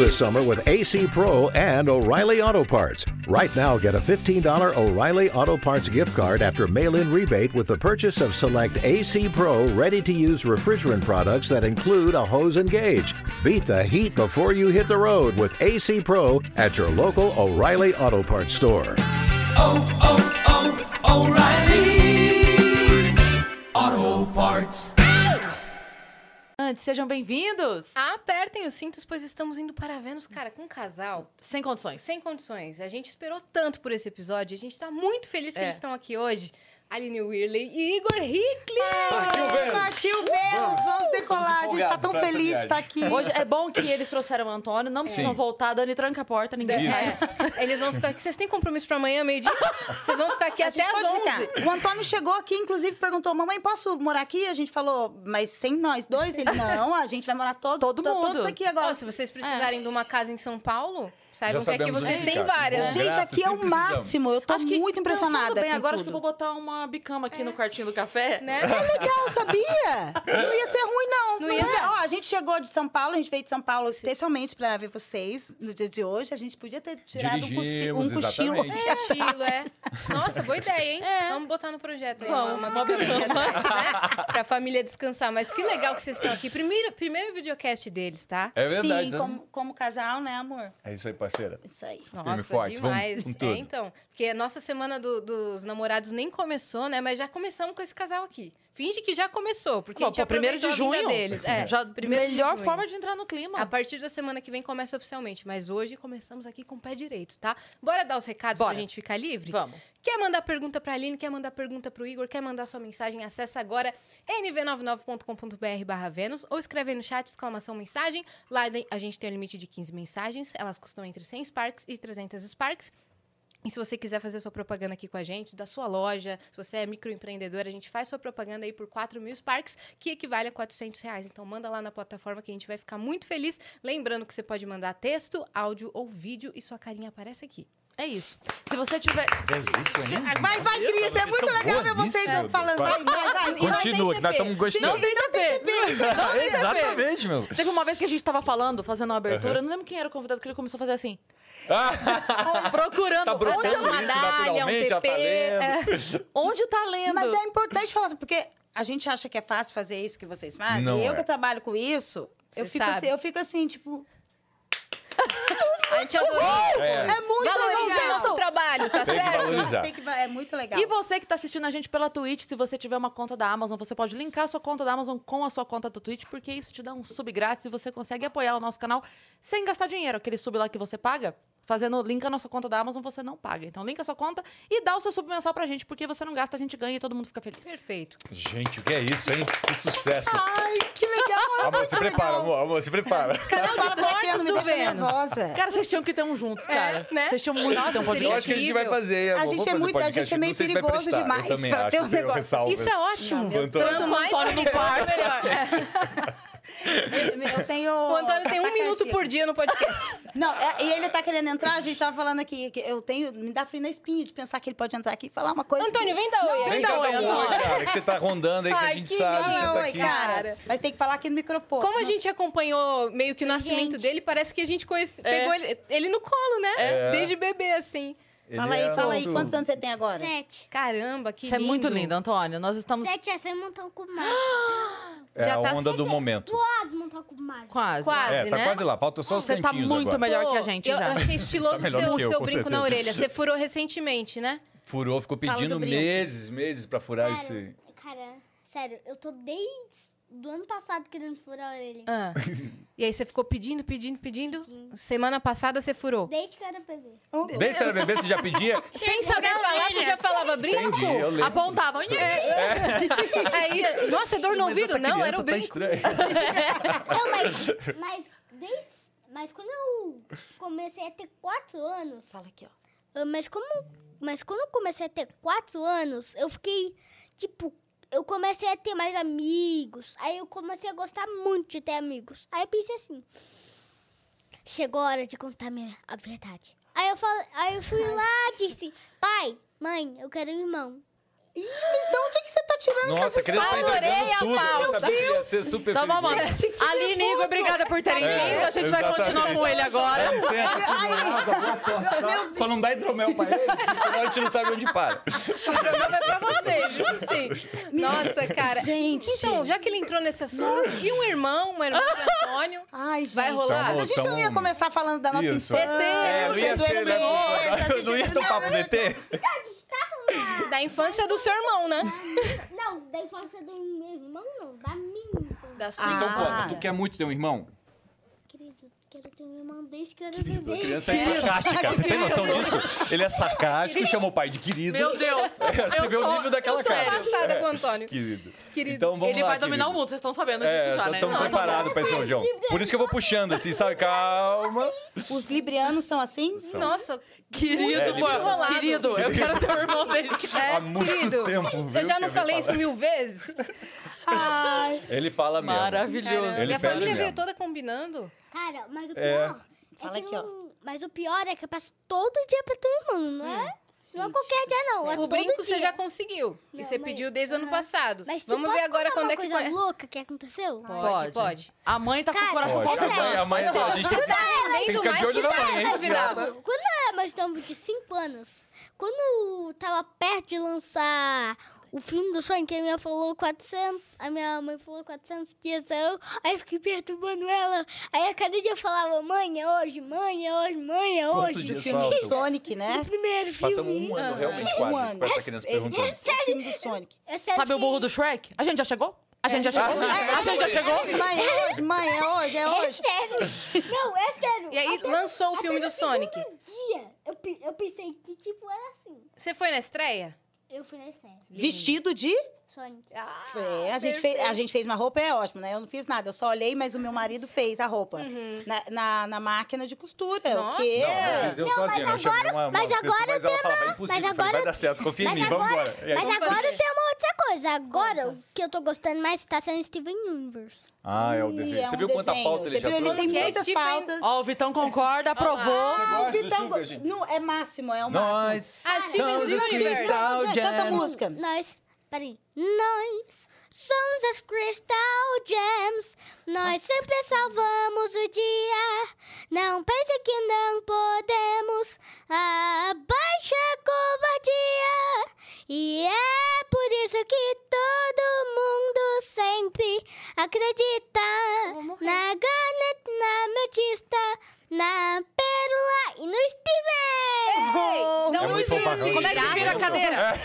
this summer with AC Pro and O'Reilly Auto Parts. Right now, get a $15 O'Reilly Auto Parts gift card after mail-in rebate with the purchase of select AC Pro ready-to-use refrigerant products that include a hose and gauge. Beat the heat before you hit the road with AC Pro at your local O'Reilly Auto Parts store. O'Reilly Auto Parts. Antes, sejam bem-vindos! Apertem os cintos, pois estamos indo para Vênus, cara, com um casal. Sem condições. Sem condições. A gente esperou tanto por esse episódio. A gente tá muito feliz que eles estão aqui hoje. Aline Whirley e Igor Hickley. Partiu Vênus! Vamos decolar. A gente tá tão feliz de estar aqui. Hoje é bom que eles trouxeram o Antônio, não precisam voltar. Dani, tranca a porta, ninguém sai. Eles vão ficar aqui. Vocês têm compromisso para amanhã, meio-dia? Vocês vão ficar aqui até às 11. O Antônio chegou aqui, inclusive, perguntou: mamãe, posso morar aqui? A gente falou, mas sem nós dois? Ele, não, a gente vai morar Todo mundo. todos aqui agora. Ó, se vocês precisarem de uma casa em São Paulo, saibam Já que aqui sabemos vocês onde têm ficar. várias. Bom, Gente, graças, aqui é o sempre precisamos. máximo. Eu tô muito impressionada bem, com agora tudo. acho que eu vou botar uma bicama aqui no quartinho do café. Né? É legal, sabia? Não ia ser ruim, não. Não ia. Ó, a gente chegou de São Paulo, a gente veio de São Paulo especialmente pra ver vocês no dia de hoje. A gente podia ter tirado Dirigimos, um cochilo. exatamente. Estilo, Nossa, boa ideia, hein? Vamos botar no projeto aí. Vamos, uma bicaminha atrás, né? Pra família descansar. Mas que legal que vocês estão aqui. Primeiro videocast deles, tá? É verdade. Sim, então- como casal, né, amor? É isso aí, parceira. Isso aí. Nossa, forte, vamos demais. com tudo. Então, porque a nossa semana dos namorados nem começou, né? Mas já começamos com esse casal aqui. Finge que já começou, porque a gente primeiro de aproveitou a vinda junho. deles. Já, primeiro de melhor junho. forma de entrar no clima. A partir da semana que vem começa oficialmente, mas hoje começamos aqui com o pé direito, tá? Bora dar os recados pra gente ficar livre? Vamos. Quer mandar pergunta pra Aline, quer mandar pergunta pro Igor, quer mandar sua mensagem, acessa agora nv99.com.br/Vênus ou escreve aí no chat, exclamação mensagem. Lá a gente tem um limite de 15 mensagens, elas custam entre 100 Sparks e 300 Sparks. E se você quiser fazer sua propaganda aqui com a gente, da sua loja, se você é microempreendedor, a gente faz sua propaganda aí por 4.000 Sparks, que equivale a R$400. Então, manda lá na plataforma que a gente vai ficar muito feliz. Lembrando que você pode mandar texto, áudio ou vídeo e sua carinha aparece aqui. É isso. Se você tiver... Vai, Cris, é muito legal ver vocês falando. Vai. Continua, que nós estamos gostando. Não tem TP! Exatamente, meu. Teve uma vez que a gente tava falando, fazendo uma abertura, eu não lembro quem era o convidado, que ele começou a fazer assim. Procurando. Tá onde brotando é uma isso medalha, naturalmente, já tá TP, lendo. Onde tá lendo? Mas é importante falar assim, porque a gente acha que é fácil fazer isso que vocês fazem. Não e eu é. que trabalho com isso, eu fico assim, tipo... A gente adorou. É muito Valorizar legal. nosso trabalho, tá Tem que certo? valorizar. É muito legal. E você que tá assistindo a gente pela Twitch, se você tiver uma conta da Amazon, você pode linkar a sua conta da Amazon com a sua conta do Twitch, porque isso te dá um sub grátis e você consegue apoiar o nosso canal sem gastar dinheiro. Aquele sub lá que você paga, fazendo link a nossa conta da Amazon, você não paga. Então, linka a sua conta e dá o seu sub mensal pra gente, porque você não gasta, a gente ganha e todo mundo fica feliz. Perfeito. Gente, o que é isso, hein? Que sucesso. Ai, que legal. Amor, se prepara, amor, se prepara. Canal de cortes Me do deixa Vênus. nervosa. Cara, vocês tinham que ter um juntos, cara. né? Vocês tinham muito que ter um Nossa, podcast. Eu acho que a gente vai fazer. A amor. gente Vamos é fazer muito- a podcast. gente é meio Não sei se vai perigoso prestar. demais Eu também pra acho, ter um eu tenho negócio. ressalvas. Isso é ótimo. Antônio- Quanto mais Antônio no quarto. melhor. Eu tenho... O Antônio tem 1 minuto por dia no podcast. Não, e ele tá querendo entrar, a gente tava falando aqui, que eu tenho... Me dá frio na espinha de pensar que ele pode entrar aqui e falar uma coisa... Antônio, vem dar oi. Vem cá, oi, dar um oi, cara, que você tá rondando aí, que a Ai, gente que sabe. Você lindo, tá Oi, aqui. cara. Mas tem que falar aqui no microfone. Como a gente acompanhou meio que o nascimento dele, parece que a gente pegou ele no colo, né? Desde bebê, assim. Ele Fala aí, é nosso- quantos anos você tem agora? 7. Caramba, que Isso é lindo. muito lindo, Antônio. Nós estamos 7 é sem montar com mais. É Já a tá onda do momento. Quase montar com mais. quase. Quase, É, tá né? quase lá. Falta só os Você tá cantinhos muito agora. melhor Pô, que a gente eu já. achei estiloso Tá melhor do que eu, seu com brinco na certeza. orelha. Você furou recentemente, né? Furou, ficou Fala pedindo do brinco. meses pra furar esse... Cara, sério, eu tô desde do ano passado querendo furar a orelha. Ah. E aí você ficou pedindo. Semana passada você furou. Desde que eu era bebê. Desde que era bebê, você já pedia? Sem saber falar, você já falava brinco? Entendi, eu lembro. Apontavam. Aí, nossa, dor no Mas ouvido? essa Não, era criança o tá brinco. estranha. Não, mas quando eu comecei a ter 4 anos... Fala aqui, ó. Mas quando eu comecei a ter 4 anos, eu fiquei, tipo... Eu comecei a ter mais amigos. Aí eu comecei a gostar muito de ter amigos. Aí eu pensei assim... Chegou a hora de contar a verdade. Aí eu fui lá e disse... Pai, mãe, eu quero um irmão. Ih, mas de onde é que você tá tirando Nossa, a essas criança tá histórias? entendendo Adorei a tudo. pauta. Sabe que ia ser super Então vamos lá. perigoso. Aline e Igor, obrigada por terem vindo. A gente vai continuar com ele agora. Dá licença, boa sorte. Só não dá hidromel pra ele, senão a gente não sabe onde para. Não é pra vocês, viu? Sim. Nossa, cara. Gente. Então, já que ele entrou nesse assunto, e uma irmã do Antônio? Ai, gente. Vai rolar? Mas a gente não ia começar falando da nossa Isso. infância. Não ia do ser, né? Hermes, Não ia ter um papo do ET? Da infância do seu irmão, né? Não, da infância do meu irmão, não. Da minha infância. Da sua Então, infância. pô, tu quer muito ter um irmão? Querido, quero ter um irmão desde que eu era A bebê. criança é sarcástica. Você tem noção disso? Ele é sarcástico e chamou o pai de querido. Meu Deus. Você vê o nível daquela Eu tô cara. passada com o Antônio. Querido. Querido. Então vamos Ele lá, vai dominar o querido. mundo, vocês estão sabendo disso já, né? Estamos Nossa. preparados pra esse rojão. Por isso que eu vou puxando assim, sabe? Calma. Os librianos são assim? Nossa, Querido, Muito pô, querido, eu quero ter um irmão desde que... Há muito querido, tempo, viu, eu já que não eu falei vi isso 1000 vezes? Ai. Ele fala mesmo. Maravilhoso. Ele Minha pede família veio mesmo. toda combinando. Cara, mas o É. pior... Fala que aqui, ó. Mas o pior é que eu passo todo dia pra teu irmão, não é? Não é qualquer dia, não. É O todo brinco dia. você já conseguiu. E Não, você mas- pediu desde o ano Aham. passado. Mas Vamos posso ver agora contar quando uma é que coisa vai. louca que aconteceu? Pode. A mãe tá com o Cara, coração Pode. palpitando. A mãe, a gente tem que Nem tem do que ficar mais de olho que na tá mãe, hein? convidado. Quando nós estamos de 5 anos, quando tava perto de lançar o filme do Sonic, a minha falou 400, a minha mãe falou 400 dias, aí eu fiquei perturbando ela. Aí a cada dia eu falava, mãe, é hoje, mãe, é hoje, mãe, é Quantos hoje. dias Filme do faltam? Sonic, né? O primeiro filme. Passamos um ano realmente quase ano. pra essa criança perguntando. O filme do Sonic. É sério Sabe o que- burro do Shrek? A gente já chegou? A gente já chegou? A gente já chegou? Mãe, é hoje, mãe, é hoje, é É hoje. sério. Não, é sério. E aí Até lançou o filme no do Sonic. segundo dia, eu pensei que, tipo, era assim. Você foi na estreia? Eu fui na série. Vestido de... Sonic. É, a gente fez uma roupa, é ótimo, né? Eu não fiz nada, eu só olhei, mas o meu marido fez a roupa. Na máquina de costura. Nossa. O quê? Não, eu fiz eu sozinho, eu chamei uma mas pessoa, agora mas ela tem falava, é uma- impossível, mas eu falei, vai agora- dar certo, confia em Mas mim, vamos agora, embora. E aí, mas agora fazer. tem uma outra coisa. Agora, o que eu tô gostando mais tá sendo Steven Universe. Ah, é o Ih, desenho. é Você um viu quanta desenho. pauta ele Você já viu? Ele trouxe? tem Que é muitas Stephen- pautas. Ó, o Vitão concorda, aprovou. Você gosta do Vitão, Sugar, gente? não, é máximo, é o máximo. Nós Ah, Steven somos os Universe. Crystal Canta a Gems. música. Peraí. Nós somos as Crystal Gems. Nós sempre salvamos o dia. Não pense que não podemos. Abaixa a covardia. E é por isso que todo mundo sempre acredita na Garnet, na Ametista, na Pérola e no Steven. Oh, Da É onde muito veio fofo. esse Como é que vira a cadeira?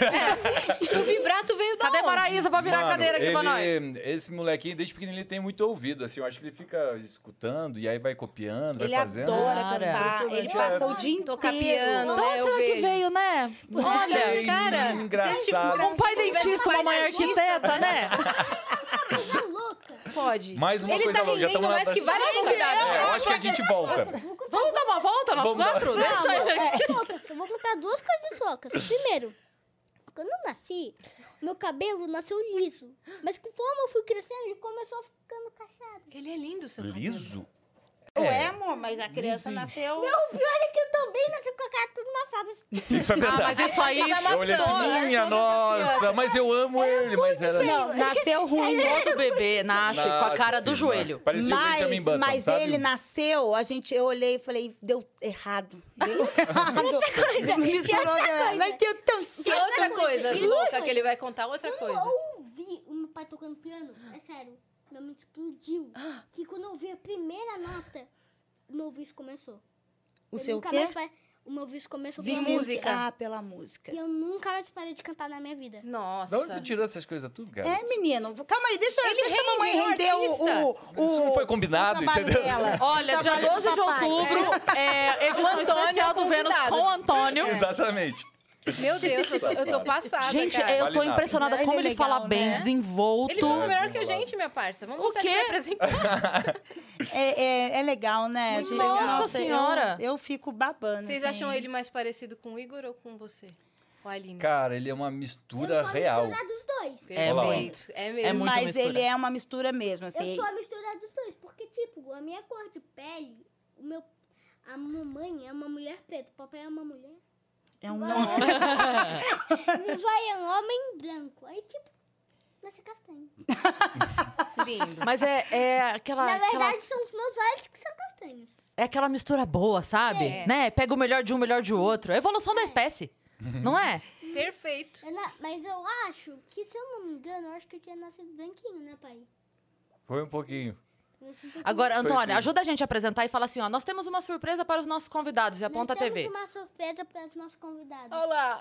O vibrato veio da Cadê onde? Maraísa pra virar a Mano, cadeira aqui pra nós? esse molequinho, desde pequeno, ele tem muito ouvido, assim, eu acho que ele fica escutando e aí vai copiando, Ele vai fazendo. adora Cara. cantar, ele passa o dia inteiro. Tocar piano, De né? onde Eu será que vejo. veio, né? Olha, Gente, cara, engraçado. Um pai dentista, uma mãe arquiteta, né? Coisa louca. Pode. Mais uma Ele coisa tá louca, já rendendo estamos mais que vários convidados. É, eu acho que a gente volta. Vamos dar uma volta, nós Vamos dar- quatro? Deixa ele aqui. Loucas, eu vou contar duas coisas loucas. Primeiro, quando eu nasci, meu cabelo nasceu liso. Mas conforme eu fui crescendo, ele começou ficando cacheado. Ele é lindo, seu cabelo. Liso? Ué, amor, mas a criança lisinho. nasceu... Não, o pior é que eu também nasci com a cara tudo amassada. Isso é Ah, verdade. mas isso aí... Eu olhei assim, minha todas as nossa, crianças. mas eu amo ele, mas era... Não, nasceu ruim. Todo bebê nasce com a cara do filho, joelho. Parecia o Benjamin Button, Mas sabe? ele nasceu, eu olhei e falei, deu errado. Deu errado. Misturou, deu errado. Mas deu tão E certo. outra coisa E louca outra que ele vai contar, outra Quando coisa. eu ouvi o meu pai tocando piano, é sério, minha mente explodiu. Que quando eu ouvi a primeira nota, o meu vício começou. O Eu seu nunca quê? mais O meu vício começou Vi pela música. Ah, pela música. E eu nunca mais parei de cantar na minha vida. Nossa. Da onde você tirou essas coisas tudo, cara? É, menino. Calma aí, deixa Ele a mamãe rende, render é um Isso não foi combinado, o trabalho entendeu? dela. Olha, O dia trabalho 12 de do papai. outubro, edição O Antônio especial é do Vênus convidado. com o Antônio. Exatamente. Meu Deus, eu tô passada, Gente, cara. eu Vale tô nada. impressionada Ele como é ele legal, fala bem, né? desenvolto. Ele falou melhor que a gente, minha parça. Vamos O voltar aqui quê? pra apresentar. É legal, né? Muito gente? legal. Nossa Senhora. Eu fico babando. Vocês assim. acham ele mais parecido com o Igor ou com você? Com a Aline? Cara, ele é uma Eu mistura sou a real. mistura dos dois. É Olha lá. muito. É mesmo. É muito Mas mistura. ele é uma mistura mesmo, assim. Eu sou a mistura dos dois, porque, tipo, a minha cor de pele, a mamãe é uma mulher preta, o papai é uma mulher. É um Um vai é um homem branco. Aí, tipo, nasce castanho. Lindo. Mas é aquela... Na aquela- verdade, são os meus olhos que são castanhos. É aquela mistura boa, sabe? É. Né? Pega o melhor de um, o melhor de outro. É a evolução da espécie. Não é? Perfeito. Mas eu acho que, se eu não me engano, eu acho que eu tinha nascido branquinho, né, pai? Foi um pouquinho. Eu nasci um pouquinho. Agora, Foi Antônia, sim. ajuda a gente a apresentar e fala assim, ó, nós temos uma surpresa para os nossos convidados e aponta a Nós TV. temos uma surpresa para os nossos convidados. Olá.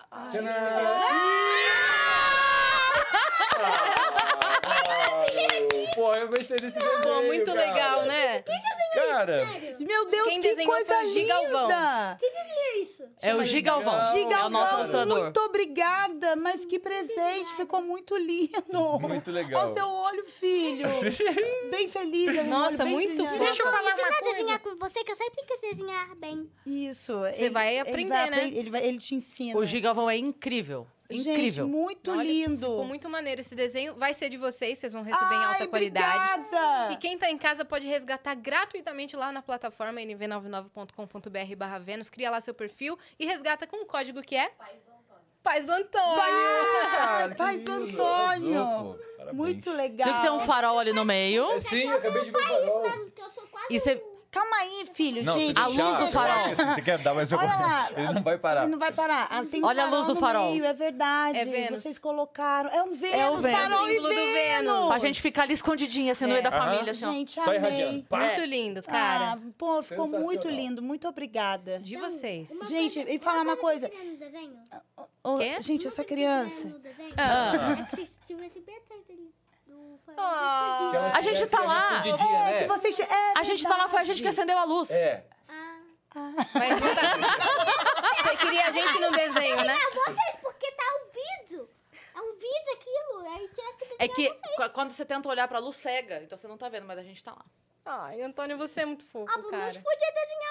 Pô, eu gostei desse desenho. Pô, muito cara. legal, né? Cara, Sério? Meu Deus, Quem que desenhou coisa foi o Gigalvão. linda! Que é isso? É o Gigalvão. É o nosso Gigalvão, ilustrador. muito obrigada, mas que presente, ficou muito lindo. Muito legal. Olha o seu olho, filho. Bem feliz. é um Nossa, olho bem muito brilhante. fofo. Deixa eu falar ensinar a desenhar com você, que eu sempre quis desenhar bem. Isso. Você vai aprender, né? Ele te ensina. O Gigalvão é incrível. Incrível. Gente, muito Olha, lindo. Ficou muito maneiro esse desenho. Vai ser de vocês, vocês vão receber em alta Ai, qualidade. obrigada. E quem tá em casa pode resgatar gratuitamente lá na plataforma nv99.com.br/Vênus. Cria lá seu perfil e resgata com o código que é... Paz do Antônio. Cara, que Paz do lindo. Antônio. Arrasou, pô. Parabéns. Muito legal. Viu que tem um farol ali no meio? É, sim, eu acabei de ver o farol. Porque eu sou quase E você... Calma aí, filho, Não, gente. se a luz do deixar, farol. Você quer dar mais alguma Olha lá. Ele não vai parar. Ele não vai parar. Ah, tem um Olha a luz do no farol. meio, é verdade. É Vênus. Vocês colocaram. É um Vênus, É o Vênus. farol e Símbolo do Vênus. Pra gente ficar ali escondidinha, assim, no meio da Aham. família, assim, ó. Gente, Só amei. irradiando. Pá. Muito lindo, cara. Ah, pô, ficou Sensacional. muito lindo. Muito obrigada. De vocês. Gente, e falar uma coisa. no desenho. Ô, Quê? gente, essa criança. No desenho. Ah. É que vocês estivessem bem atrás dele. Do farol. Ah. Que ela A gente estivesse tá ali lá. escondidinha, né? Que vocês... A gente tá lá, foi a gente que acendeu a luz. É. Mas não tá... Você queria a gente no desenho, né? Vocês, porque tá um vidro. É um vidro aquilo. Aí tinha que desenhar É que vocês. quando você tenta olhar pra luz, cega. Então você não tá vendo, mas a gente tá lá. Ai, Antônio, você é muito fofo, Ah, mas cara. podia desenhar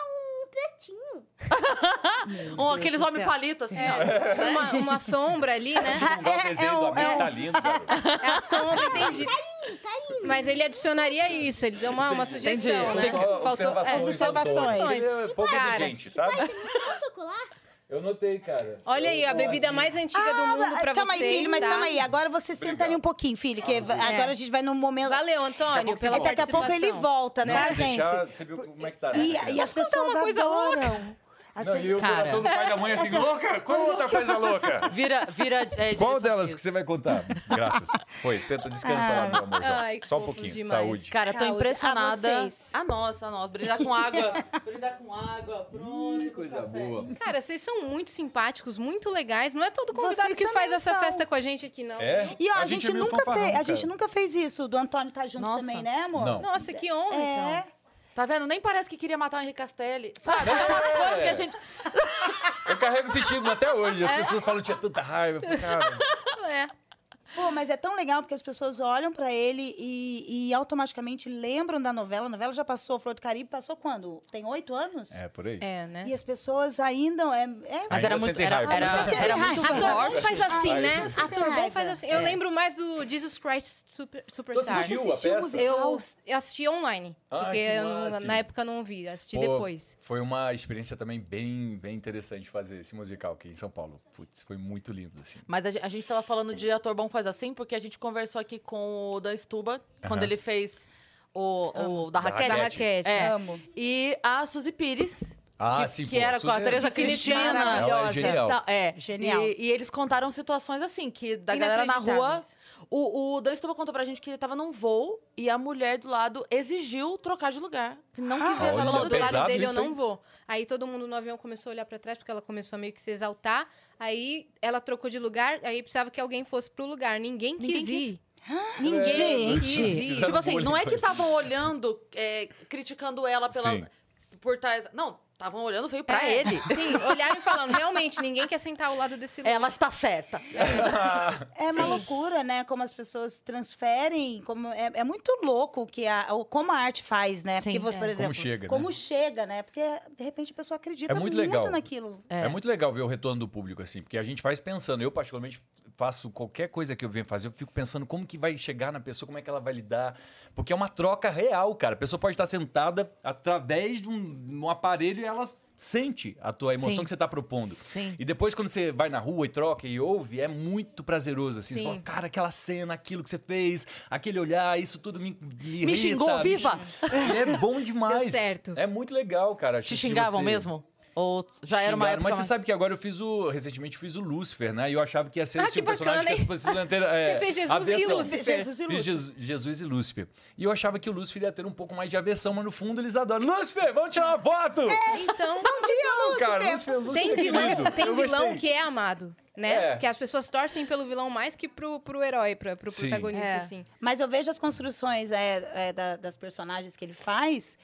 um pretinho. Aqueles do homens céu. palitos, assim, ó. Uma sombra ali, né? Igual o desenho do amigo, tá lindo, garoto. É a sombra, entendi. Tá lindo. Mas ele adicionaria isso, ele deu uma sugestão, Entendi. né? Só observações. observações. É pouca Cara. gente, sabe? Posso colar? Eu notei, cara. Olha aí, a bebida mais antiga do mundo pra calma vocês, aí, filho, mas tá? calma aí. Agora você senta ali um pouquinho, filho, que agora a gente vai num momento... Valeu, Antônio, Daqui pela É, daqui a pouco ele participação. volta, tá, Se gente? deixar, você viu como é que tá, né? E as pessoas uma coisa adoram. As Não, pessoas... e o Cara. coração do pai e da mãe assim, louca? Qual outra coisa louca? Vira Qual direção delas disso. que você vai contar? Graças. Foi, senta, descansa lá, meu amor. Ai, que Só um fofos pouquinho, demais. saúde. Cara, tô Saúde. impressionada. A vocês. A nossa. Brindar com água. Brindar com água. Pronto. Que coisa café. boa. Cara, vocês são muito simpáticos, muito legais. Não é todo convidado Vocês que faz também essa são. festa com a gente aqui, não. É? E ó, a gente, é meio nunca fanfarrão, fez, a cara. gente nunca fez isso, do Antônio tá junto Nossa. também, né, amor? Não. Nossa, que honra, É. então. Tá vendo? Nem parece que queria matar o Henrique Castelli. Sabe? É uma coisa que a gente... Eu carrego esse estigma até hoje. As pessoas falam que tinha tanta raiva. Eu falo, cara, É. Pô, mas é tão legal porque as pessoas olham pra ele e automaticamente lembram da novela. A novela já passou, Flor do Caribe passou quando? Tem 8 anos? é por aí. É, né? E as pessoas ainda... Mas Ainda era muito... sentem Era, raiva. era, Ainda sentem era raiva. muito Ator bom forte. faz assim, Ai, né? você tem Ator bom raiva. faz assim. Eu lembro mais do Jesus Christ Superstar. assistiu a assistiu o peça? musical? Eu assisti online, Ah, porque que eu máximo. na época não vi, assisti Pô, depois. Foi uma experiência também bem interessante fazer esse musical aqui em São Paulo. Putz, foi muito lindo, assim. Mas a gente tava falando de ator bom faz assim, porque a gente conversou aqui com o Dan Stuba, quando ele fez o da Raquel. Da Raquete. É. Amo. E a Suzy Pires. Ah, que, sim, que pô, era com a Suzy é Teresa Cristina, Cristina. Ela é genial. Então, Genial. E eles contaram situações assim, que da galera na rua. Inacreditáveis. O Dan Stuba contou pra gente que ele tava num voo e a mulher do lado exigiu trocar de lugar. Que não quis ver olha, ela Falou do lado pesado dele, eu isso aí. não vou. Aí todo mundo no avião começou a olhar pra trás, porque ela começou a meio que se exaltar. Aí ela trocou de lugar, aí precisava que alguém fosse pro lugar. Ninguém quis Ninguém quis. ir. Ninguém quis Gente. ir. Fizeram Tipo assim, bullying não é com que ele. estavam olhando, criticando ela Sim. por trás. Não, estavam olhando feio pra É, ele. Sim, olharam e falando, realmente, ninguém quer sentar ao lado desse lugar. Ela está certa. É uma loucura, né? Como as pessoas transferem, como é muito louco que como a arte faz, né? Sim, Porque, por Como exemplo, chega, né? como chega, né? Porque de repente a pessoa acredita É muito legal. naquilo. É muito legal ver o retorno do público, assim, porque a gente faz pensando. Eu, particularmente, faço qualquer coisa que eu venho fazer, eu fico pensando como que vai chegar na pessoa, como é que ela vai lidar. Porque é uma troca real, cara. A pessoa pode estar sentada através de um aparelho ela sente a tua emoção Sim. que você tá propondo. Sim. E depois, quando você vai na rua e troca e ouve, é muito prazeroso, assim. Você Sim. fala, cara, aquela cena, aquilo que você fez, aquele olhar, isso tudo me irrita. Me xingou, viva! E é bom demais. Deu certo. É muito legal, cara. Te assistir xingavam você. mesmo? Ou já era uma Xingaram, época mas você mais... sabe que agora recentemente eu fiz o Lúcifer, né? E eu achava que ia ser Ah, assim, que um personagem bacana, que as pessoas iam ter. Você fez Jesus e aversão. Lúcifer. Jesus e Fiz Jesus e Lúcifer. E eu achava que o Lúcifer ia ter um pouco mais de aversão, mas no fundo eles adoram. Lúcifer, vamos tirar uma foto! Então, Bom dia, Não, cara, Lúcifer. Lúcifer tem é vilão, querido. tem Eu vilão gostei. que é amado, né? É. Que as pessoas torcem pelo vilão mais que pro herói, pro Sim. protagonista, É. assim. Mas eu vejo as construções das personagens que ele faz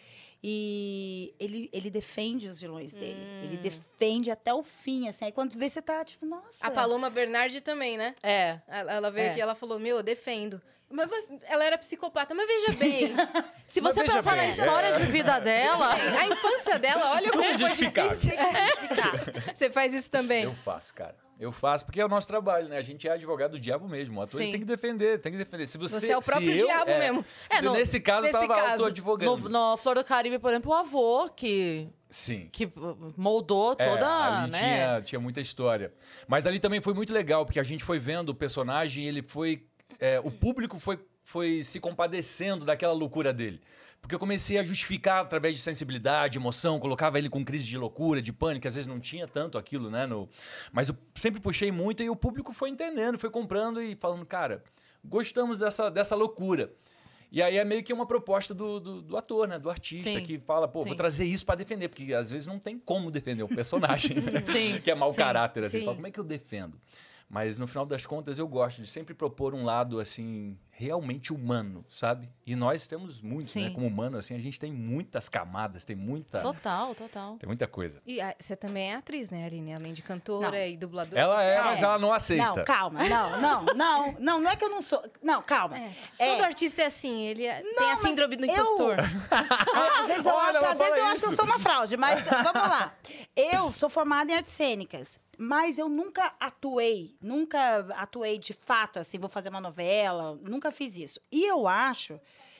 e ele defende os vilões dele. Ele defende até o fim, assim. Aí quando vê, você tá tipo, nossa. A Paloma Bernardi também, né? É. Ela veio É. aqui e ela falou, eu defendo. Mas ela era psicopata, mas veja bem. Se Mas você veja pensar na bem, história de vida dela... A infância dela, olha como foi justificável. difícil. Você faz isso também. Eu faço, cara. Eu faço, porque é o nosso trabalho, né? A gente é advogado do diabo mesmo. O ator ele Sim. tem que defender, tem que defender. Se Você é o próprio se eu- diabo mesmo. Nesse caso, eu nesse tava caso. auto-advogando. No Flor do Caribe, por exemplo, o avô que Sim. moldou toda, ali né? tinha muita história. Mas ali também foi muito legal, porque a gente foi vendo o personagem, ele foi... o público foi se compadecendo daquela loucura dele. Porque eu comecei a justificar através de sensibilidade, emoção, colocava ele com crise de loucura, de pânico, às vezes não tinha tanto aquilo, né? Mas eu sempre puxei muito e o público foi entendendo, foi comprando e falando, cara, gostamos dessa loucura. E aí é meio que uma proposta do ator, né? Do artista, Sim. que fala, pô, Sim. vou trazer isso pra defender, porque às vezes não tem como defender um personagem né? Sim. que é mau Sim. caráter. Às vezes Sim. fala, como é que eu defendo? Mas no final das contas eu gosto de sempre propor um lado assim realmente humano, sabe? E nós temos muito, Sim. né? Como humano assim, a gente tem muitas camadas, tem muita coisa. E você também é atriz, né, Aline? Além de cantora Não. e dubladora. Ela é, Não. mas ela não aceita. Não, calma. Não é que eu não sou. Não, calma. Todo artista é assim, ele tem a mas síndrome do eu- impostor. Às vezes eu Olha, acho, ela às vezes fala eu acho que eu isso. sou uma fraude, mas vamos lá. Eu sou formada em artes cênicas, mas eu nunca atuei de fato, assim, vou fazer uma novela, nunca fiz isso. E eu acho,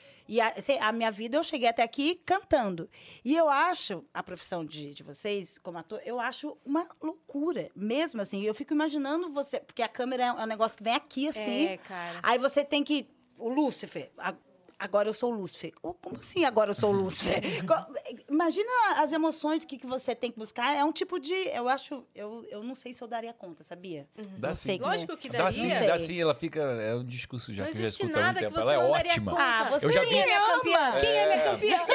a minha vida eu cheguei até aqui cantando. E eu acho, a profissão de vocês como ator, eu acho uma loucura, mesmo assim. Eu fico imaginando você, porque a câmera é um negócio que vem aqui, assim. É, cara. Aí você tem que... O Lúcifer... Agora eu sou o Lúcifer. Como assim agora eu sou o Lúcifer? Imagina as emoções que você tem que buscar. É um tipo de... Eu não sei se eu daria conta, sabia? Dá Não sim. sei como- Lógico que Dá sim, daria. dá sim, ela fica... É um discurso já Não que eu já existe escuto há muito nada que tempo. você Ela é não daria ótima. conta. Ah, você Eu já Quem é minha ama. campeã? Quem é minha campeã?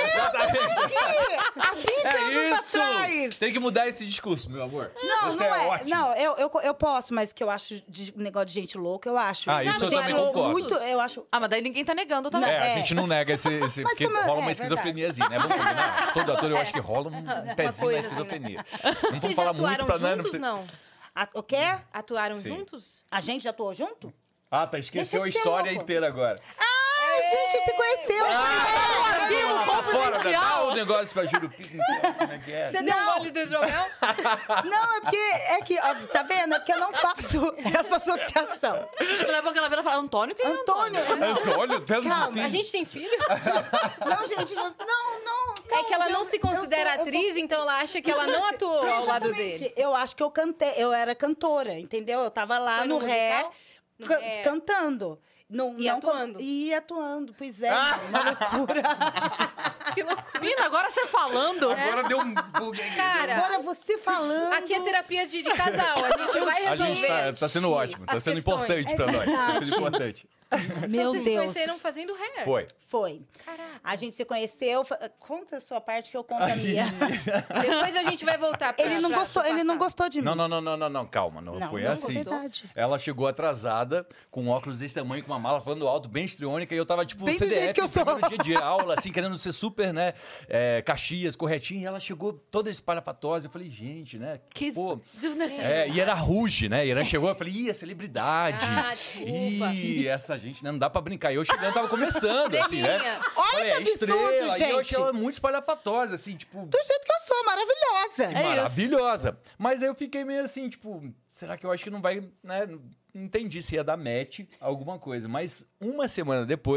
Há 20 anos atrás! Tem que mudar esse discurso, meu amor. Não, Você não é é. ótimo. Não, eu posso, mas que eu acho de negócio de gente louca, eu acho. Ah, isso eu Gente também louca, concordo. Muito, eu acho... Ah, mas daí ninguém tá negando também. A É. gente não nega esse Mas porque como- rola uma é esquizofreniazinha, né? Vamos combinar? Todo ator eu acho que rola um pezinho na coisa esquizofrenia. Não Vocês vamos já falar muito atuaram pra não juntos, ser... não? O quê? Atuaram Sim. juntos? A gente já atuou junto? Ah, tá, esqueceu a Deixa de ser história louco. inteira agora. Ai, gente, se conheceu. Arquivo Dá confidencial. o negócio pra Jurupico. Como é que é? Você deu um gole do hidromel? Não, é que, ó, tá vendo? É porque eu não faço essa associação. Leva aquela vela e fala, Antônio, quem é Antônio, Antônio, até Calma, A gente tem filho? não, gente, não. É que ela não se considera eu sou- atriz, então ela acha que ela não atuou ao lado dele. Gente, eu acho que eu era cantora, entendeu? Eu tava lá Foi no no ré, musical? No ré. cantando. E atuando? E atuando, pois é, uma loucura. Que loucura. Mina, agora você falando. Agora deu um bug aí. Cara, Agora você falando... aqui é terapia de casal. A gente vai A resolver. gente tá sendo ótimo, tá as sendo questões. importante pra nós. Tá sendo importante. Meu Vocês se Deus. conheceram fazendo hair. Foi. Caraca. A gente se conheceu... Conta a sua parte que eu conto a minha. Depois a gente vai voltar pra Ele não pra- gostou, pro ele não passado. gostou de mim. Não, calma, não foi não assim. gostou. Verdade. Ela chegou atrasada, com um óculos desse tamanho, com uma mala falando alto, bem histriônica, e eu tava tipo Bem do CDF, jeito que eu no sou. primeiro dia de aula, assim, querendo ser super, né, Caxias, corretinho, e ela chegou toda espalhafatosa, eu falei, gente, né, Que pô... desnecessário. E era Ruge, né? E ela chegou, eu falei, ih, a celebridade. Ah, desculpa. Ih, essa gente, né, não dá pra brincar. E eu chegando, tava começando, assim, né? Estrelinha. Olha Falei, que absurdo, estrela. E eu gente. achei ela muito espalhafatosa, assim, tipo... Do jeito que eu sou, maravilhosa. É isso. Maravilhosa. Mas aí eu fiquei meio assim, tipo, será que eu acho que não vai, né? Não entendi se ia dar match alguma coisa. Mas uma semana depois,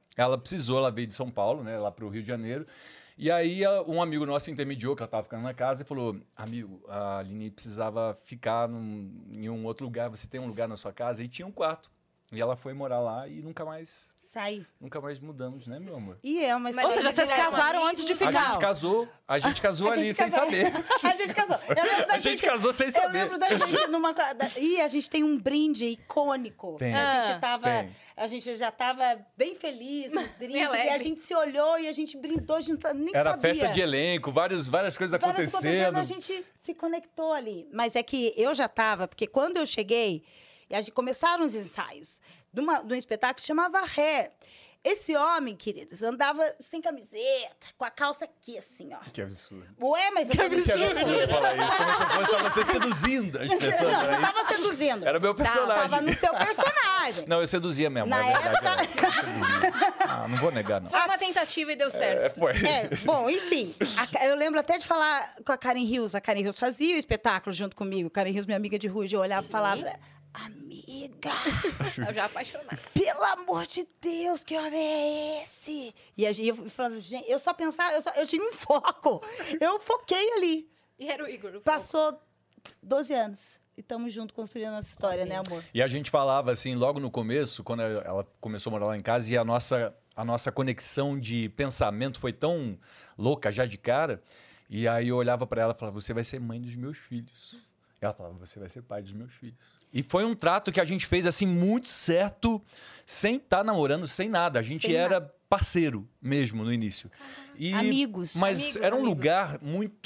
ela veio de São Paulo, né, lá pro Rio de Janeiro. E aí um amigo nosso intermediou, que ela tava ficando na casa, e falou, amigo, a Aline precisava ficar em um outro lugar, você tem um lugar na sua casa? E tinha um quarto. E ela foi morar lá e nunca mais mudamos, né, meu amor? E é uma Mas Ou história seja, vocês casaram antes de A ficar. gente casou ali, sem saber. A gente casou. Eu lembro da A gente casou sem saber. Eu lembro da gente numa... E a gente tem um brinde icônico. Tem. A gente já tava bem feliz, os drinks, e a alegre. gente se olhou e a gente brindou, a gente nem Era sabia. festa de elenco, várias coisas acontecendo. A gente se conectou ali. Mas é que eu já tava, porque quando eu cheguei, e a gente começaram os ensaios de um espetáculo que chamava Hair. Esse homem, queridos, andava sem camiseta, com a calça aqui, assim, ó. Que absurdo. Ué, mas eu Que absurdo falar isso. Como se eu estava até seduzindo as pessoas. Não, Era eu isso. tava seduzindo. Era meu personagem. Tava no seu personagem. Não, eu seduzia mesmo. Na é verdade, época- eu seduzia. Não vou negar, não. Foi uma tentativa e deu certo. Foi. Bom, enfim. Eu lembro até de falar com a Karen Hills. A Karen Hills fazia o espetáculo junto comigo. Karen Hills, minha amiga de rua, eu olhava e falava... Amiga, Eu já apaixonada. pelo amor de Deus, que homem é esse? E eu falando, gente, eu só pensava, eu tinha um foco. Eu foquei ali. E era o Igor. o Passou 12 anos. E estamos juntos construindo essa história, né, amor? E a gente falava assim, logo no começo, quando ela começou a morar lá em casa, e a nossa conexão de pensamento foi tão louca já de cara. E aí eu olhava pra ela e falava, você vai ser mãe dos meus filhos. Ela falava, você vai ser pai dos meus filhos. E foi um trato que a gente fez assim muito certo, sem estar namorando, sem nada. A gente Sem era parceiro mesmo no início. E, Amigos. Mas Amigos, era um amigos. lugar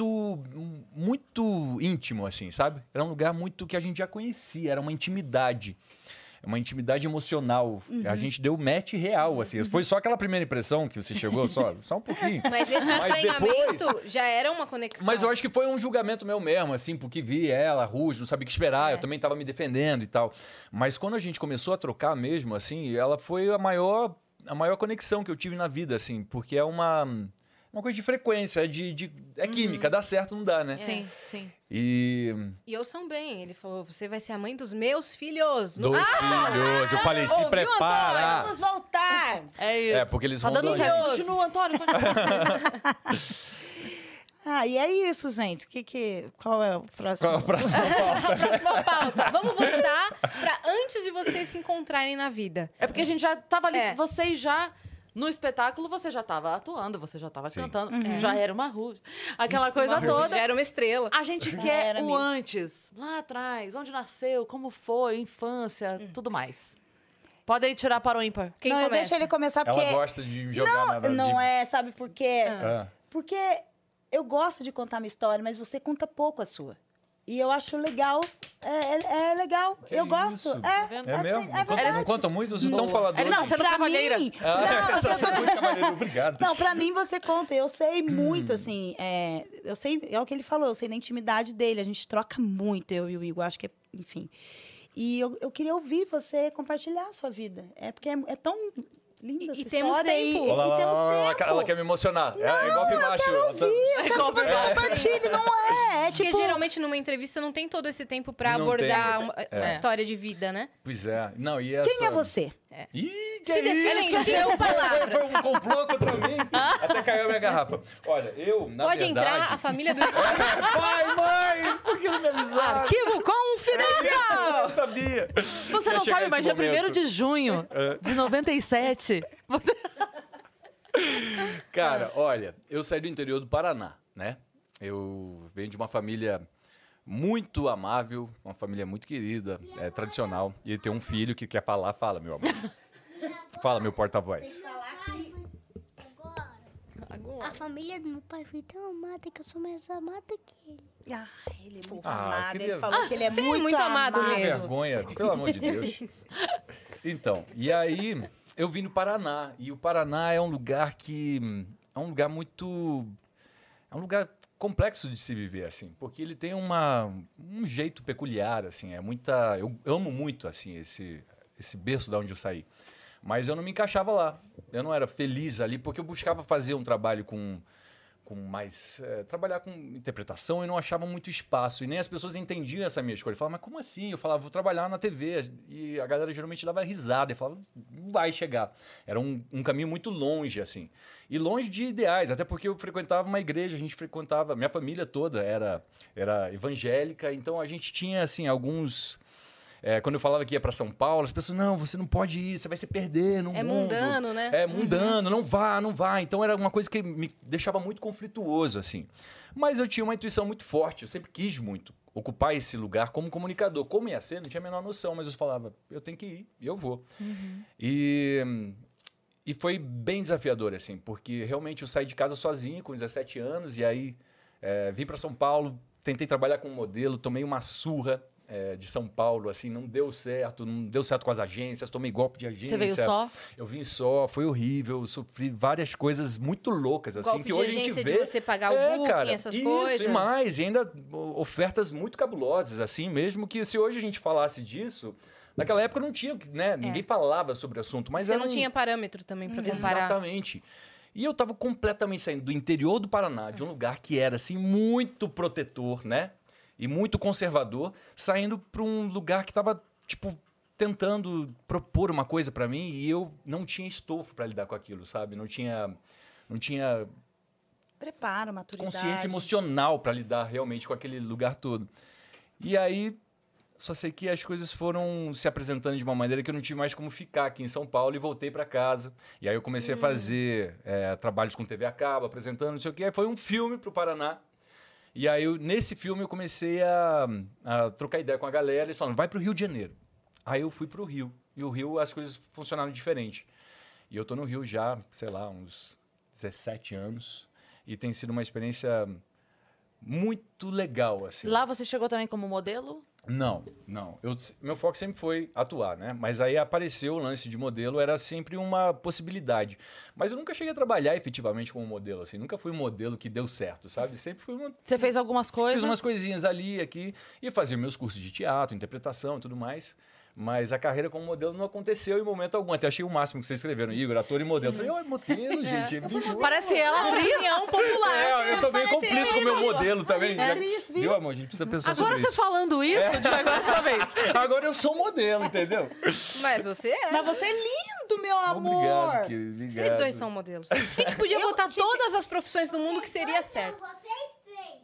muito íntimo, assim, sabe? Era um lugar muito que a gente já conhecia, era uma intimidade. Uma intimidade emocional. A gente deu match real, assim. Foi só aquela primeira impressão que você chegou, só um pouquinho. Mas esse Mas estranhamento já era uma conexão. Mas eu acho que foi um julgamento meu mesmo, assim, porque vi ela, rude, não sabia o que esperar, eu também tava me defendendo e tal. Mas quando a gente começou a trocar mesmo, assim, ela foi a maior conexão que eu tive na vida, assim, porque é uma coisa de frequência, é química, dá certo, não dá, né? Sim, sim. E... E ouçam bem, ele falou, você vai ser a mãe dos meus filhos. Dois filhos, eu falei, se ouviu, prepara! Vamos voltar! É isso. É, porque eles Tá vão... dando doar. certo. Continua, Antônio. Continua. E é isso, gente. Qual é o próximo? Qual a próxima pauta? Próxima pauta. Vamos voltar pra antes de vocês se encontrarem na vida. É porque a gente já tava ali. É. Vocês já. No espetáculo, você já tava atuando, você já tava Sim. cantando. Já era uma rude. Aquela coisa Uma toda. Já era uma estrela. A gente quer era o mesmo. antes, lá atrás, onde nasceu, como foi, infância, tudo mais. Podem tirar para o ímpar. Quem não, começa? deixa ele começar, porque... Ela gosta de jogar na Não é, sabe por quê? Ah. Porque eu gosto de contar minha história, mas você conta pouco a sua. E eu acho legal. É legal. Que eu isso? gosto. É mesmo? É verdade. Eles não contam muito? Vocês estão faladores. Eles estão sendo pra cavalheira. mim... Você é muito cavalheiro, obrigado. Não, pra mim você conta. Eu sei muito, assim. Eu sei, é o que ele falou, eu sei da intimidade dele. A gente troca muito, eu e o Igor. Acho que enfim. E eu queria ouvir você compartilhar a sua vida. É porque é tão linda E essa temos história. tempo. Olha lá, temos olha, tempo. ela quer me emocionar. É igual pra baixo. Compartilhe, não é? É Porque tipo... geralmente numa entrevista não tem todo esse tempo pra Não abordar tem. uma história de vida, né? Pois é. Não, e essa... Quem é você? Ih, que Se é defendem isso? em 5 palavras. Foi um complô contra mim. Até caiu a minha garrafa. Olha, eu, na Pode verdade... entrar a família do Pai, mãe, por que não me avisaram? Arquivo confidencial! Eu sabia. Você Ia não chegar sabe, mas esse dia 1º momento. de junho de 97... Você... Cara, olha, eu saí do interior do Paraná, né? Eu venho de uma família muito amável, uma família muito querida, tradicional. E tem um filho que quer falar, fala, meu amor. Fala, meu porta-voz. A família do meu pai foi tão amada que eu sou mais amada que ele. Ele é muito Ah, amado. queria- Ele falou que ele é Sim, muito, muito amado amado. mesmo. Vergonha, pelo amor de Deus. Então, e aí eu vim no Paraná. E o Paraná é um lugar que... É um lugar muito... É um lugar complexo de se viver, assim. Porque ele tem um jeito peculiar, assim. Eu amo muito, assim, esse berço de onde eu saí. Mas eu não me encaixava lá. Eu não era feliz ali, porque eu buscava fazer um trabalho com mais... trabalhar com interpretação e não achava muito espaço. E nem as pessoas entendiam essa minha escolha. Eu falava, mas como assim? Eu falava, vou trabalhar na TV. E a galera geralmente dava risada. E falava, não vai chegar. Era um caminho muito longe, assim. E longe de ideais, até porque eu frequentava uma igreja, a gente frequentava... Minha família toda era evangélica, então a gente tinha, assim, alguns... quando eu falava que ia para São Paulo, as pessoas, não, você não pode ir, você vai se perder no mundo. É mundano, né? É mundano, não vá. Então era uma coisa que me deixava muito conflituoso, assim. Mas eu tinha uma intuição muito forte, eu sempre quis muito ocupar esse lugar como comunicador. Como ia ser, não tinha a menor noção, mas eu falava, eu tenho que ir, e eu vou. E foi bem desafiador, assim, porque realmente eu saí de casa sozinho, com 17 anos, e aí vim para São Paulo, tentei trabalhar como modelo, tomei uma surra de São Paulo, assim, não deu certo com as agências, tomei golpe de agência. Você veio só? Eu vim só, foi horrível, sofri várias coisas muito loucas, assim, Golpe que hoje de a gente agência vê... de você pagar o booking, cara, essas isso, coisas. e mais, e ainda ofertas muito cabulosas, assim, mesmo que se hoje a gente falasse disso, naquela época não tinha, né, ninguém falava sobre o assunto, mas Você era não tinha parâmetro também para comparar. Exatamente. E eu estava completamente saindo do interior do Paraná, de um lugar que era, assim, muito protetor, né? E muito conservador, saindo para um lugar que estava, tipo, tentando propor uma coisa para mim e eu não tinha estofo para lidar com aquilo, sabe? Não tinha Preparo, maturidade. consciência emocional para lidar realmente com aquele lugar todo. E aí, só sei que as coisas foram se apresentando de uma maneira que eu não tive mais como ficar aqui em São Paulo e voltei para casa. E aí eu comecei a fazer trabalhos com TV a cabo, apresentando, não sei o quê. Aí foi um filme para o Paraná. E aí, nesse filme, eu comecei a trocar ideia com a galera. Eles falaram, vai para o Rio de Janeiro. Aí eu fui para o Rio. E o Rio, as coisas funcionaram diferente. E eu tô no Rio já, sei lá, uns 17 anos. E tem sido uma experiência muito legal, assim. Lá você chegou também como modelo? Não. Meu foco sempre foi atuar, né? Mas aí apareceu o lance de modelo, era sempre uma possibilidade. Mas eu nunca cheguei a trabalhar efetivamente como modelo, assim. Nunca fui um modelo que deu certo, sabe? Sempre fui uma... Você fez algumas coisas? Fiz umas coisinhas ali, aqui, e fazia meus cursos de teatro, interpretação e tudo mais. Mas a carreira como modelo não aconteceu em momento algum. Até achei o máximo que vocês escreveram, Igor, ator e modelo. Eu falei, olha, modelo, gente. Parece ela, Opinião popular. Eu tô bem conflito com o meu modelo também. Viu, amor? A gente precisa pensar Agora sobre você isso. falando isso, Diego, agora é a sua vez. Agora eu sou modelo, entendeu? Mas você é. Mas você é lindo, meu amor. Obrigado, querido. Obrigado. Vocês dois são modelos. A gente podia botar todas as profissões do mundo que seria certo. Vocês três.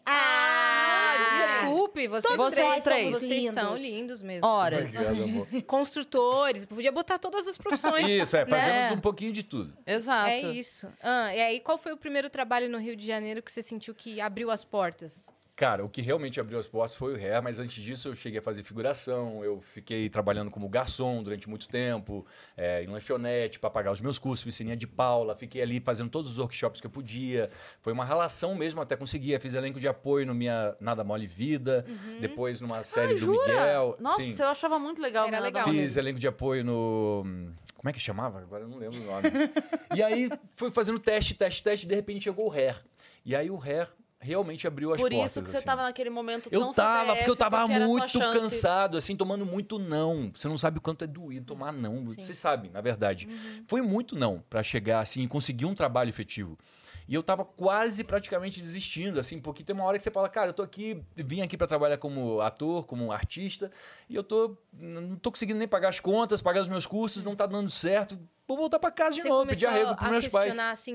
Desculpe, vocês Vocês três. Vocês são Lindos. lindos mesmo. Horas. Obrigado, amor. Construtores, podia botar todas as profissões. Isso, fazemos né? um pouquinho de tudo. Exato. É isso. E aí, qual foi o primeiro trabalho no Rio de Janeiro que você sentiu que abriu as portas? Cara, o que realmente abriu as portas foi o Hair, mas antes disso eu cheguei a fazer figuração, eu fiquei trabalhando como garçom durante muito tempo, em lanchonete, para pagar os meus cursos, Piscininha de Paula, fiquei ali fazendo todos os workshops que eu podia. Foi uma relação mesmo até conseguir. Fiz elenco de apoio no minha Nada Mole Vida, depois numa série do Jura? Miguel. Nossa, Sim. eu achava muito legal. Era Nada legal. Mole. Fiz elenco de apoio no... Como é que chamava? Agora eu não lembro o nome. E aí fui fazendo teste, e de repente chegou o Hair. E aí o Hair realmente abriu as Por portas. isso que você assim. tava naquele momento Eu tão tava, CDF, porque eu tava era a tua muito chance. cansado, assim, tomando muito não. Você não sabe o quanto é doído tomar não. Você sabe, na verdade. Foi muito não pra chegar, assim, e conseguir um trabalho efetivo. E eu tava quase praticamente desistindo, assim, porque tem uma hora que você fala, cara, eu tô aqui, vim aqui pra trabalhar como ator, como artista, e eu não tô conseguindo nem pagar as contas, pagar os meus cursos, não tá dando certo. Vou voltar pra casa de Você novo, pedir começou arrego pros a meus pais. questionar, assim,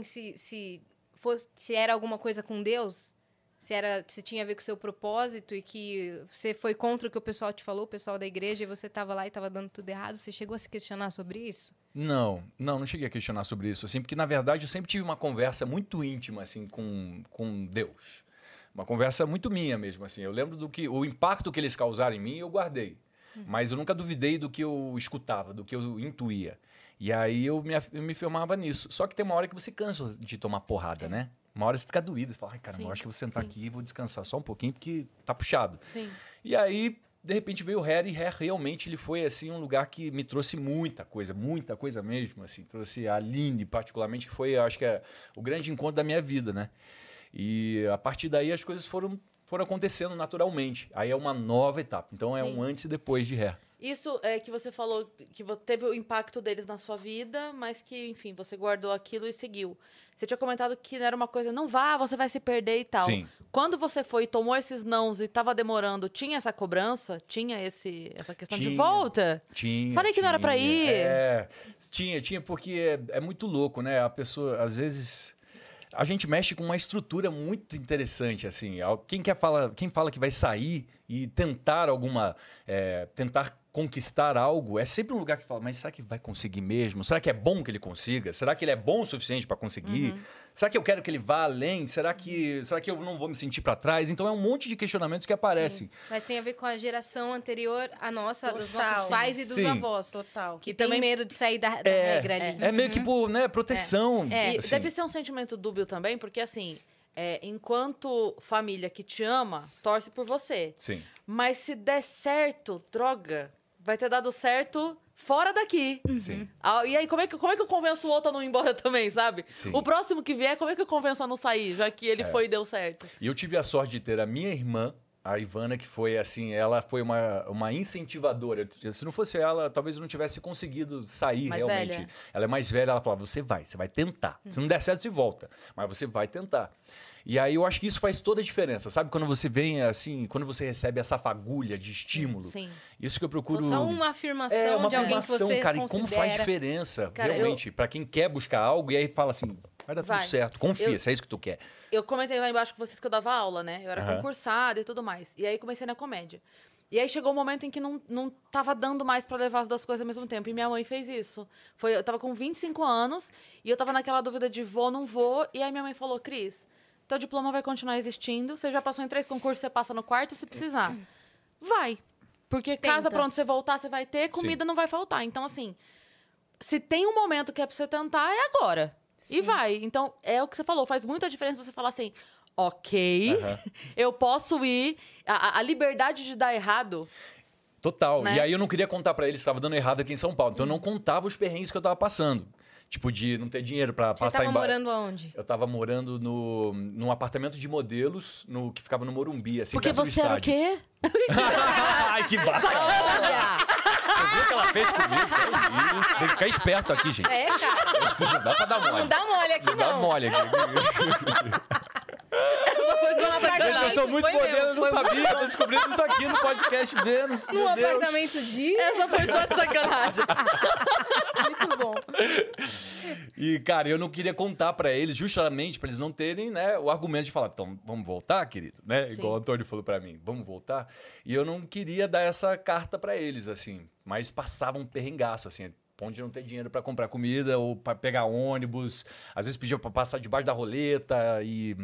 se era alguma coisa com Deus? Se tinha a ver com o seu propósito e que você foi contra o que o pessoal te falou, o pessoal da igreja, e você estava lá e estava dando tudo errado. Você chegou a se questionar sobre isso? Não cheguei a questionar sobre isso, assim, porque na verdade eu sempre tive uma conversa muito íntima, assim, com Deus. Uma conversa muito minha mesmo, assim. Eu lembro o impacto que eles causaram em mim, eu guardei. Mas eu nunca duvidei do que eu escutava, do que eu intuía. E aí eu me filmava nisso. Só que tem uma hora que você cansa de tomar porrada, né? Uma hora você fica doído, você fala, ai, caramba, eu acho que eu vou sentar aqui e vou descansar só um pouquinho, porque tá puxado. Sim. E aí, de repente, veio o Hair, e Hair realmente ele foi, assim, um lugar que me trouxe muita coisa mesmo, assim. Trouxe a Aline, particularmente, que foi, acho que o grande encontro da minha vida, né? E a partir daí as coisas foram acontecendo naturalmente. Aí é uma nova etapa. Então é um antes e depois de Hair. Isso é que você falou que teve o impacto deles na sua vida, mas que, enfim, você guardou aquilo e seguiu. Você tinha comentado que não era uma coisa, não vá, você vai se perder e tal. Sim. Quando você foi e tomou esses nãos e tava demorando, tinha essa cobrança? Tinha essa questão de volta? Tinha. Falei que não era pra ir. Tinha, porque é muito louco, né? A pessoa, às vezes... A gente mexe com uma estrutura muito interessante, assim. Quem fala que vai sair e tentar tentar conquistar algo, é sempre um lugar que fala, mas será que vai conseguir mesmo? Será que é bom que ele consiga? Será que ele é bom o suficiente para conseguir? Será que eu quero que ele vá além? Será que eu não vou me sentir para trás? Então é um monte de questionamentos que aparecem. Sim. Mas tem a ver com a geração anterior à nossa, dos Total. nossos pais e dos Sim. avós. Total. Que tem medo de sair da regra ali. É meio que por proteção. E assim. deve ser um sentimento dúbio também, porque assim, enquanto família que te ama, torce por você. Sim. Mas se der certo, droga, vai ter dado certo fora daqui. Sim. E aí, como é que eu convenço o outro a não ir embora também, sabe? Sim. O próximo que vier, como é que eu convenço a não sair, já que ele foi e deu certo? E eu tive a sorte de ter a minha irmã, a Ivana, que foi assim, ela foi uma incentivadora. Se não fosse ela, talvez eu não tivesse conseguido sair Mais realmente. velha. Ela é mais velha, ela falava, você vai tentar. Se não der certo, você volta. Mas você vai tentar. E aí eu acho que isso faz toda a diferença, sabe? Quando você vem assim, quando você recebe essa fagulha de estímulo. Sim. Isso que eu procuro. Só uma afirmação uma de alguém que afirmação, você cara, considera. e como faz diferença, Cara, realmente, pra quem quer buscar algo e aí fala assim, vai dar tudo Vai. certo, confia, se é isso que tu quer. Eu comentei lá embaixo com vocês que eu dava aula, né? Eu era Aham. concursada e tudo mais. E aí comecei na comédia. E aí chegou um momento em que não tava dando mais pra levar as duas coisas ao mesmo tempo. E minha mãe fez isso. Eu tava com 25 anos e eu tava naquela dúvida de vou, não vou. E aí minha mãe falou, Cris, teu diploma vai continuar existindo. Você já passou em 3 concursos, você passa no quarto se precisar. Vai. Porque casa pra onde você voltar, você vai ter, comida não vai faltar. Então, assim, se tem um momento que é pra você tentar, é agora. E vai. Então, é o que você falou. Faz muita diferença você falar assim, ok, eu posso ir. A liberdade de dar errado. Total. Né? E aí eu não queria contar pra eles que estava dando errado aqui em São Paulo. Então eu não contava os perrengues que eu tava passando. Tipo, de não ter dinheiro pra Você passar tava embaixo. morando aonde? Eu tava morando num apartamento de modelos que ficava no Morumbi, assim, Porque perto do você era o estádio. quê? Ai, que bafo! Olha! Você viu o que ela fez comigo? É isso. Tem que ficar esperto aqui, gente. É, cara. Isso não dá pra dar mole. Não dá mole aqui, Não dá não. mole aqui. Gente, eu sou muito Foi modelo, eu mesmo, não foi muito sabia. bom. Tô descobrindo isso aqui no podcast Vênus. Num Meu Deus. apartamento de... Essa foi só de sacanagem. Muito bom. E, cara, eu não queria contar pra eles, justamente pra eles não terem, né, o argumento de falar, então, vamos voltar, querido? Né? Igual o Antônio falou pra mim, vamos voltar? E eu não queria dar essa carta pra eles, assim, mas passava um perrengaço, assim, onde não ter dinheiro pra comprar comida ou pra pegar ônibus, às vezes pedia pra passar debaixo da roleta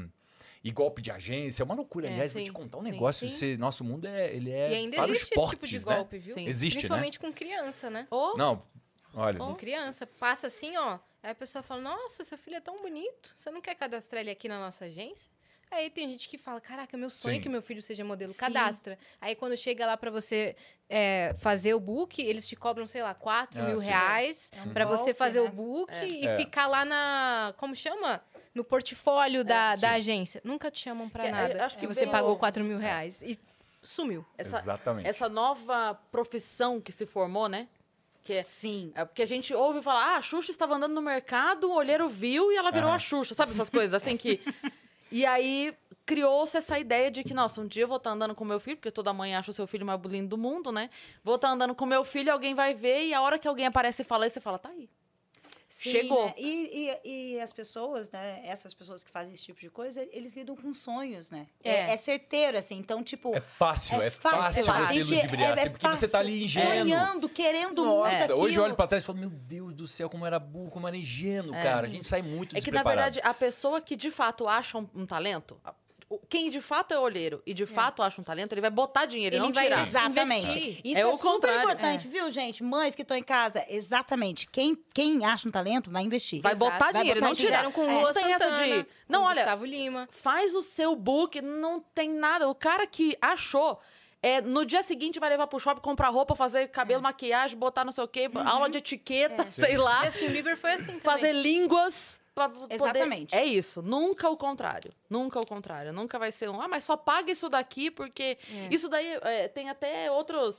e golpe de agência, é uma loucura. Aliás, vou sim, te contar um sim, negócio, sim. nosso mundo E é ainda para os existe esse esportes, tipo de né? golpe, viu? Sim. Existe, Principalmente com criança, né? Ô, Não, olha, Com criança. Passa assim, ó. Aí a pessoa fala, nossa, seu filho é tão bonito. Você não quer cadastrar ele aqui na nossa agência? Aí tem gente que fala, caraca, meu sonho é Sim. que meu filho seja modelo. Sim. Cadastra. Aí quando chega lá pra você fazer o book, eles te cobram, sei lá, 4 mil sim. reais É um pra você golpe, fazer né? o book e É. ficar lá na... Como chama? No portfólio da Sim. agência. Nunca te chamam pra Que- nada. acho que E você veio- pagou 4 mil reais. E sumiu. exatamente. essa nova profissão que se formou, né? Que é, Sim. é porque a gente ouve falar, a Xuxa estava andando no mercado, o olheiro viu e ela virou Aham. a Xuxa. Sabe essas coisas assim que... E aí criou-se essa ideia de que, nossa, um dia eu vou estar andando com meu filho, porque toda mãe acha o seu filho mais lindo do mundo, né? Vou estar andando com meu filho, alguém vai ver, e a hora que alguém aparece e fala isso, você fala, tá aí. Sim, Chegou. né? E as pessoas, né? Essas pessoas que fazem esse tipo de coisa, eles lidam com sonhos, né? É. É certeiro, assim. Então, tipo... É fácil, é fácil. você Gente, ludibriar, assim, porque você tá ali ingênuo. Sonhando, querendo muito Nossa, aquilo. hoje eu olho pra trás e falo, meu Deus do céu, como era burro, como era ingênuo, cara. A gente sai muito É que, na despreparado. verdade, a pessoa que de fato acha um talento, quem de fato é olheiro e de fato acha um talento, ele vai botar dinheiro e Ele não vai tirar. Exatamente. investir. Isso É é, o super contrário. importante, viu, gente? Mães que estão em casa, exatamente. Quem acha um talento, vai investir. Vai Exato. botar Vai dinheiro, botar não tirar. dinheiro com Lua Não tem essa Santana, de... Não, com olha, Gustavo Lima. faz o seu book, não tem nada. O cara que achou... no dia seguinte vai levar pro shopping, comprar roupa, fazer cabelo, maquiagem, botar não sei o quê, aula de etiqueta, sei lá. Justin Bieber foi assim também. Fazer línguas pra poder... Exatamente. É isso, nunca o contrário. Nunca o contrário. Nunca vai ser mas só paga isso daqui, porque isso daí tem até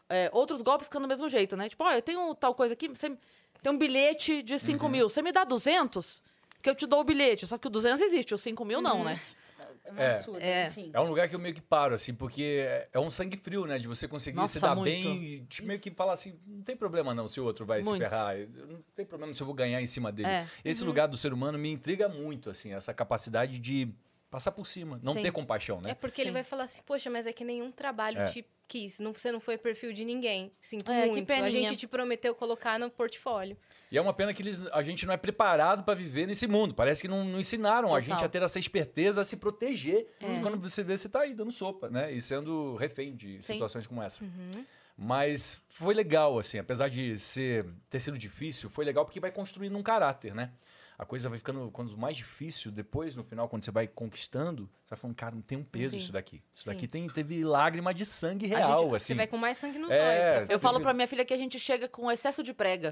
outros golpes ficam do mesmo jeito, né? Tipo, ó, eu tenho tal coisa aqui, você tem um bilhete de 5 mil, você me dá 200? Que eu te dou o bilhete. Só que o 200 existe, o 5 mil não, né? É um absurdo, enfim. É um lugar que eu meio que paro, assim, porque é um sangue frio, né? De você conseguir Nossa, se dar muito. bem e meio que falar assim, não tem problema não se o outro vai se Muito. ferrar. Não tem problema se eu vou ganhar em cima dele. É. Esse lugar do ser humano me intriga muito, assim, essa capacidade de passar por cima, não Sim. ter compaixão, né? É porque ele Sim. vai falar assim, poxa, mas é que nenhum trabalho te quis. Você não foi perfil de ninguém. Sinto Que muito. A peninha. gente te prometeu colocar no portfólio. E é uma pena que a gente não é preparado para viver nesse mundo. Parece que não ensinaram a Total. gente a ter essa esperteza, a se proteger. E quando você vê, você tá aí dando sopa, né? E sendo refém de Sim. situações como essa. Mas foi legal, assim, apesar de ter sido difícil, foi legal porque vai construindo um caráter, né? A coisa vai ficando quando mais difícil, depois, no final, quando você vai conquistando, você vai falando, cara, não tem um peso Sim. isso daqui. Isso Sim. daqui teve lágrima de sangue real, gente- assim. Você vai com mais sangue no É, zóio. pra Eu fazer. falo pra minha filha que a gente chega com excesso de prega.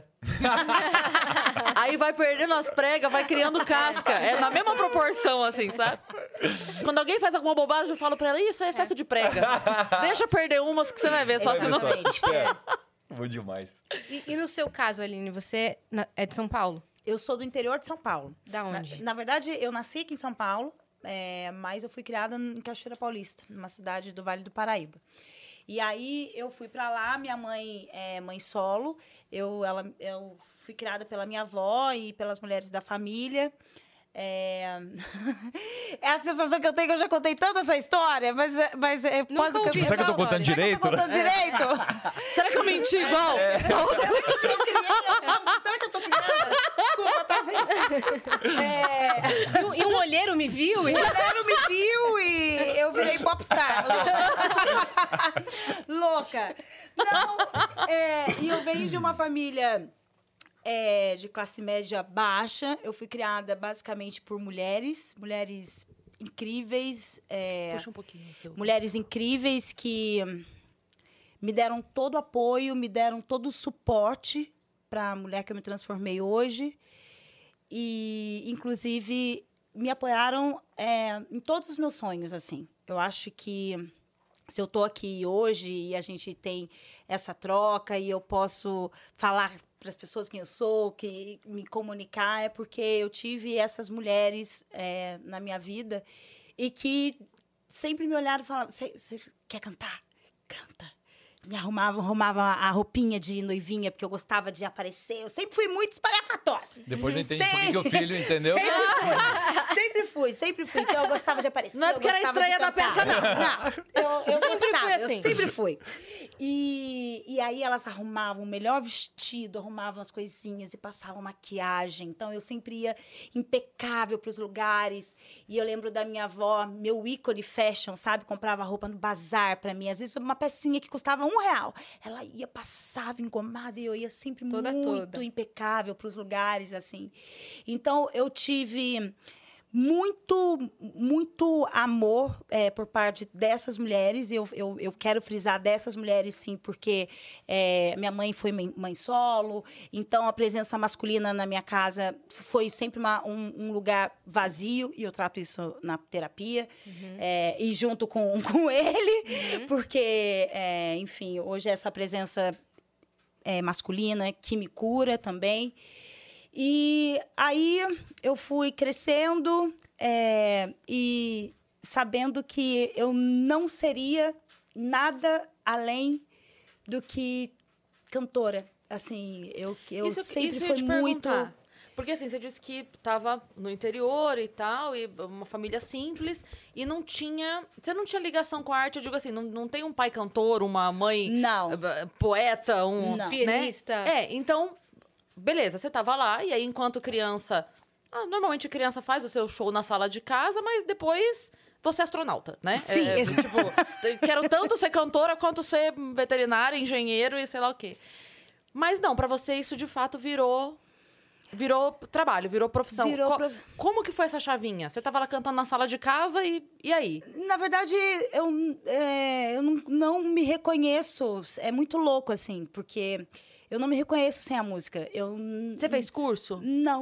Aí vai perdendo as pregas, vai criando casca. É na mesma proporção, assim, sabe? Quando alguém faz alguma bobagem, eu falo pra ela, isso é excesso de prega. Deixa perder umas que você vai ver, só se não... Exatamente. Bom demais. E no seu caso, Aline, você é de São Paulo? Eu sou do interior de São Paulo. Da onde? Na verdade, eu nasci aqui em São Paulo, mas eu fui criada em Cachoeira Paulista, numa cidade do Vale do Paraíba. E aí, eu fui pra lá, minha mãe é mãe solo, eu fui criada pela minha avó e pelas mulheres da família. É a sensação que eu tenho, que eu já contei tanto essa história, mas eu Nunca posso... ouvi Será que eu tô essa contando história. direito? Será que eu tô contando direito? Será que eu menti igual? Será que eu tô criando? Desculpa, tá, gente? E um olheiro me viu? O galera me viu e eu virei popstar. Louca. Não, e eu venho de uma família de classe média baixa. Eu fui criada basicamente por mulheres incríveis. Puxa um pouquinho o seu... Mulheres incríveis que me deram todo o apoio, me deram todo o suporte para a mulher que eu me transformei hoje. E, inclusive, me apoiaram em todos os meus sonhos, assim. Eu acho que se eu tô aqui hoje e a gente tem essa troca e eu posso falar para as pessoas quem eu sou, que me comunicar, é porque eu tive essas mulheres na minha vida e que sempre me olharam e falavam, você quer cantar? Canta. Me arrumava a roupinha de noivinha, porque eu gostava de aparecer. Eu sempre fui muito espalhafatosa. Depois não entendi por que o filho, entendeu? Sempre fui. Então eu gostava de aparecer. Não é porque eu era gostava de estreia da cantar. peça, não. Eu Sempre gostava, fui assim. Eu sempre fui. E aí elas arrumavam o melhor vestido, arrumavam as coisinhas e passavam maquiagem. Então eu sempre ia impecável para os lugares. E eu lembro da minha avó, meu ícone fashion, sabe? Comprava roupa no bazar para mim. Às vezes uma pecinha que custava R$1. Ela ia, passava engomada e eu ia sempre Toda. muito impecável para os lugares, assim. Então, eu tive muito amor por parte dessas mulheres. Eu quero frisar dessas mulheres, sim, porque minha mãe foi mãe solo. Então, a presença masculina na minha casa foi sempre um lugar vazio. E eu trato isso na terapia. E junto com ele. Porque, enfim, hoje essa presença masculina que me cura também. E aí eu fui crescendo e sabendo que eu não seria nada além do que cantora. Assim, eu sempre fui muito... Porque assim, você disse que estava no interior e tal, e uma família simples, e não tinha... Você não tinha ligação com a arte, eu digo assim, não tem um pai cantor, uma mãe Não. Poeta, Não. né? Pianista. Então... Beleza, você tava lá, e aí, enquanto criança... normalmente criança faz o seu show na sala de casa, mas depois você é astronauta, né? Sim, tipo, quero tanto ser cantora quanto ser veterinária, engenheiro e sei lá o quê. Mas não, pra você isso de fato virou trabalho, virou profissão. Como que foi essa chavinha? Você tava lá cantando na sala de casa e aí? Na verdade, eu não me reconheço. É muito louco, assim, porque eu não me reconheço sem a música. Você fez curso? Não.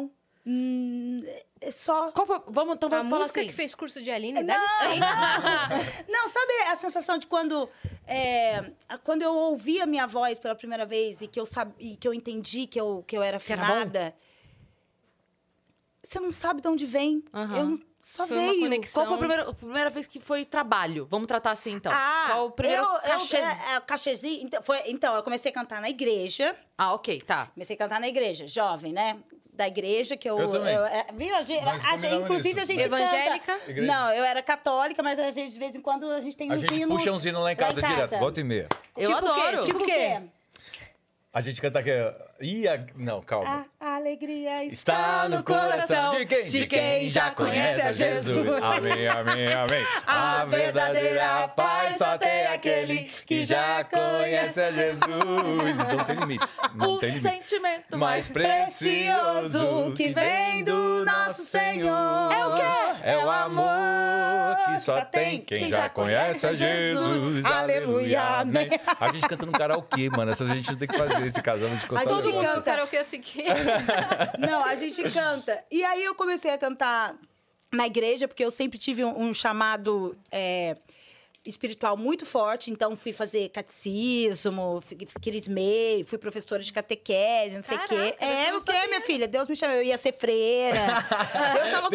É só... Qual foi? Vamos A falar música assim. que fez curso de Aline, deve Não, ser. Não, sabe a sensação de quando eu ouvi a minha voz pela primeira vez e que eu entendi que eu era Que era afinada? Você não sabe de onde vem. Aham. Só Foi uma veio. conexão. Qual foi a primeira vez que foi trabalho? Vamos tratar assim, então. Ah, Qual o primeiro cachê? cachezinho. Então, eu comecei a cantar na igreja. Ah, ok, tá. Comecei a cantar na igreja, jovem, né? Da igreja que Eu também. Viu? Nós combinamos Inclusive, a isso. gente Evangélica? canta. Não, eu era católica, mas a gente, de vez em quando, a gente tem A uns gente hinos puxa um zino lá em casa direto, volta e meia. Eu Tipo o quê? adoro. Tipo o quê? A gente canta aqui. Não, calma. A alegria Está no coração de quem já conhece a Jesus. Amém, amém, amém. A verdadeira paz só tem aquele que já conhece a Jesus. Não tem limites. Não O tem limites. sentimento Mais precioso que vem do nosso Senhor. É o quê? É o amor que só tem quem já conhece a Jesus. Aleluia, amém. A gente canta no karaokê, mano. Essa gente não tem que fazer esse casal de contar gente Todo mundo canta. no karaokê assim que... Não, a gente canta. E aí eu comecei a cantar na igreja, porque eu sempre tive um chamado espiritual muito forte. Então, fui fazer catecismo, crismei, fui professora de catequese, não sei o quê. Caraca, eu não O quê, sabia. minha filha? Deus me chamou, eu ia ser freira. Deus falou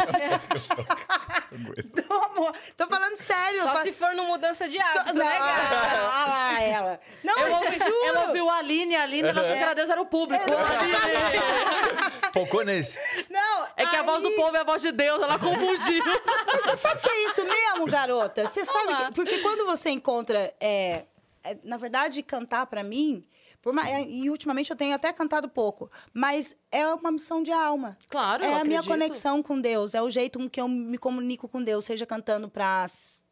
Não, amor, tô falando sério. Só se for no mudança de hábito, Não, né, gata? olha lá ela. Não, Ela eu juro. ela ouviu a Aline, ela achou que era Deus, era o público. Aline. Focou nesse. Não, É que a voz do aí- povo é a voz de Deus, ela confundiu. Você sabe que é isso mesmo, garota? Você sabe Olá. que... Porque quando você encontra... na verdade, cantar pra mim... E ultimamente eu tenho até cantado pouco. Mas é uma missão de alma. Claro, eu É a minha acredito. conexão com Deus. É o jeito com que eu me comunico com Deus. Seja cantando pra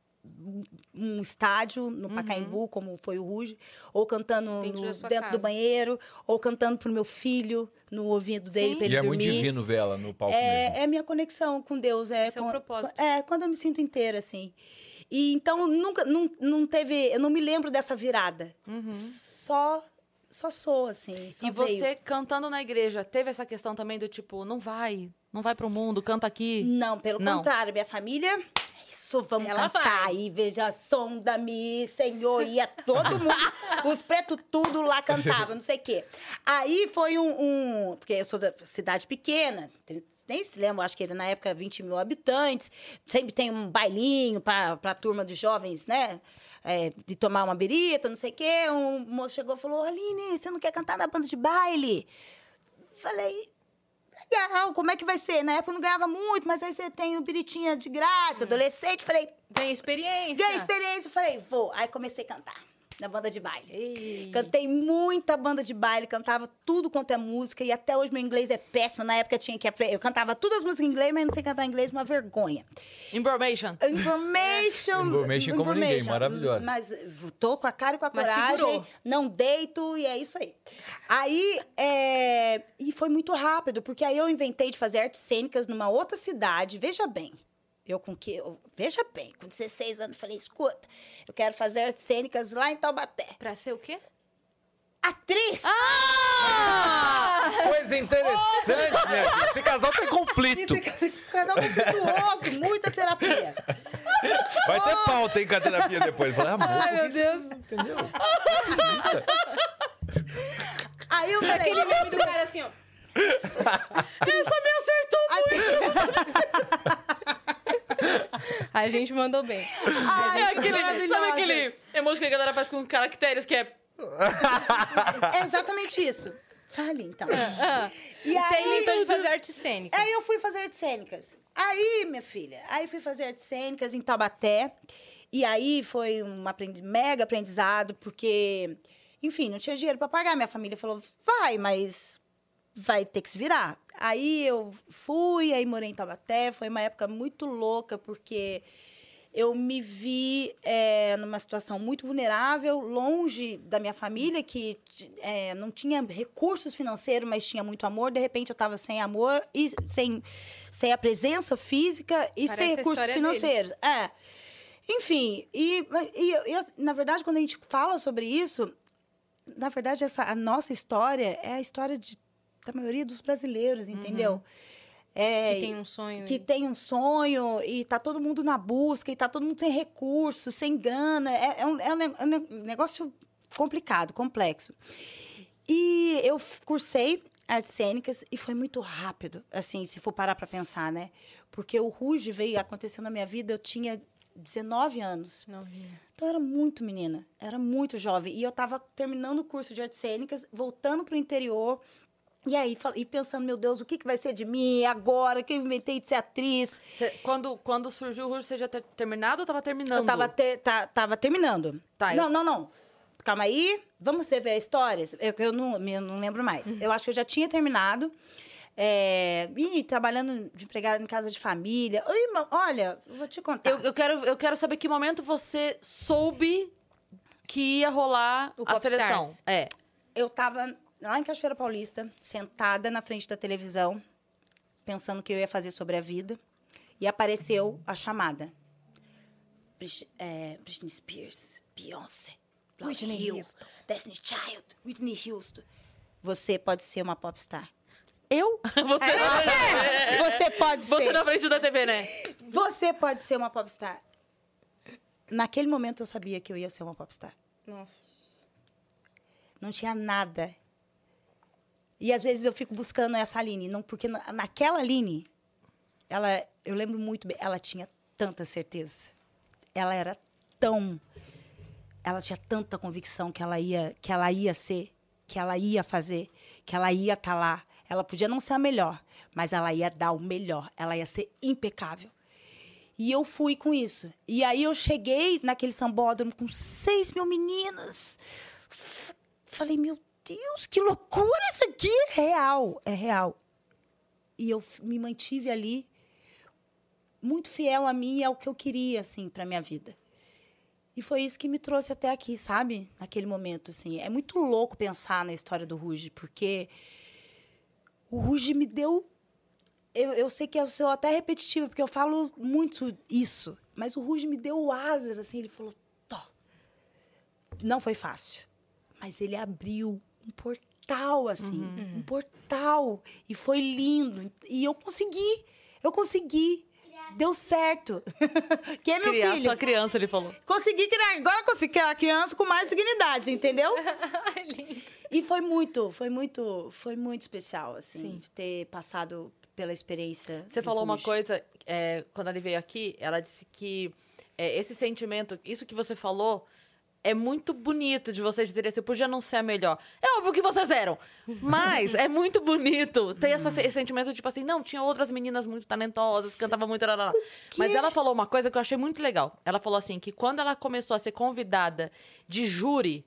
um estádio no Pacaembu, como foi o Ruge. Ou cantando Dentro da sua dentro casa. do banheiro. Ou cantando pro meu filho, no ouvido dele, Sim. pra ele E é dormir. muito divino ver ela no palco mesmo. É minha conexão com Deus. Esse é o propósito. Quando eu me sinto inteira, assim. E então, não teve... Eu não me lembro dessa virada. Só sou, assim. Só E veio. você cantando na igreja, teve essa questão também do tipo, não vai pro mundo, canta aqui. Não, pelo Não. contrário. Minha família... Isso, vamos Ela cantar. vai. E veja, sonda-me, Senhor. Ia todo mundo... os pretos tudo lá cantavam, não sei o quê. Aí foi porque eu sou da cidade pequena... Nem se lembra, acho que ele na época 20 mil habitantes. Sempre tem um bailinho para a turma de jovens, né? De tomar uma birita, não sei o quê. Um moço chegou e falou: Aline, você não quer cantar na banda de baile? Falei: legal, como é que vai ser? Na época eu não ganhava muito, mas aí você tem o biritinha de grátis, adolescente. Falei: Tem experiência. ganhei experiência. Falei: vou. Aí comecei a cantar. Na banda de baile. Ei. Cantei muita banda de baile, cantava tudo quanto é música, e até hoje meu inglês é péssimo. Na época eu tinha que aprender. Eu cantava todas as músicas em inglês, mas não sei cantar inglês, uma vergonha. Information. Information. Como ninguém, maravilhosa. Mas tô com a cara e com a Mas coragem, segurou. não deito, e é isso aí. Aí, e foi muito rápido, porque aí eu inventei de fazer artes cênicas numa outra cidade, veja bem. Veja bem, com 16 anos, falei: escuta, eu quero fazer artes cênicas lá em Taubaté. Pra ser o quê? Atriz! Coisa interessante, minha gente. Esse casal tem conflito. Casal conflituoso, muita terapia. Vai ter pauta, hein, com a terapia depois. Falei, amor, Ai, meu por que você- Deus. Entendeu? Aí eu falei... Aquele meme do cara assim, ó. Essa me acertou. A gente mandou bem. Ai, É aquele, sabe maravilhosas. aquele emoji que a galera faz com caracteres que é... É exatamente isso. Fale, então. E você inventou de fazer artes cênicas. Aí eu fui fazer artes cênicas. Aí, minha filha, fui fazer artes cênicas em Taubaté. E aí foi um mega aprendizado, porque, enfim, não tinha dinheiro para pagar. Minha família falou: vai, mas vai ter que se virar. Aí eu fui, aí morei em Taubaté. Foi uma época muito louca, porque eu me vi numa situação muito vulnerável, longe da minha família, que não tinha recursos financeiros, mas tinha muito amor. De repente, eu estava sem amor, e sem a presença física e Parece sem a recursos história financeiros. Enfim, na verdade, quando a gente fala sobre isso, na verdade, a nossa história é a história de da maioria dos brasileiros, entendeu? Que tem um sonho. Que tem um sonho e tá todo mundo na busca e tá todo mundo sem recursos, sem grana. É um negócio complicado, complexo. E eu cursei artes cênicas e foi muito rápido, assim, se for parar para pensar, né? Porque o Ruge aconteceu na minha vida, eu tinha 19 anos. Novinha. Então, eu era muito menina, era muito jovem. E eu estava terminando o curso de artes cênicas, voltando para o interior. E aí, pensando, meu Deus, o que vai ser de mim agora? Que eu inventei de ser atriz. Quando surgiu o Ruge, você já tinha terminado ou estava terminando? Eu tava terminando. Tá, Não. Calma aí, vamos ver a história. Eu não lembro mais. Eu acho que eu já tinha terminado. E trabalhando de empregada em casa de família. Olha, vou te contar. Eu quero saber que momento você soube que ia rolar O a seleção. Popstars. Eu tava lá em Cachoeira Paulista, sentada na frente da televisão, pensando o que eu ia fazer sobre a vida. E apareceu a chamada. Britney Spears, Beyoncé, Whitney Houston, Destiny Child, Whitney Houston. Você pode ser uma popstar. Eu? Você pode ser. Você na frente da TV, né? Você pode ser uma popstar. Naquele momento eu sabia que eu ia ser uma popstar. Nossa. Não tinha nada. E às vezes eu fico buscando essa Aline, porque naquela Aline, eu lembro muito bem, ela tinha tanta certeza. Ela tinha tanta convicção que ela ia ser, que ela ia fazer, que ela ia estar lá. Ela podia não ser a melhor, mas ela ia dar o melhor. Ela ia ser impecável. E eu fui com isso. E aí eu cheguei naquele sambódromo com 6 mil meninas. Falei, meu Deus, que loucura isso aqui! É real. E eu me mantive ali, muito fiel a mim e ao que eu queria, assim, para minha vida. E foi isso que me trouxe até aqui, sabe? Naquele momento, assim. É muito louco pensar na história do Ruge, porque o Ruge me deu... Eu sei que eu sou até repetitiva, porque eu falo muito isso. Mas o Ruge me deu asas, assim. Ele falou, Tó. Não foi fácil. Mas ele abriu um portal, assim. Um portal. E foi lindo. E eu consegui. Deu certo. Que é meu Criar filho. sua criança, ele falou. Consegui criar. Agora consegui criar a criança com mais dignidade, entendeu? E foi muito especial, assim, ter passado pela experiência. Você do falou uma Ruge. coisa, quando ele veio aqui, ela disse que esse sentimento, isso que você falou, é muito bonito de vocês dizerem assim, eu podia não ser a melhor. É óbvio que vocês eram, mas é muito bonito ter esse sentimento, tipo assim, não, tinha outras meninas muito talentosas, cantavam muito, mas ela falou uma coisa que eu achei muito legal. Ela falou assim, que quando ela começou a ser convidada de júri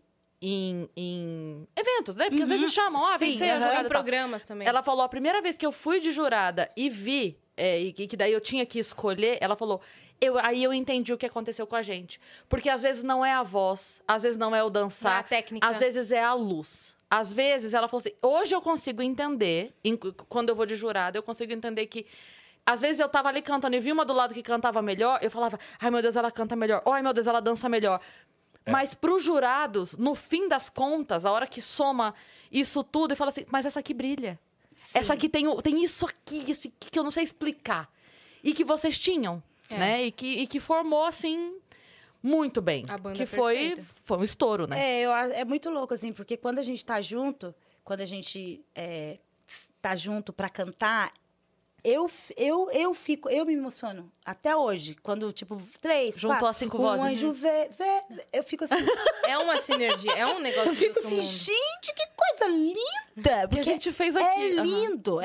em eventos, né? Porque às vezes chamam, vem ser jurada e tal. Programas também. Ela falou, a primeira vez que eu fui de jurada e vi, e que daí eu tinha que escolher, ela falou, aí eu entendi o que aconteceu com a gente. Porque às vezes não é a voz, às vezes não é o dançar. Não é a técnica. Às vezes é a luz. Às vezes, ela falou assim, hoje eu consigo entender, quando eu vou de jurada, eu consigo entender que às vezes eu tava ali cantando e vi uma do lado que cantava melhor, eu falava, ai meu Deus, ela canta melhor. Ai meu Deus, ela dança melhor. Mas pros jurados, no fim das contas, a hora que soma isso tudo e fala assim, mas essa aqui brilha. Sim. Essa aqui tem isso aqui, esse aqui que eu não sei explicar. E que vocês tinham, né? E que formou, assim, muito bem. A banda que foi um estouro, né? É muito louco, assim, porque quando a gente tá junto, quando a gente tá junto pra cantar, eu me emociono até hoje. Quando, tipo, 3, Juntou 4, as 5 vozes. Um anjo vê, eu fico assim... É uma sinergia, é um negócio Eu fico do outro assim, mundo. gente, que coisa linda! Que Porque a gente fez aqui. é Aham. lindo,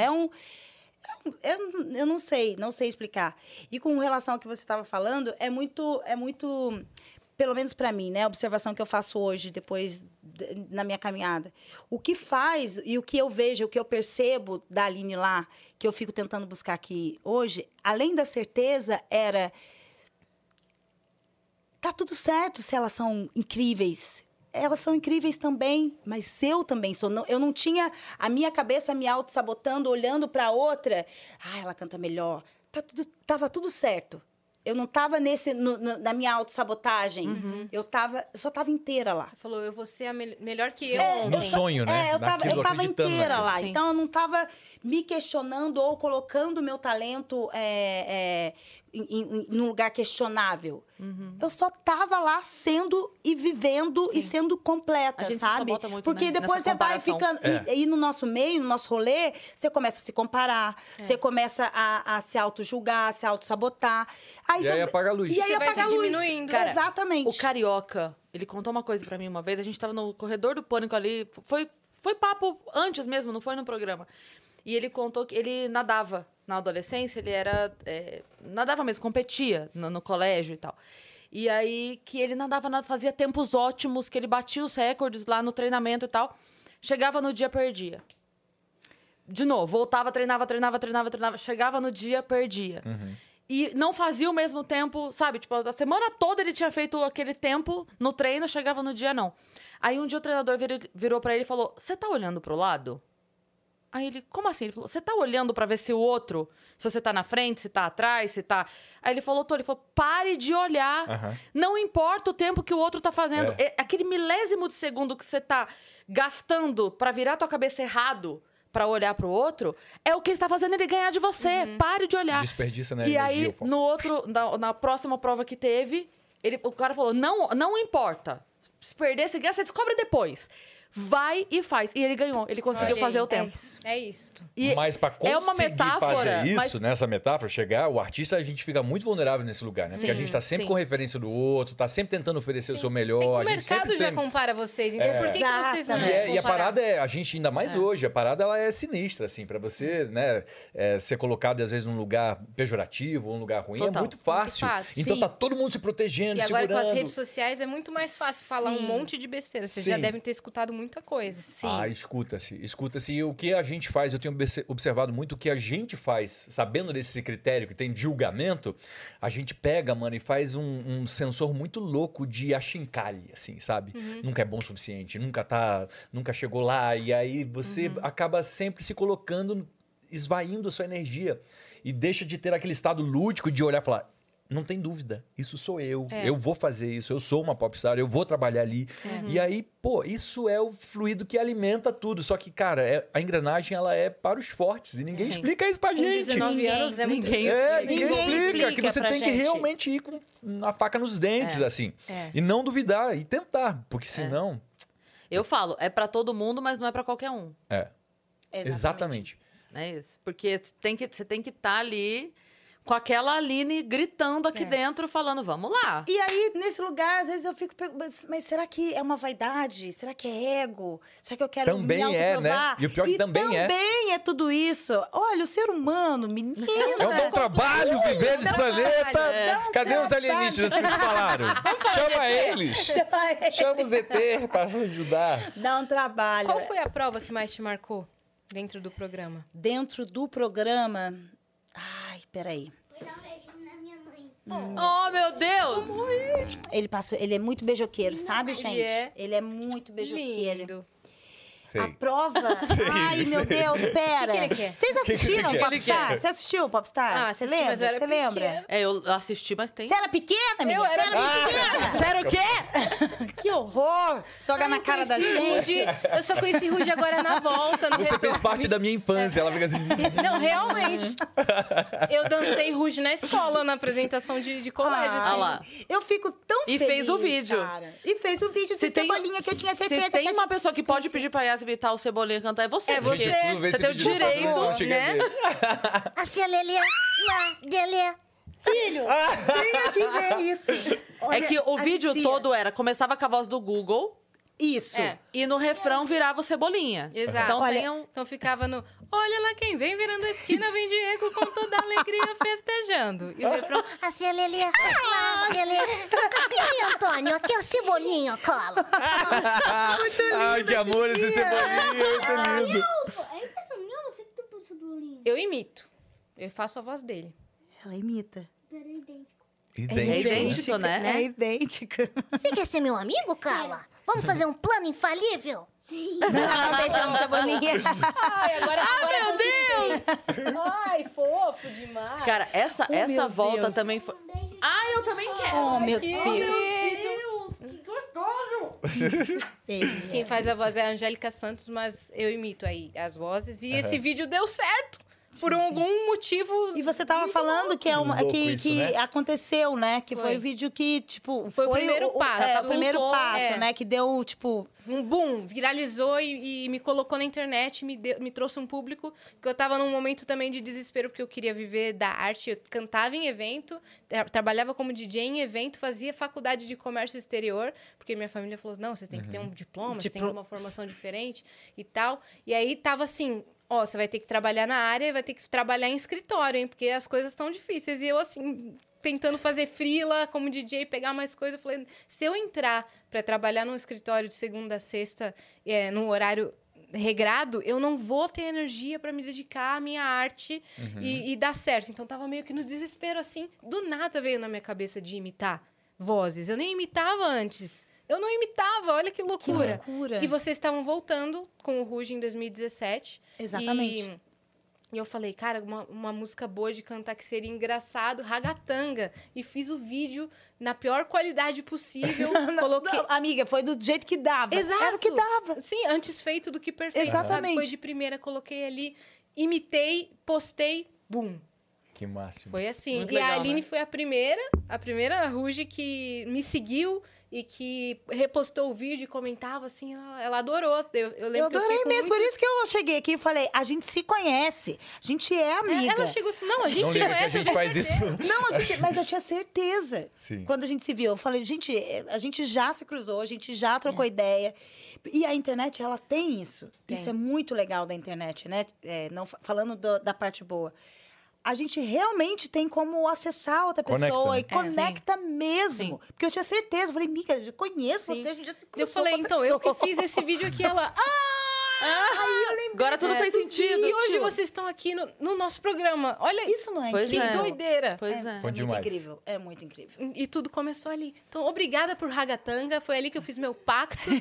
eu não sei explicar. E com relação ao que você estava falando, é muito, pelo menos para mim, né, a observação que eu faço hoje, depois na minha caminhada. O que faz e o que eu vejo, o que eu percebo da Aline lá, que eu fico tentando buscar aqui hoje, além da certeza, tá tudo certo se elas são incríveis. Elas são incríveis também, mas eu também sou. Eu não tinha a minha cabeça me auto-sabotando, olhando para outra. Ela canta melhor. Tava tudo certo. Eu não tava na minha autossabotagem. Eu só tava inteira lá. Falou, eu vou ser a melhor que eu No ontem. sonho, né? Eu tava Acreditando inteira naquilo. lá. Sim. Então, eu não tava me questionando ou colocando o meu talento num lugar questionável. Eu só tava lá sendo e vivendo e sendo completa, A gente se sabe? sabota muito, Porque né, depois nessa você vai comparação. ficando... E no nosso meio, no nosso rolê, você começa a se comparar. Você começa a se auto-julgar, a se auto-sabotar. E aí apaga a luz. E aí Você vai apaga a se luz. diminuindo. Cara, Exatamente. O Carioca, ele contou uma coisa pra mim uma vez. A gente tava no corredor do Pânico ali. Foi papo antes mesmo, não foi no programa. E ele contou que ele nadava na adolescência. Ele era... nadava mesmo, competia no colégio e tal. E aí, que ele nadava, fazia tempos ótimos, que ele batia os recordes lá no treinamento e tal. Chegava no dia, perdia. De novo, voltava, treinava. Chegava no dia, perdia. E não fazia o mesmo tempo, sabe? Tipo, a semana toda ele tinha feito aquele tempo no treino, chegava no dia, não. Aí um dia o treinador virou pra ele e falou, você tá olhando pro lado? Aí ele, como assim? Ele falou, você tá olhando pra ver se o outro, se você tá na frente, se tá atrás, se tá... Aí ele falou, pare de olhar. Não importa o tempo que o outro tá fazendo. Aquele milésimo de segundo que você tá gastando pra virar tua cabeça errado pra olhar pro outro, é o que ele tá fazendo ele ganhar de você. Pare de olhar. Desperdiça, né? E aí, na próxima prova que teve, o cara falou, não importa. Se perder, se ganhar, você descobre depois. Vai e faz. E ele ganhou. Ele conseguiu fazer o tempo. É isso. E Mas pra conseguir uma metáfora, fazer isso, mas- nessa metáfora, chegar, o artista, a gente fica muito vulnerável nesse lugar, né? Porque a Sim, gente tá sempre sim. com referência do outro, tá sempre tentando oferecer o seu É que melhor. o a gente mercado sempre já tem... compara vocês, então por que vocês não Exatamente. vão E a comparar? parada a gente ainda mais hoje, a parada ela é sinistra, assim, pra você, né, ser colocado às vezes num lugar pejorativo, um lugar ruim, Total. é muito fácil. fácil. Então Sim. tá todo mundo se protegendo, E agora segurando. com as redes sociais é muito mais fácil falar um Sim. monte de besteira. Vocês Sim. já devem ter escutado muita coisa. Ah, escuta-se. E o que a gente faz, eu tenho observado muito o que a gente faz, sabendo desse critério que tem de julgamento, a gente pega, mano, e faz um sensor muito louco de achincalhe, assim, sabe? Nunca é bom o suficiente, nunca chegou lá, e aí você acaba sempre se colocando, esvaindo a sua energia e deixa de ter aquele estado lúdico de olhar e falar, não tem dúvida, isso sou eu vou fazer isso, eu sou uma popstar, eu vou trabalhar ali. E aí, pô, isso é o fluido que alimenta tudo. Só que, cara, a engrenagem, ela é para os fortes. E ninguém Sim. explica isso pra Com gente. 19 anos é muito Ninguém difícil. Ninguém Ninguém explica. Que você pra tem que gente. realmente ir com a faca nos dentes, assim. E não duvidar, e tentar. Porque senão... Eu falo, é pra todo mundo, mas não é pra qualquer um. Exatamente. É isso. Porque você tem que estar ali com aquela Aline gritando aqui dentro, falando, vamos lá. E aí, nesse lugar, às vezes eu fico perguntando, mas será que é uma vaidade? Será que é ego? Será que eu quero Também me é, né? autoprovar? E o pior que também é. Também é tudo isso. Olha, o ser humano, menina... É um bom trabalho viver nesse planeta. Cadê os alienígenas que se falaram? Chama eles. Chama os ET para ajudar. Dá um trabalho. Qual foi a prova que mais te marcou dentro do programa? Dentro do programa... Ai, peraí. Vou dar um beijinho na minha mãe. Oh, meu Deus! Ele é muito beijoqueiro, sabe, gente? é. Ele é muito beijoqueiro. Lindo. Sei. A prova... Ai, meu Deus, pera. O que ele quer? Vocês assistiram que ele Popstar? quer? Você assistiu Popstar? Ah, Você assisti, mas eu lembra? era Você lembra? pequena. Eu assisti, mas tem... Você era pequena, menina? era Você era pequena? Sério o quê? Que horror! Joga na cara da gente. Eu só conheci Ruge agora na volta. No Você fez retorno. parte da minha infância. Ela fica assim... Não, realmente. Eu dancei Ruge na escola, na apresentação de colégio. Ah assim. lá. Eu fico tão E feliz, fez o vídeo. cara. E fez o vídeo de Cebolinha, que eu tinha certeza se tem que a uma gente pessoa que pode esquece. pedir pra Yas imitar o Cebolinha cantar, é você. É porque você. Preciso ver Você esse tem o vídeo, por favor, direito, não cheguei a né? ver. Assim, a Lelê, Lelê. Filho, venha aqui ver isso. É Olha, que o a vídeo titia. todo começava com a voz do Google Isso. É. e no refrão virava o Cebolinha. Exato. Então Olha, tem um... Então ficava no... Olha lá quem vem virando a esquina, vem Diego com toda a alegria festejando. E o refrão... Assim, a Lelê. Olá, Lelê. E aí, Antônio? Aqui é o Cebolinha, cola. Ai, que amor esse Cebolinha. Muito lindo. É impressão minha ou você que topou o Cebolinha? Eu imito. Eu faço a voz dele. Ela imita. Peraí, idêntico. É idêntico, né? É idêntica. Você quer ser meu amigo, Carla? Vamos fazer um plano infalível? Tá beijando Cebolinha. Ai, agora Meu Deus! Ai, fofo demais. Cara, essa meu volta Deus. também foi... Um beijo também quero. Oh, meu Que Deus. Deus, que gostoso. Quem faz a voz é a Angélica Santos, mas eu imito aí as vozes. E esse vídeo deu certo. Por algum motivo. E você tava falando que é uma Louco que, isso, que né? aconteceu, né? Que foi Foi. o vídeo que, tipo, Foi o primeiro passo. o primeiro Catapultou, passo, né? Que deu, tipo, Um boom, viralizou e me colocou na internet, me trouxe um público, que eu tava num momento também de desespero, porque eu queria viver da arte, eu cantava em evento, trabalhava como DJ em evento, fazia faculdade de comércio exterior, porque minha família falou, não, você tem que ter um diploma, você tem que ter uma formação diferente e tal, e aí tava assim, ó, você vai ter que trabalhar na área, vai ter que trabalhar em escritório, hein, porque as coisas estão difíceis, e eu assim... tentando fazer freela como DJ, pegar mais coisa. Eu falei, se eu entrar para trabalhar num escritório de segunda a sexta, num horário regrado, eu não vou ter energia para me dedicar à minha arte e dar certo. Então, tava meio que no desespero, assim. Do nada veio na minha cabeça de imitar vozes. Eu nem imitava antes. Eu não imitava, olha que loucura. Que loucura. E vocês estavam voltando com o Ruge em 2017. Exatamente. E eu falei, cara, uma música boa de cantar que seria engraçado, ragatanga. E fiz o vídeo na pior qualidade possível. Coloquei... Não, amiga, foi do jeito que dava. Exato. Era o que dava. Sim, antes feito do que perfeito. Exatamente. Sabe? Foi de primeira, coloquei ali, imitei, postei, bum. Que máximo. Foi assim. Muito e a legal, Aline né? foi a primeira Ruge que me seguiu e que repostou o vídeo e comentava assim, ela adorou. Eu lembro Eu que eu adorei fiquei com mesmo, muito... por isso que eu cheguei aqui e falei, a gente se conhece, a gente é amiga. Ela chegou e falou, não, a gente Não se liga que a conhece. gente eu tenho faz isso. certeza. Não, mas eu tinha certeza. Sim. Quando a gente se viu, eu falei, gente, a gente já se cruzou, a gente já trocou ideia. E a internet, ela tem isso. Tem. Isso é muito legal da internet, né? Não, falando da parte boa. A gente realmente tem como acessar outra Conecta, pessoa né? e conecta mesmo. Sim. Porque eu tinha certeza. Eu falei, miga, eu conheço Sim. você, a gente já se cruzou. Eu falei, com a então, eu que pessoa. fiz esse vídeo aqui, ela... Agora tudo fez sentido. E hoje tio. vocês estão aqui no nosso programa. Olha Isso não é Pois que incrível? é. doideira. Pois é. Bom É muito demais. incrível, é muito incrível. E tudo começou ali. Então, obrigada por Ragatanga. Foi ali que eu fiz meu pacto.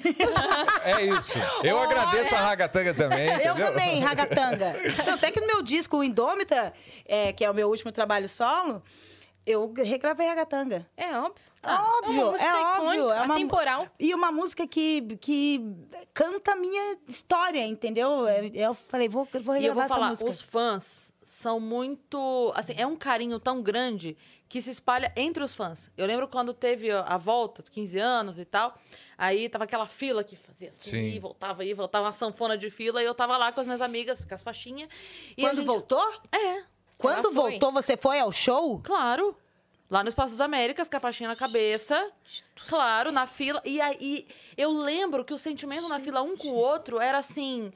É isso. Eu agradeço a Ragatanga também, Eu entendeu? também, ragatanga. Então, até que no meu disco, o Indômita, que é o meu último trabalho solo, eu regravei ragatanga. É óbvio. Óbvio, é uma música icônica, óbvio. É uma, atemporal. E uma música que canta a minha história, entendeu? Eu falei, vou E eu regravar vou essa falar, música. os fãs são muito... Assim, é um carinho tão grande que se espalha entre os fãs. Eu lembro quando teve a volta, 15 anos e tal, aí tava aquela fila que fazia assim, Sim. e voltava, uma sanfona de fila, e eu tava lá com as minhas amigas, com as faixinhas. E a Quando gente- voltou? É, Quando Ela foi. voltou, você foi ao show? claro. Lá no Espaço das Américas, com a faixinha na cabeça. Claro, na fila. E aí, eu lembro que o sentimento na fila um com o outro era assim...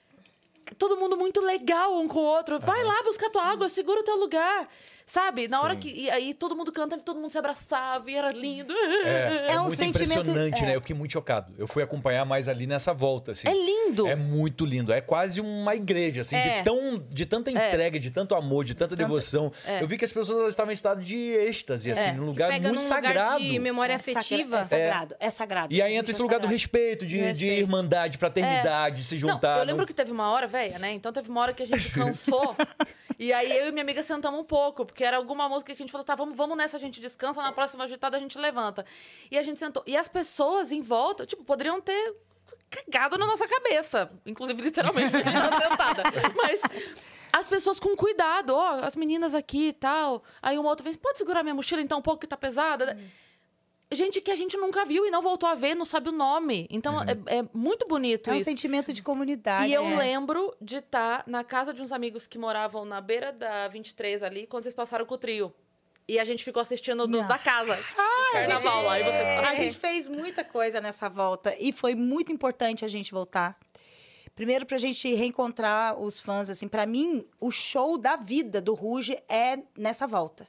Todo mundo muito legal um com o outro. Vai lá buscar tua água, segura o teu lugar. Sabe? Na hora Sim. que... E aí, todo mundo cantando, todo mundo se abraçava e era lindo. É um muito sentimento- impressionante, é. né? Eu fiquei muito chocado. Eu fui acompanhar mais ali nessa volta, assim. É lindo. É muito lindo. É quase uma igreja, assim, É. de tanta entrega, de tanto amor, de tanta devoção. É. Eu vi que as pessoas elas estavam em estado de êxtase, assim, num lugar Pega muito num sagrado. lugar de memória afetiva. É sagrado, é sagrado. E aí entra esse lugar do respeito, de respeito. irmandade, fraternidade, de se juntar. Não, eu lembro que teve uma hora, velha, né? Então teve uma hora que a gente cansou. E aí eu e minha amiga sentamos um pouco, porque era alguma música que a gente falou, tá, vamos nessa, a gente descansa, na próxima agitada a gente levanta. E a gente sentou. E as pessoas em volta, tipo, poderiam ter cagado na nossa cabeça. Inclusive, literalmente, a gente tá sentada. Mas as pessoas com cuidado, ó, as meninas aqui e tal. Aí uma outra vez, pode segurar minha mochila então um pouco que tá pesada? Gente que a gente nunca viu e não voltou a ver, não sabe o nome. Então, é muito bonito É um isso. sentimento de comunidade. E eu né? lembro de estar na casa de uns amigos que moravam na beira da 23 ali, quando vocês passaram com o trio. E a gente ficou assistindo da casa. o carnaval lá. E você... A gente fez muita coisa nessa volta e foi muito importante a gente voltar. Primeiro, pra gente reencontrar os fãs, assim. Pra mim, o show da vida do Ruge é nessa volta.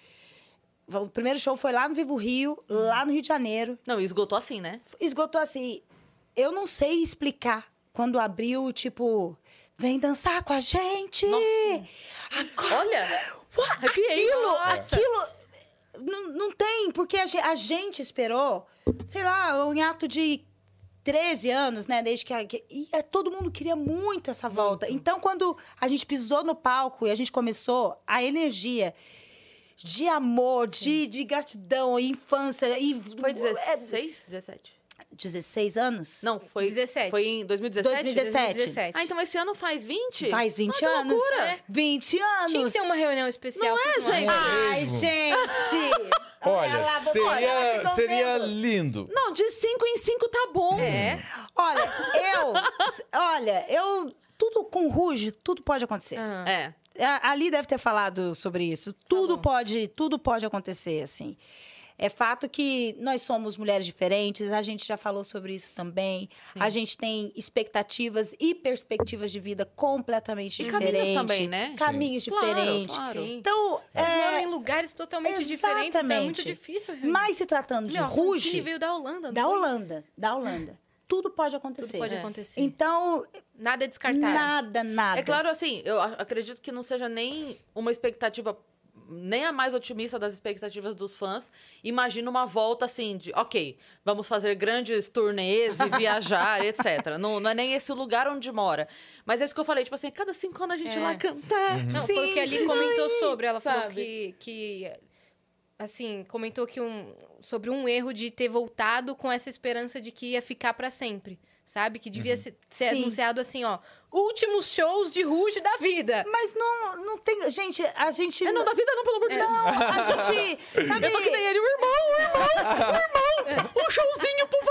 O primeiro show foi lá no Vivo Rio, lá no Rio de Janeiro. Não, esgotou assim, né? Esgotou assim. Eu não sei explicar quando abriu, tipo, vem dançar com a gente. Agora, Olha, arrepiei. Nossa. aquilo não tem, porque a gente esperou, sei lá, um ato de 13 anos, né? Desde e todo mundo queria muito essa volta. Então, quando a gente pisou no palco e a gente começou, a energia de amor, de gratidão, infância. E, Foi 16, 17? 16 anos? Não, foi 17. Foi em 2017? 2017. Ah, então esse ano faz 20? Faz 20 que anos. loucura. 20 anos. Tinha que ter uma reunião especial. Não é, vocês gente? acham? Ai, gente! Olha, lá, vocês estão seria vendo? lindo. Não, de 5 em 5 tá bom. É. Olha, eu... Tudo com Ruge, tudo pode acontecer. Ah. É. Ali deve ter falado sobre isso. Tudo pode acontecer, assim. É fato que nós somos mulheres diferentes, a gente já falou sobre isso também. Sim. A gente tem expectativas e perspectivas de vida completamente E diferentes. caminhos também, né? Caminhos Claro, diferentes. claro. Sim. Então, Vocês moram em lugares totalmente diferentes, então é muito exatamente. difícil. reunir. mas se tratando de Meu, a Fantine Ruge, veio da Holanda, não da foi? Holanda, tudo pode acontecer. Tudo pode É. acontecer. Então, Nada é descartável. nada. É claro, assim, eu acredito que não seja nem uma expectativa, nem a mais otimista das expectativas dos fãs. Imagina uma volta assim de, ok, vamos fazer grandes turnês e viajar, etc. Não é nem esse o lugar onde mora. Mas é isso que eu falei, tipo assim, cada 5 anos a gente É. ir lá cantar. Não, foi o que a Ali comentou sobre. Ela falou sabe? que assim, comentou que sobre um erro de ter voltado com essa esperança de que ia ficar pra sempre. Sabe? Que devia ser Sim. anunciado assim, ó. Últimos shows de Ruge da vida. Mas não tem... Gente, a gente... É, não, da vida não, pelo amor de Deus. Não, a gente... Sabe... Eu tô que nem ele, o irmão, um showzinho, por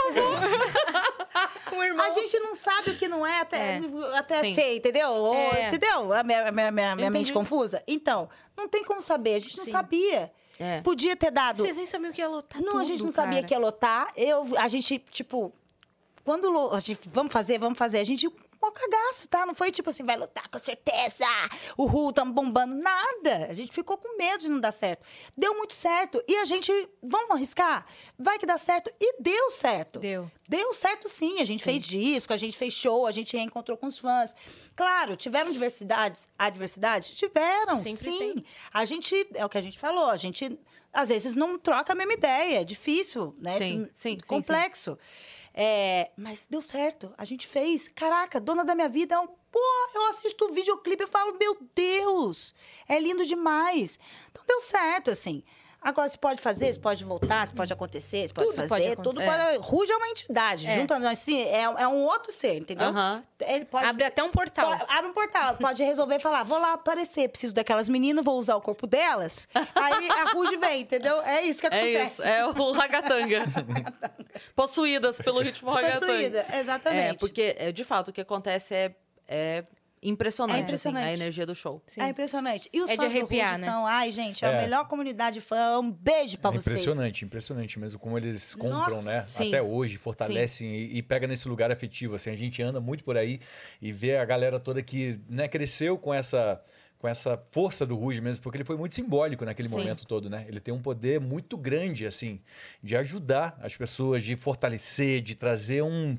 favor. O irmão. A gente não sabe o que não é até Sim. ser, entendeu? Ou, É. entendeu? A minha mente Entendi. confusa. Então, não tem como saber. A gente não Sim. sabia. É. Podia ter dado... Vocês nem sabiam que ia lotar Não, tudo, a gente não cara. sabia que ia lotar. A gente, tipo... Quando a gente... Vamos fazer. A gente... Mó cagaço, tá? Não foi tipo assim, vai lotar com certeza. Uhul, tamo bombando. Nada. A gente ficou com medo de não dar certo. Deu muito certo. E a gente... Vamos arriscar? Vai que dá certo. E deu certo. Deu certo, sim. A gente fez disco, a gente fez show, a gente reencontrou com os fãs. Claro, tiveram adversidades? Tiveram, Sempre sim. tem. A gente... É o que a gente falou. A gente, às vezes, não troca a mesma ideia. É difícil, né? Sim. Complexo. Mas deu certo. A gente fez. Caraca, Dona da Minha Vida é um... Pô, eu assisto o videoclipe e falo, meu Deus, é lindo demais. Então, deu certo, assim. Agora, se pode fazer, se pode voltar, se pode acontecer, se pode Tudo fazer, pode tudo acontecer. pode... Ruge é uma entidade. Junto a nós, sim, é um outro ser, entendeu? Aham. Ele pode... Abre até um portal. Abre um portal, pode resolver falar, vou lá aparecer, preciso daquelas meninas, vou usar o corpo delas. Aí a Ruge vem, entendeu? É isso que É acontece. isso, é o ragatanga. Possuídas pelo ritmo ragatanga. Possuída, exatamente. É, porque, de fato, o que acontece é impressionante, É impressionante. assim, a energia do show. É impressionante. E os É de fãs do arrepiar, Ruge né? são... Ai, gente, é a É. melhor comunidade fã. Um beijo pra vocês. Impressionante mesmo como eles compram, Nossa, né? sim. Até hoje, fortalecem e pega nesse lugar afetivo, assim. A gente anda muito por aí e vê a galera toda que, né, cresceu com essa força do Ruge mesmo, porque ele foi muito simbólico naquele Sim. momento todo, né? Ele tem um poder muito grande, assim, de ajudar as pessoas, de fortalecer, de trazer um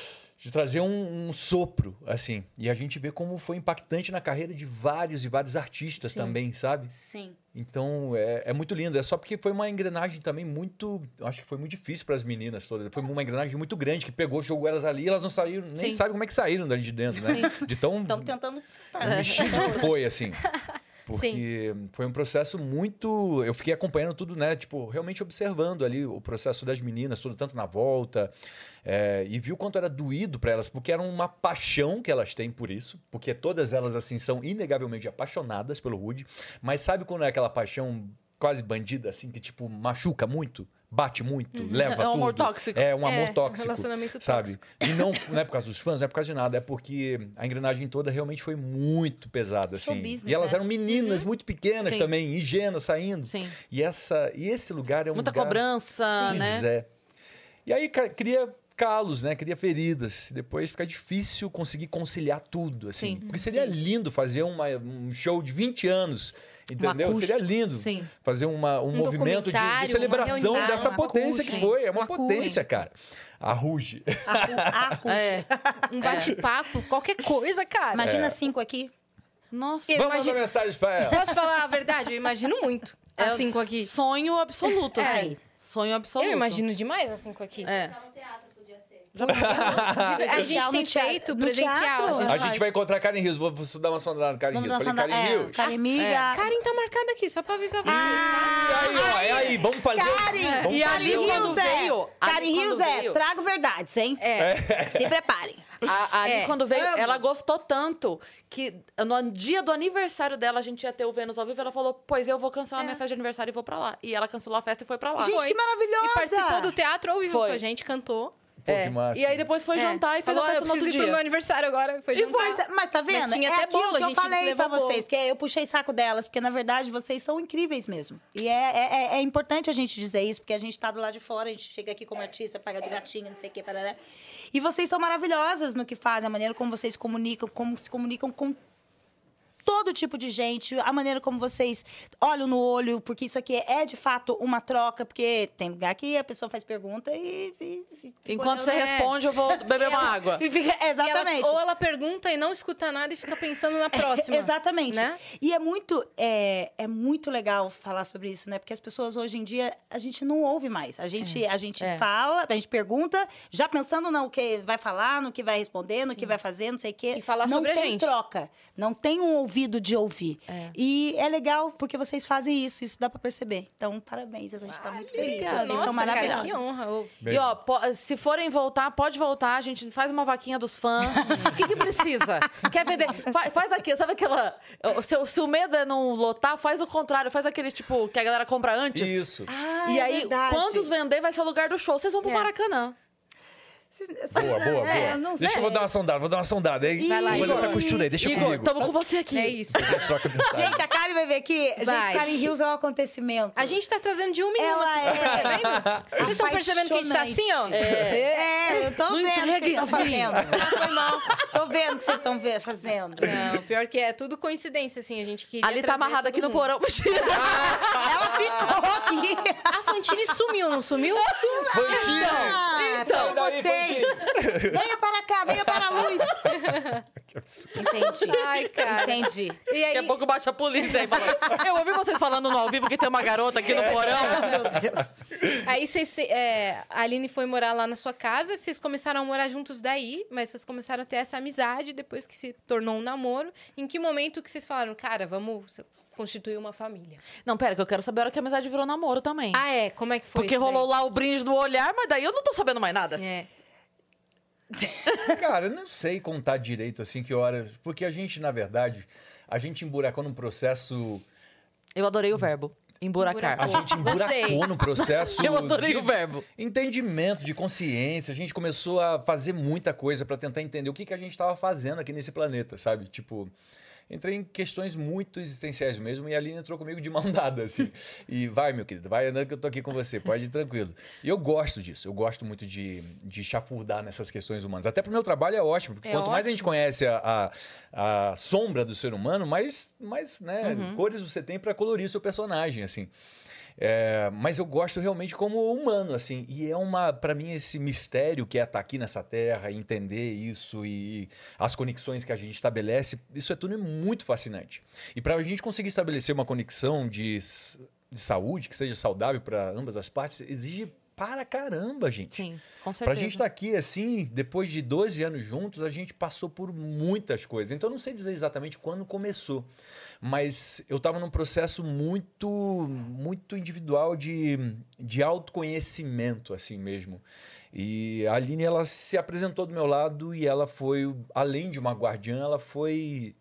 sopro, assim. E a gente vê como foi impactante na carreira de vários e vários artistas também, sabe? Sim. Então, é muito lindo. É só porque foi uma engrenagem também muito... Acho que foi muito difícil para as meninas todas. Foi uma engrenagem muito grande que pegou, jogou elas ali e elas não saíram, nem Sim. sabem como é que saíram dali de dentro, né? De tão Estamos tentando... mexido que foi, assim. Porque foi um processo muito... Eu fiquei acompanhando tudo, né? Tipo, realmente observando ali o processo das meninas, tudo tanto na volta. E vi o quanto era doído para elas, porque era uma paixão que elas têm por isso. Porque todas elas, assim, são inegavelmente apaixonadas pelo Ruge. Mas sabe quando é aquela paixão quase bandida, assim, que, tipo, machuca muito? Bate muito, leva tudo. É um amor tóxico. É um amor tóxico, relacionamento sabe? tóxico. E não é por causa dos fãs, não é por causa de nada. É porque a engrenagem toda realmente foi muito pesada, Show assim. business, E elas né? eram meninas muito pequenas Sim. também, ingênuas, saindo. Sim. E esse lugar é um Muita lugar... cobrança, Pois né? é. E aí cria calos, né? Cria feridas. Depois fica difícil conseguir conciliar tudo, assim. Sim. Porque seria lindo fazer um show de 20 anos, entendeu? acústico. Seria lindo Sim. fazer um movimento documentário, de celebração uma reunião, dessa um potência que acústico. foi. É uma Um potência, acústico. cara. A Ruge. A Ruge. É. Um bate-papo, qualquer coisa, cara. Imagina 5 aqui. Nossa. Eu Vamos imagino- mandar mensagem pra ela. Posso falar a verdade? Eu imagino muito as 5 aqui. Sonho absoluto, É. assim. Sonho absoluto. Eu imagino demais as 5 aqui. É. A gente tem feito presencial. A gente vai encontrar Karen Rios. Vou dar uma sondada no Karen Rios. Falei, Karen Rios. Karen amiga. Karen tá marcada aqui, só pra avisar você. Aí, ó, é aí. Vamos fazer. Karen, Vamos E fazer ali um- quando veio... Karen ali quando Rios veio- trago verdades, hein? Se preparem. Ali, quando veio, amo. ela gostou tanto que no dia do aniversário dela, a gente ia ter o Vênus ao vivo. Ela falou, pois eu vou cancelar minha festa de aniversário e vou pra lá. E ela cancelou a festa e foi pra lá. Gente, Foi. que maravilhosa! E participou do teatro ao vivo Foi. com a gente, cantou. Pô, que massa. E aí depois foi jantar e fez Falou, a eu festa no outro preciso ir pro meu dia. aniversário agora. Foi jantar. Mas tá vendo? Mas tinha é até aquilo bolo, a que eu gente falei pra levou bolo. vocês, porque eu puxei saco delas, porque na verdade vocês são incríveis mesmo. E é importante a gente dizer isso, porque a gente tá do lado de fora, a gente chega aqui como artista, paga de gatinho, não sei o que, parará. E vocês são maravilhosas no que fazem, a maneira como vocês comunicam, como se comunicam com todo tipo de gente, a maneira como vocês olham no olho, porque isso aqui é de fato uma troca, porque tem lugar que a pessoa faz pergunta e Enquanto você quando- responde, eu vou beber uma água. E fica- E ela- exatamente. ou ela pergunta e não escuta nada e fica pensando na próxima. Exatamente. Né? E é muito legal falar sobre isso, né? Porque as pessoas hoje em dia, a gente não ouve mais. A gente fala, a gente pergunta, já pensando no que vai falar, no que vai responder, no que vai fazer, não sei o quê. E falar não sobre a tem gente. troca. Não tem um ouvido de ouvir. E é legal, porque vocês fazem isso dá pra perceber. Então, parabéns. A gente tá muito feliz. Vocês Nossa, são cara, maravilhosos. que honra. Ô, E ó, se forem voltar, pode voltar. A gente faz uma vaquinha dos fãs. O que precisa? Quer vender? Faz aquilo, sabe aquela... Se o medo é não lotar, faz o contrário. Faz aqueles, tipo, que a galera compra antes. Isso. E é aí, verdade. quantos vender vai ser o lugar do show? Vocês vão pro Maracanã. Boa, boa. não Deixa que eu vou dar uma sondada, hein? Vai lá, Vou fazer Igor. essa costura aí, deixa Igor, comigo. tamo com você aqui. É isso. Troca de mensagem. Gente, a Karen vai ver aqui. Vai. Gente, Karen Rios é um acontecimento. A gente tá trazendo de um minuto, Ela vocês estão percebendo? Vocês estão percebendo que a gente tá assim, ó? Eu tô Não vendo o que vocês entreguem estão as minhas. fazendo. Foi mal. Tô vendo o que vocês estão fazendo. Não, pior que é tudo coincidência, assim, a gente queria Ali tá trazer amarrada todo aqui no mundo. porão. Mentira. Ela ficou aqui. A Fantine sumiu, não sumiu? Ah, Sai são daí, vocês. Venha para cá, venha para a luz. Entendi. Ai, cara. Entendi. E Daqui a aí, pouco baixa a polícia aí falando. Eu ouvi vocês falando no ao vivo que tem uma garota aqui no porão. Meu Deus. aí vocês, a Aline foi morar lá na sua casa, vocês começaram a morar juntos daí, mas vocês começaram a ter essa amizade depois que se tornou um namoro. Em que momento que vocês falaram, cara, vamos constituir uma família? Não, pera, que eu quero saber a hora que a amizade virou namoro também. Ah, é? Como é que foi Porque isso rolou daí? lá o brinde no olhar, mas daí eu não tô sabendo mais nada. É. Cara, eu não sei contar direito, assim, que hora... Porque a gente, na verdade, a gente emburacou num processo... Eu adorei o verbo. Emburacar. A gente Gostei. emburacou no processo Eu adorei de o verbo. entendimento, de consciência. A gente começou a fazer muita coisa pra tentar entender o que a gente tava fazendo aqui nesse planeta, sabe? Tipo... Entrei em questões muito existenciais mesmo e a Aline entrou comigo de mão dada, assim. E vai, meu querido, vai andando que eu tô aqui com você, pode ir tranquilo. E eu gosto disso, eu gosto muito de chafurdar nessas questões humanas. Até pro meu trabalho é ótimo, porque quanto mais a gente conhece a sombra do ser humano, mais né, cores você tem pra colorir seu personagem, assim. Mas eu gosto realmente como humano, assim. E para mim, esse mistério que é estar aqui nessa terra, entender isso e as conexões que a gente estabelece, isso é tudo muito fascinante. E para a gente conseguir estabelecer uma conexão de saúde, que seja saudável para ambas as partes, exige para caramba, gente. Sim, com certeza. Pra gente estar aqui, assim, depois de 12 anos juntos, a gente passou por muitas coisas. Então, eu não sei dizer exatamente quando começou. Mas eu estava num processo muito, muito individual de autoconhecimento, assim mesmo. E a Aline, ela se apresentou do meu lado e ela foi, além de uma guardiã, ela foi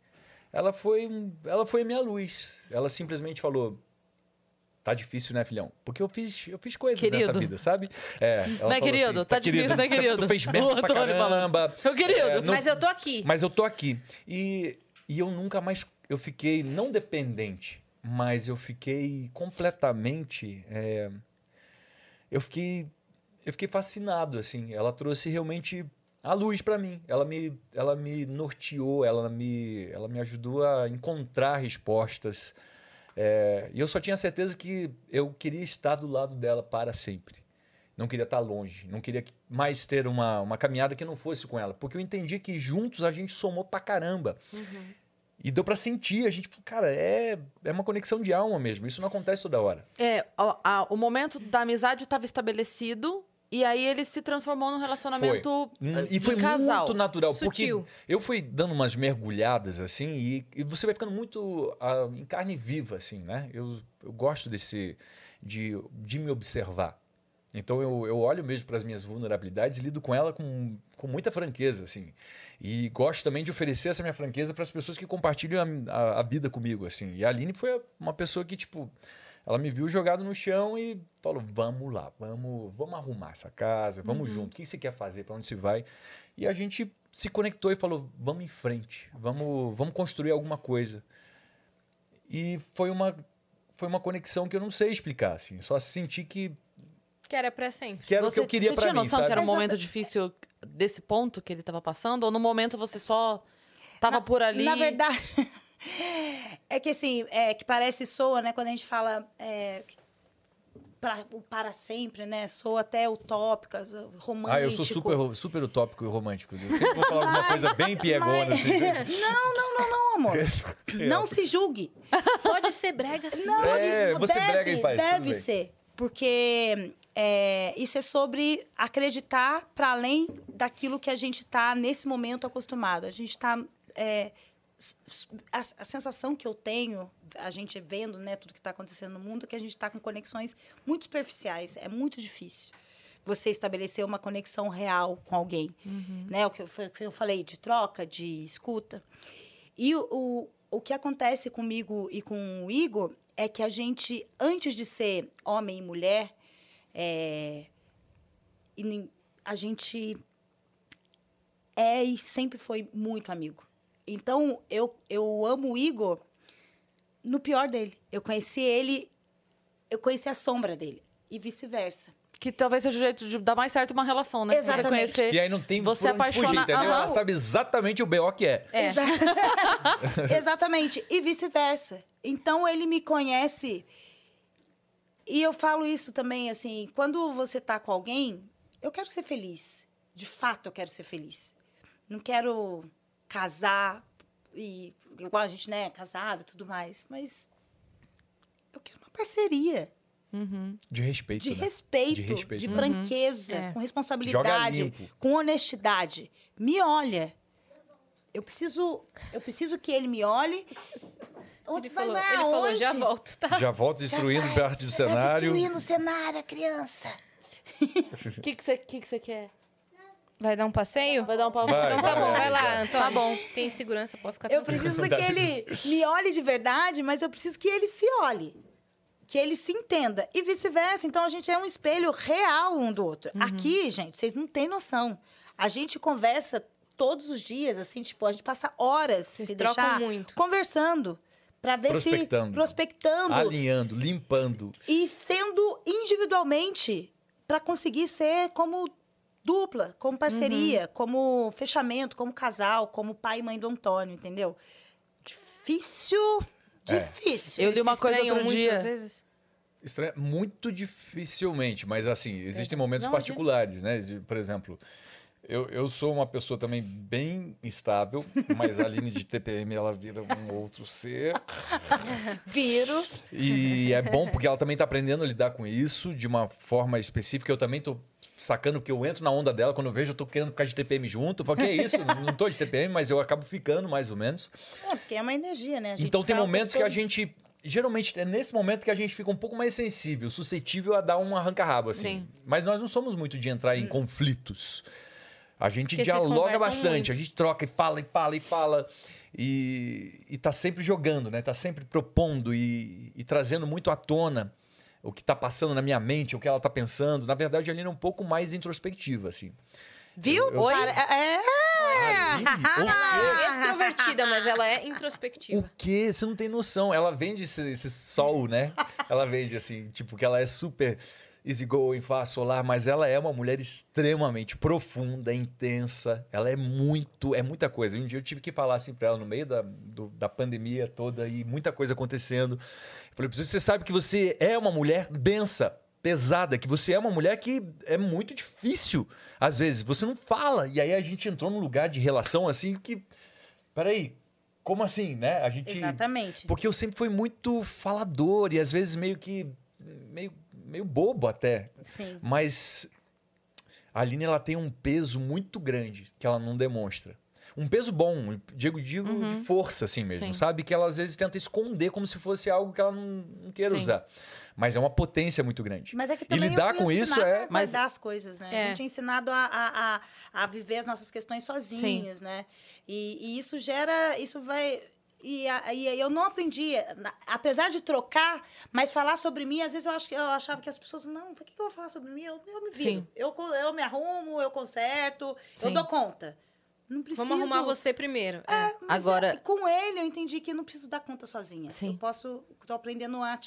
a minha luz. Ela simplesmente falou... Tá difícil, né, filhão? Porque eu fiz coisas Querido. nessa vida, sabe? Ela Né, falou querido? assim, Tá difícil, né, querido? Tu fez merda O pra Antônio caramba. falando. Meu querido. Não- Mas eu tô aqui. Mas eu tô aqui. E eu nunca mais... Eu fiquei não dependente, mas eu fiquei completamente... Eu fiquei fascinado, assim. Ela trouxe realmente a luz pra mim. Ela me norteou, ela me ajudou a encontrar respostas. E eu só tinha certeza que eu queria estar do lado dela para sempre. Não queria estar longe. Não queria mais ter uma caminhada que não fosse com ela. Porque eu entendi que juntos a gente somou pra caramba. E deu pra sentir. A gente falou, cara, é uma conexão de alma mesmo. Isso não acontece toda hora. O momento da amizade estava estabelecido E aí ele se transformou num relacionamento E foi de casal. muito natural, Sutil. porque eu fui dando umas mergulhadas, assim, e você vai ficando muito em carne viva, assim, né? Eu gosto de me observar. Então eu olho mesmo para as minhas vulnerabilidades e lido com ela com muita franqueza, assim. E gosto também de oferecer essa minha franqueza para as pessoas que compartilham a vida comigo, assim. E a Aline foi uma pessoa que, tipo, ela me viu jogado no chão e falou, vamos lá, vamos arrumar essa casa, vamos junto. O que você quer fazer? Para onde você vai? E a gente se conectou e falou, vamos em frente, vamos construir alguma coisa. E foi uma conexão que eu não sei explicar, assim. Só senti que era pra sempre. era o que eu queria Você para tinha mim, noção sabe? que era um momento difícil desse ponto que ele tava passando? Ou no momento você só tava por ali? Na verdade, é que assim, que parece soa, né? Quando a gente fala para sempre, né? Soa até utópica, romântico. Eu sou super utópico e romântico. Eu sempre vou falar alguma coisa bem piegona, assim. Não, amor. Não se julgue. Pode ser brega, sim. Não, você brega e faz, tudo deve bem. ser. Porque isso é sobre acreditar para além daquilo que a gente está, nesse momento, acostumado. A gente está... a sensação que eu tenho, a gente vendo, né, tudo que está acontecendo no mundo, é que a gente está com conexões muito superficiais. É muito difícil você estabelecer uma conexão real com alguém. Né? O que eu falei de troca, de escuta. E o que acontece comigo e com o Igor é que a gente, antes de ser homem e mulher, a gente e sempre foi muito amigo. Então, eu amo o Igor no pior dele. Eu conheci a sombra dele. E vice-versa. Que talvez seja o jeito de dar mais certo uma relação, né? Exatamente. Você conhecer, E aí não tem você por onde fugir, apaixona- entendeu? Aham. Ela sabe exatamente o B.O. que é. Exatamente. E vice-versa. Então, ele me conhece. E eu falo isso também, assim, quando você tá com alguém, eu quero ser feliz. De fato, eu quero ser feliz. Não quero casar, igual a gente, né, casado e tudo mais. Mas eu quero uma parceria. De respeito, De né? respeito, de franqueza, com responsabilidade, Joga limpo. com honestidade. Me olha. Eu preciso que ele me olhe. Onde Ele vai, falou, vai ele falou, aonde? já volto, tá? Já volto destruindo parte do Tá cenário. destruindo o cenário, a criança. O que você quer? Vai dar um passeio? Vai dar um pau? Vai, Então tá bom, vai lá, vai. Antônio. Tá bom. Tem segurança, pode ficar Eu tranquilo. preciso que ele me olhe de verdade, mas eu preciso que ele se olhe. Que ele se entenda. E vice-versa. Então, a gente é um espelho real um do outro. Aqui, gente, vocês não têm noção. A gente conversa todos os dias, assim, tipo, a gente passa horas, Vocês se trocam deixar, muito. conversando. Pra ver prospectando. Alinhando, limpando. E sendo individualmente para conseguir ser como dupla, como parceria, como fechamento, como casal, como pai e mãe do Antônio, entendeu? Difícil. Eu li uma coisa Estranham outro muito, dia. às vezes. Estranho, muito dificilmente, mas assim, existem momentos Não, particulares, né? Por exemplo, eu sou uma pessoa também bem instável, mas a Aline de TPM, ela vira um outro ser. Viro. E é bom porque ela também está aprendendo a lidar com isso de uma forma específica. Eu também estou sacando que eu entro na onda dela, quando eu vejo, eu tô querendo ficar de TPM junto. Eu falo, que é isso? Não tô de TPM, mas eu acabo ficando, mais ou menos. Porque é uma energia, né? A gente Então tem tá o momentos tempo que a todo- gente... Geralmente é nesse momento que a gente fica um pouco mais sensível, suscetível a dar um arranca-rabo, assim. Sim. Mas nós não somos muito de entrar em conflitos. A gente Porque vocês dialoga conversam bastante, muito. a gente troca e fala, e fala, e fala. E tá sempre jogando, né? Tá sempre propondo e trazendo muito à tona o que tá passando na minha mente, o que ela tá pensando. Na verdade, a Aline é um pouco mais introspectiva, assim. Viu? Oi? É. Ela é extrovertida, mas ela é introspectiva. O quê? Você não tem noção. Ela vende esse sol, né? Ela vende assim, tipo, que ela é super easygoing, fácil, solar, mas ela é uma mulher extremamente profunda, intensa. Ela é muita coisa. Um dia eu tive que falar assim pra ela no meio da pandemia toda e muita coisa acontecendo. Eu falei, você sabe que você é uma mulher densa, pesada, que você é uma mulher que é muito difícil. Às vezes, você não fala. E aí a gente entrou num lugar de relação assim que... Peraí, como assim, né? A gente... Exatamente. Porque eu sempre fui muito falador e às vezes meio bobo até. Sim. Mas A Aline, ela tem um peso muito grande que ela não demonstra. Um peso bom, digo de força, assim mesmo, Sim. sabe? Que ela às vezes tenta esconder como se fosse algo que ela não queira Sim. usar. Mas é uma potência muito grande. Mas é que E também lidar eu fui com isso ensinada é... a guardar as coisas, né? A gente é ensinado a viver as nossas questões sozinhos, né? E isso gera... Isso vai... E eu não aprendi, apesar de trocar, mas falar sobre mim, às vezes eu achava que as pessoas, não, por que eu vou falar sobre mim? Eu me viro. Sim. Eu me arrumo, eu conserto, eu Sim. dou conta. Não preciso... Vamos arrumar você primeiro. Mas Agora- com ele, eu entendi que eu não preciso dar conta sozinha. Sim. Tô aprendendo a,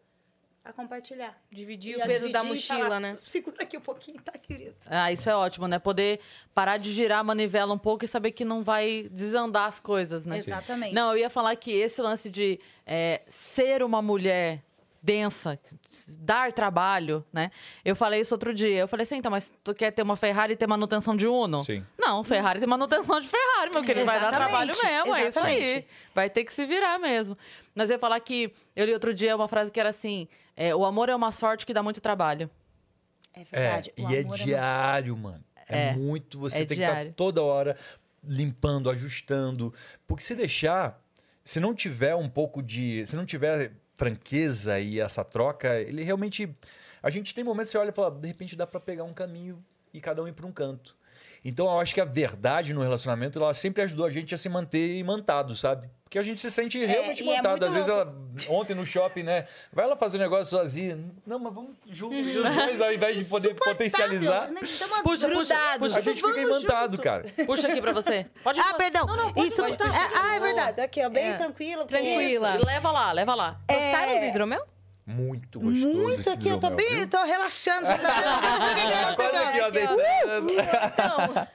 a compartilhar. Dividir E o a peso da dividir e mochila, falar, né? Segura aqui um pouquinho, tá, querido? Ah, isso é ótimo, né? Poder parar de girar a manivela um pouco e saber que não vai desandar as coisas, né? Exatamente. Não, eu ia falar que esse lance de ser uma mulher densa, dar trabalho, né? Eu falei isso outro dia. Eu falei assim, então, mas tu quer ter uma Ferrari e ter manutenção de Uno? Sim. Não, Ferrari tem manutenção de Ferrari, meu querido. Vai dar trabalho Exatamente, mesmo, é isso aí. exatamente. Vai ter que se virar mesmo. Mas eu ia falar que... Eu li outro dia uma frase que era assim... o amor é uma sorte que dá muito trabalho. É verdade. O e é amor diário, mano. É muito. Você tem que diário. estar toda hora limpando, ajustando. Porque se deixar, se não tiver um pouco de... Se não tiver franqueza e essa troca, ele realmente... A gente tem momentos que você olha e fala, de repente dá pra pegar um caminho e cada um ir pra um canto. Então, eu acho que a verdade no relacionamento, ela sempre ajudou a gente a se manter imantado, sabe? Porque a gente se sente realmente e é imantado. muito Às vezes, louco. ela, ontem no shopping, né? Vai lá fazer um negócio sozinha. Não, mas vamos juntos, os dois, ao invés de poder potencializar. Puxa, A gente fica imantado, cara. Puxa aqui pra você. Pode Perdão. Não, pode, Isso, pode. é verdade. Aqui, ó, bem tranquilo. porque- Tranquila. Isso. Leva lá, leva lá. Gostaram do hidromel? Muito gostoso Muito esse aqui, eu tô hidromel, bem, viu? tô relaxando. Você tá Quase aqui, ó, vendo? deitando.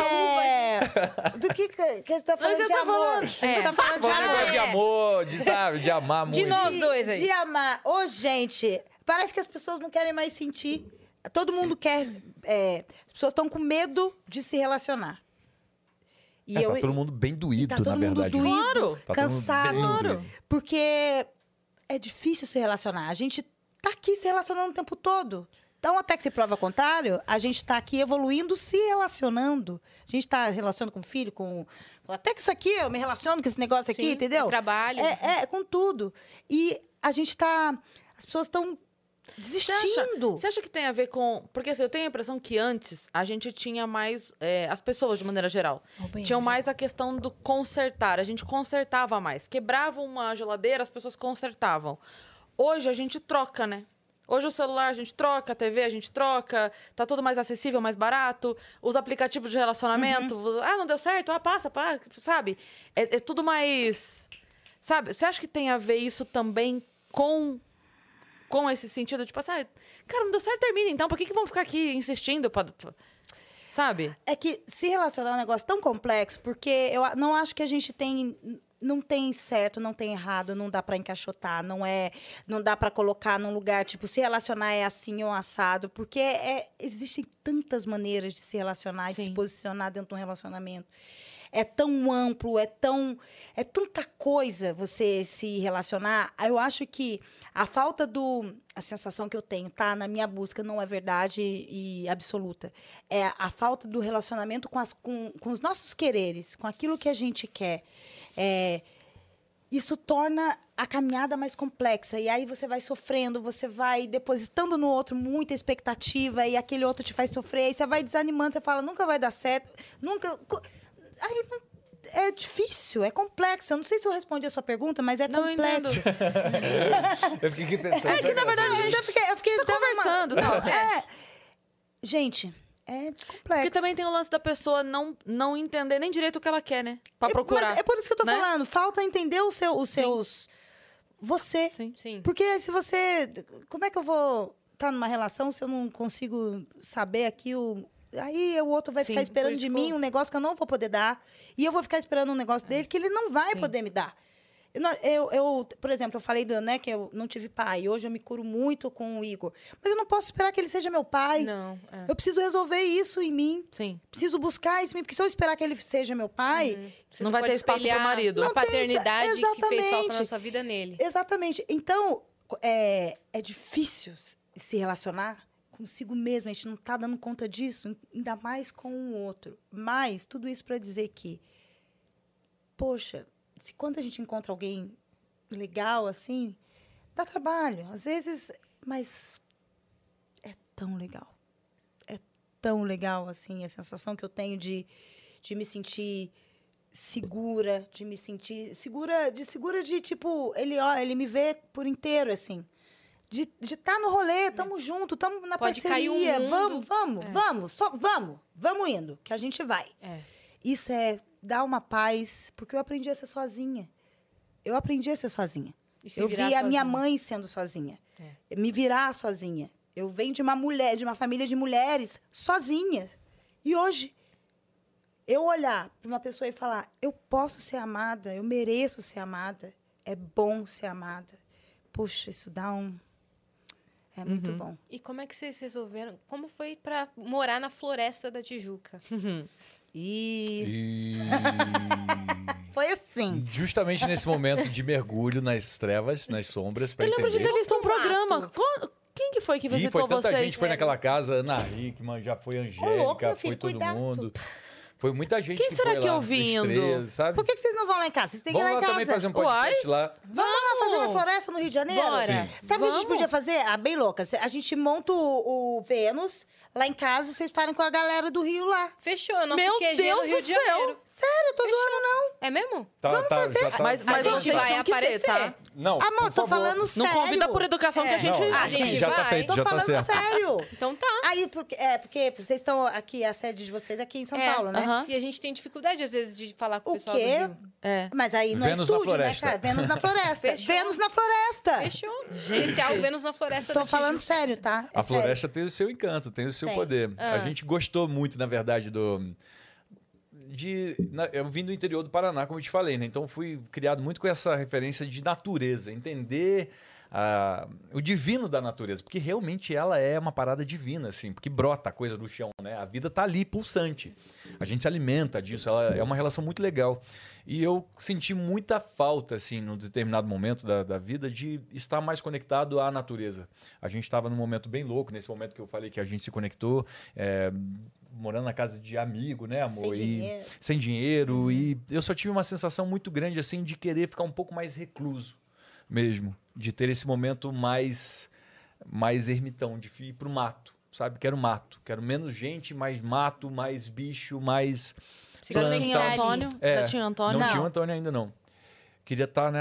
Do que você tá falando que eu de tô amor? falando? Você tá falando de Você amor. gosta de amor, de, sabe, de amar muito. De nós dois aí. De amar. Ô, gente, parece que as pessoas não querem mais sentir. Todo mundo quer... as pessoas estão com medo de se relacionar. E Tá todo mundo bem doído, tá todo na mundo verdade. doído, Claro. Tá todo mundo cansado. bem Claro. doído. Porque é difícil se relacionar. A gente tá aqui se relacionando o tempo todo. Então, até que se prova o contrário, a gente tá aqui evoluindo, se relacionando. A gente tá relacionando com o filho, com... Até que isso aqui, eu me relaciono com esse negócio aqui, Sim, entendeu? trabalho. Com tudo. E a gente tá... As pessoas estão desistindo. Você acha que tem a ver com... Porque assim, eu tenho a impressão que antes a gente tinha mais... as pessoas, de maneira geral, tinham mais a questão do consertar. A gente consertava mais. Quebrava uma geladeira, as pessoas consertavam. Hoje a gente troca, né? Hoje o celular a gente troca, a TV a gente troca, tá tudo mais acessível, mais barato. Os aplicativos de relacionamento, não deu certo, passa, sabe? É tudo mais... Sabe? Você acha que tem a ver isso também com esse sentido? Tipo assim, cara, não deu certo, termina então. Por que vão ficar aqui insistindo? Sabe? É que se relacionar é um negócio tão complexo, porque eu não acho que a gente tem... Não tem certo, não tem errado, não dá pra encaixotar, não dá pra colocar num lugar, tipo, se relacionar é assim ou assado, porque existem tantas maneiras de se relacionar e de se posicionar dentro de um relacionamento. É tão amplo, é tanta coisa você se relacionar. Eu acho que a sensação que eu tenho, tá? Na minha busca não é verdade e absoluta. É a falta do relacionamento com os nossos quereres, com aquilo que a gente quer. Isso torna a caminhada mais complexa. E aí você vai sofrendo, você vai depositando no outro muita expectativa e aquele outro te faz sofrer. Aí você vai desanimando, você fala, nunca vai dar certo, nunca... Aí é difícil, é complexo. Eu não sei se eu respondi a sua pergunta, mas é Não, eu complexo. Eu fiquei pensando. É que, na verdade, Eu fiquei tá dando conversando, tal. Gente, é complexo. Porque também tem o lance da pessoa não entender nem direito o que ela quer, né? Pra procurar. Mas é por isso que eu tô né? falando. Falta entender os seus... Você. Sim. Sim. Porque se você... Como é que eu vou estar numa relação se eu não consigo saber aqui o... Aí o outro vai Sim, ficar esperando por isso de que mim um negócio que eu não vou poder dar. E eu vou ficar esperando um negócio dele que ele não vai poder me dar. Por exemplo, eu falei que eu não tive pai. Hoje eu me curo muito com o Igor. Mas eu não posso esperar que ele seja meu pai. Não, Eu preciso resolver isso em mim. Sim. Preciso buscar isso em mim. Porque se eu esperar que ele seja meu pai... Você Não vai pode ter espaço pro espelhar marido. A Não tem paternidade que fez falta exatamente. na sua vida nele. Exatamente. Então, é difícil se relacionar consigo mesmo, a gente não tá dando conta disso, ainda mais com o outro. Mas tudo isso para dizer que, poxa, se quando a gente encontra alguém legal assim, dá trabalho, às vezes, mas é tão legal. É tão legal, assim, a sensação que eu tenho de me sentir segura, de me sentir segura de, tipo, ele me vê por inteiro, assim. De estar no rolê, tamo junto, tamo na Pode parceria. cair o mundo. Vamos indo, que a gente vai. Isso dá uma paz, porque eu aprendi a ser sozinha. Eu aprendi a ser sozinha. Eu vi a minha mãe sendo sozinha. Me virar sozinha. Eu venho de uma família de mulheres sozinhas. E hoje, eu olhar para uma pessoa e falar, eu posso ser amada, eu mereço ser amada, é bom ser amada. Puxa, isso dá É muito bom. E como é que vocês resolveram? Como foi para morar na Floresta da Tijuca? Foi assim. Justamente nesse momento de mergulho nas trevas, nas sombras, pra Eu lembro de entender. ter visto um programa. Quem que foi que E visitou foi tanta vocês? gente, foi naquela casa, Ana Hickman, já foi Angélica, louco, meu foi filho, todo cuidado. mundo. Foi muita gente Quem que será foi que lá, ouvindo? Estrela, sabe? Por que vocês não vão lá em casa? Vocês têm que ir Vamos lá lá em também casa. fazer um podcast lá. Vamos lá fazer na floresta, no Rio de Janeiro? Bora. Sim. Sabe o que a gente Vamos. podia fazer? Ah, bem louca. A gente monta o Vênus lá em casa, vocês parem com a galera do Rio lá. Fechou, nosso Meu QG Deus no Rio do de céu. Janeiro. Sério, eu tô zoando, não. É mesmo? Já tá. Mas A gente vocês vai tinham que ter, aparecer. tá? Não, Amor, por tô favor. falando Não sério. convida por educação que a gente... Não, A gente já tá vai. feito, Tô já tá falando certo. sério. Então tá. Aí, porque vocês estão aqui, a sede de vocês aqui em São É, Paulo, né? aham. E a gente tem dificuldade, às vezes, de falar com o O pessoal do quê? Rio. É. Mas aí no Vênus na estúdio, né, floresta. cara? Vênus na floresta. Fechou. Vênus na floresta. Fechou. Especial Vênus na Floresta Tô da falando Tijuca. sério, tá? É A floresta tem o seu encanto, tem o seu Tem. poder. Ah. A gente gostou muito, na verdade, eu vim do interior do Paraná, como eu te falei, né? Então fui criado muito com essa referência de natureza, entender o divino da natureza, porque realmente ela é uma parada divina, assim, porque brota a coisa do chão, né? A vida tá ali, pulsante. A gente se alimenta disso, ela é uma relação muito legal. E eu senti muita falta, assim, num determinado momento da vida, de estar mais conectado à natureza. A gente estava num momento bem louco, nesse momento que eu falei que a gente se conectou, morando na casa de amigo, né, amor? Sem dinheiro. E eu só tive uma sensação muito grande, assim, de querer ficar um pouco mais recluso mesmo. De ter esse momento mais ermitão, de ir pro mato, sabe? Quero mato. Quero menos gente, mais mato, mais bicho, mais... Já Planta. tinha Antônio? Já tinha Antônio? Não tinha o Antônio ainda, não. Queria estar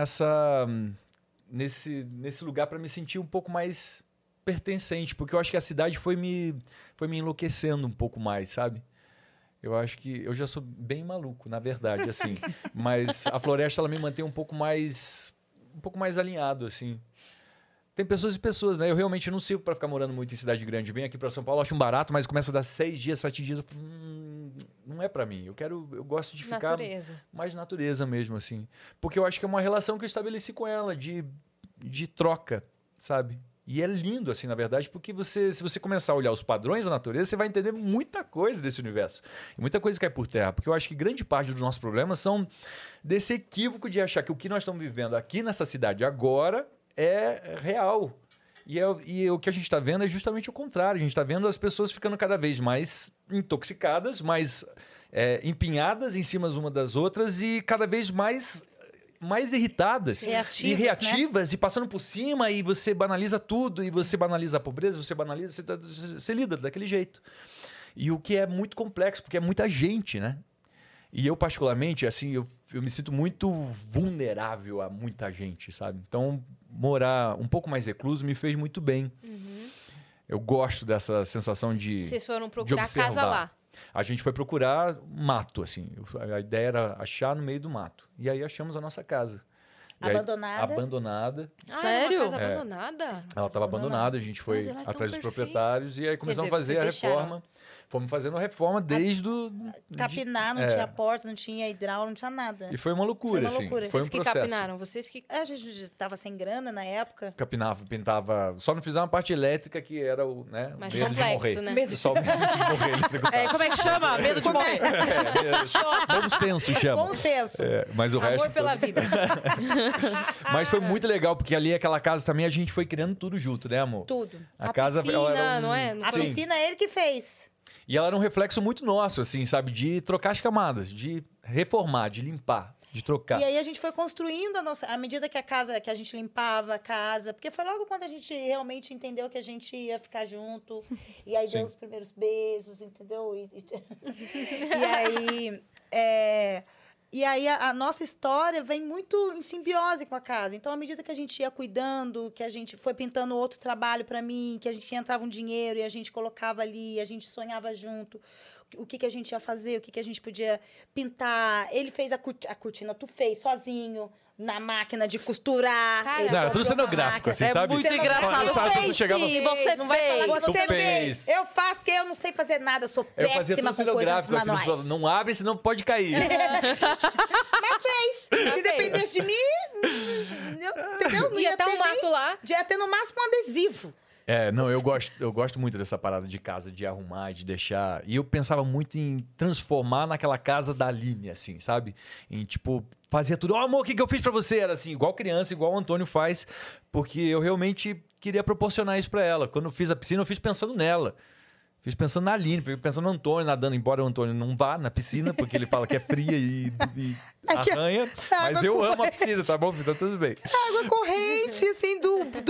nesse lugar para me sentir um pouco mais pertencente, porque eu acho que a cidade foi me enlouquecendo um pouco mais, sabe? Eu acho que eu já sou bem maluco, na verdade, assim. Mas a floresta, ela me mantém um pouco mais alinhado, assim. Tem pessoas e pessoas, né? Eu realmente não sirvo para ficar morando muito em cidade grande. Venho aqui para São Paulo, acho um barato, mas começa a dar 6 dias, 7 dias. Eu falo, não é para mim. Eu gosto de ficar Natureza. mais natureza mesmo, assim. Porque eu acho que é uma relação que eu estabeleci com ela, de troca, sabe? E é lindo, assim, na verdade, porque se você começar a olhar os padrões da natureza, você vai entender muita coisa desse universo. E muita coisa cai por terra. Porque eu acho que grande parte dos nossos problemas são desse equívoco de achar que o que nós estamos vivendo aqui nessa cidade agora é real. E o que a gente está vendo é justamente o contrário. A gente está vendo as pessoas ficando cada vez mais intoxicadas, mais empinhadas em cima uma das outras e cada vez mais irritadas e reativas, né? E passando por cima, e você banaliza tudo, e você banaliza a pobreza, você lida daquele jeito. E o que é muito complexo, porque é muita gente, né? E eu, particularmente, assim, eu me sinto muito vulnerável a muita gente, sabe? Então, morar um pouco mais recluso me fez muito bem. Eu gosto dessa sensação de Vocês foram de procurar observar. casa lá. A gente foi procurar mato, assim. A ideia era achar no meio do mato. E aí achamos a nossa casa. E aí, Abandonada? abandonada. Sério? É uma casa abandonada? Ela estava abandonada, a gente foi Mas ela é tão atrás dos perfeita. proprietários e aí começamos a fazer a Vocês deixaram. reforma. Fomos fazendo reforma desde o... Capinar, não tinha porta, não tinha hidráulico, não tinha nada. E foi uma loucura, Foi uma assim. loucura. Foi um Vocês que processo. capinaram, vocês que... A gente tava sem grana na época. Capinava, pintava... Só não fizemos a parte elétrica, que era o, né, Mais medo de complexo, morrer. né? Só o medo de morrer. Ele Como é que chama? Medo de morrer. Bom senso chama. Bom senso. Mas o Amor resto... pela vida. Mas foi muito legal, porque ali aquela casa também a gente foi criando tudo junto, né, amor? Tudo. A casa piscina, ela era não é? Não A Sim. piscina é ele que fez. E ela era um reflexo muito nosso, assim, sabe? De trocar as camadas, de reformar, de limpar, de trocar. E aí a gente foi construindo a nossa... À medida que a gente limpava a casa... Porque foi logo quando a gente realmente entendeu que a gente ia ficar junto. E aí deu os primeiros beijos, entendeu? E aí a nossa história vem muito em simbiose com a casa. Então, à medida que a gente ia cuidando, que a gente foi pintando outro trabalho para mim, que a gente entrava um dinheiro e a gente colocava ali, a gente sonhava junto o que a gente ia fazer, o que a gente podia pintar. Ele fez a cortina, tu fez sozinho, na máquina de costurar. Cara, Ele Não, era tudo comprou uma cenográfico, máquina. assim, É sabe? muito engraçado. Eu sabe, você chegava... Sim, você Não vai falar que Você Tu fez. fez. Eu faço porque eu não sei fazer nada, eu sou Eu fazia péssima tudo com coisas cenográfico, assim, manuais. não abre, senão pode cair. Se dependesse de mim, entendeu? Não Ia estar ter um mato lá. ia ter no máximo um adesivo. Não, eu gosto muito dessa parada de casa, de arrumar, de deixar. E eu pensava muito em transformar naquela casa da Aline, assim, sabe? Em, tipo, fazia tudo. Ó, amor, o que eu fiz pra você? Era assim, igual criança, igual o Antônio faz. Porque eu realmente queria proporcionar isso pra ela. Quando eu fiz a piscina, eu fiz pensando nela. Fiz pensando na Aline, pensando no Antônio nadando, embora o Antônio não vá na piscina, porque ele fala que é fria e arranha. Mas eu amo a piscina, tá bom? Então tudo bem. Água corrente, assim,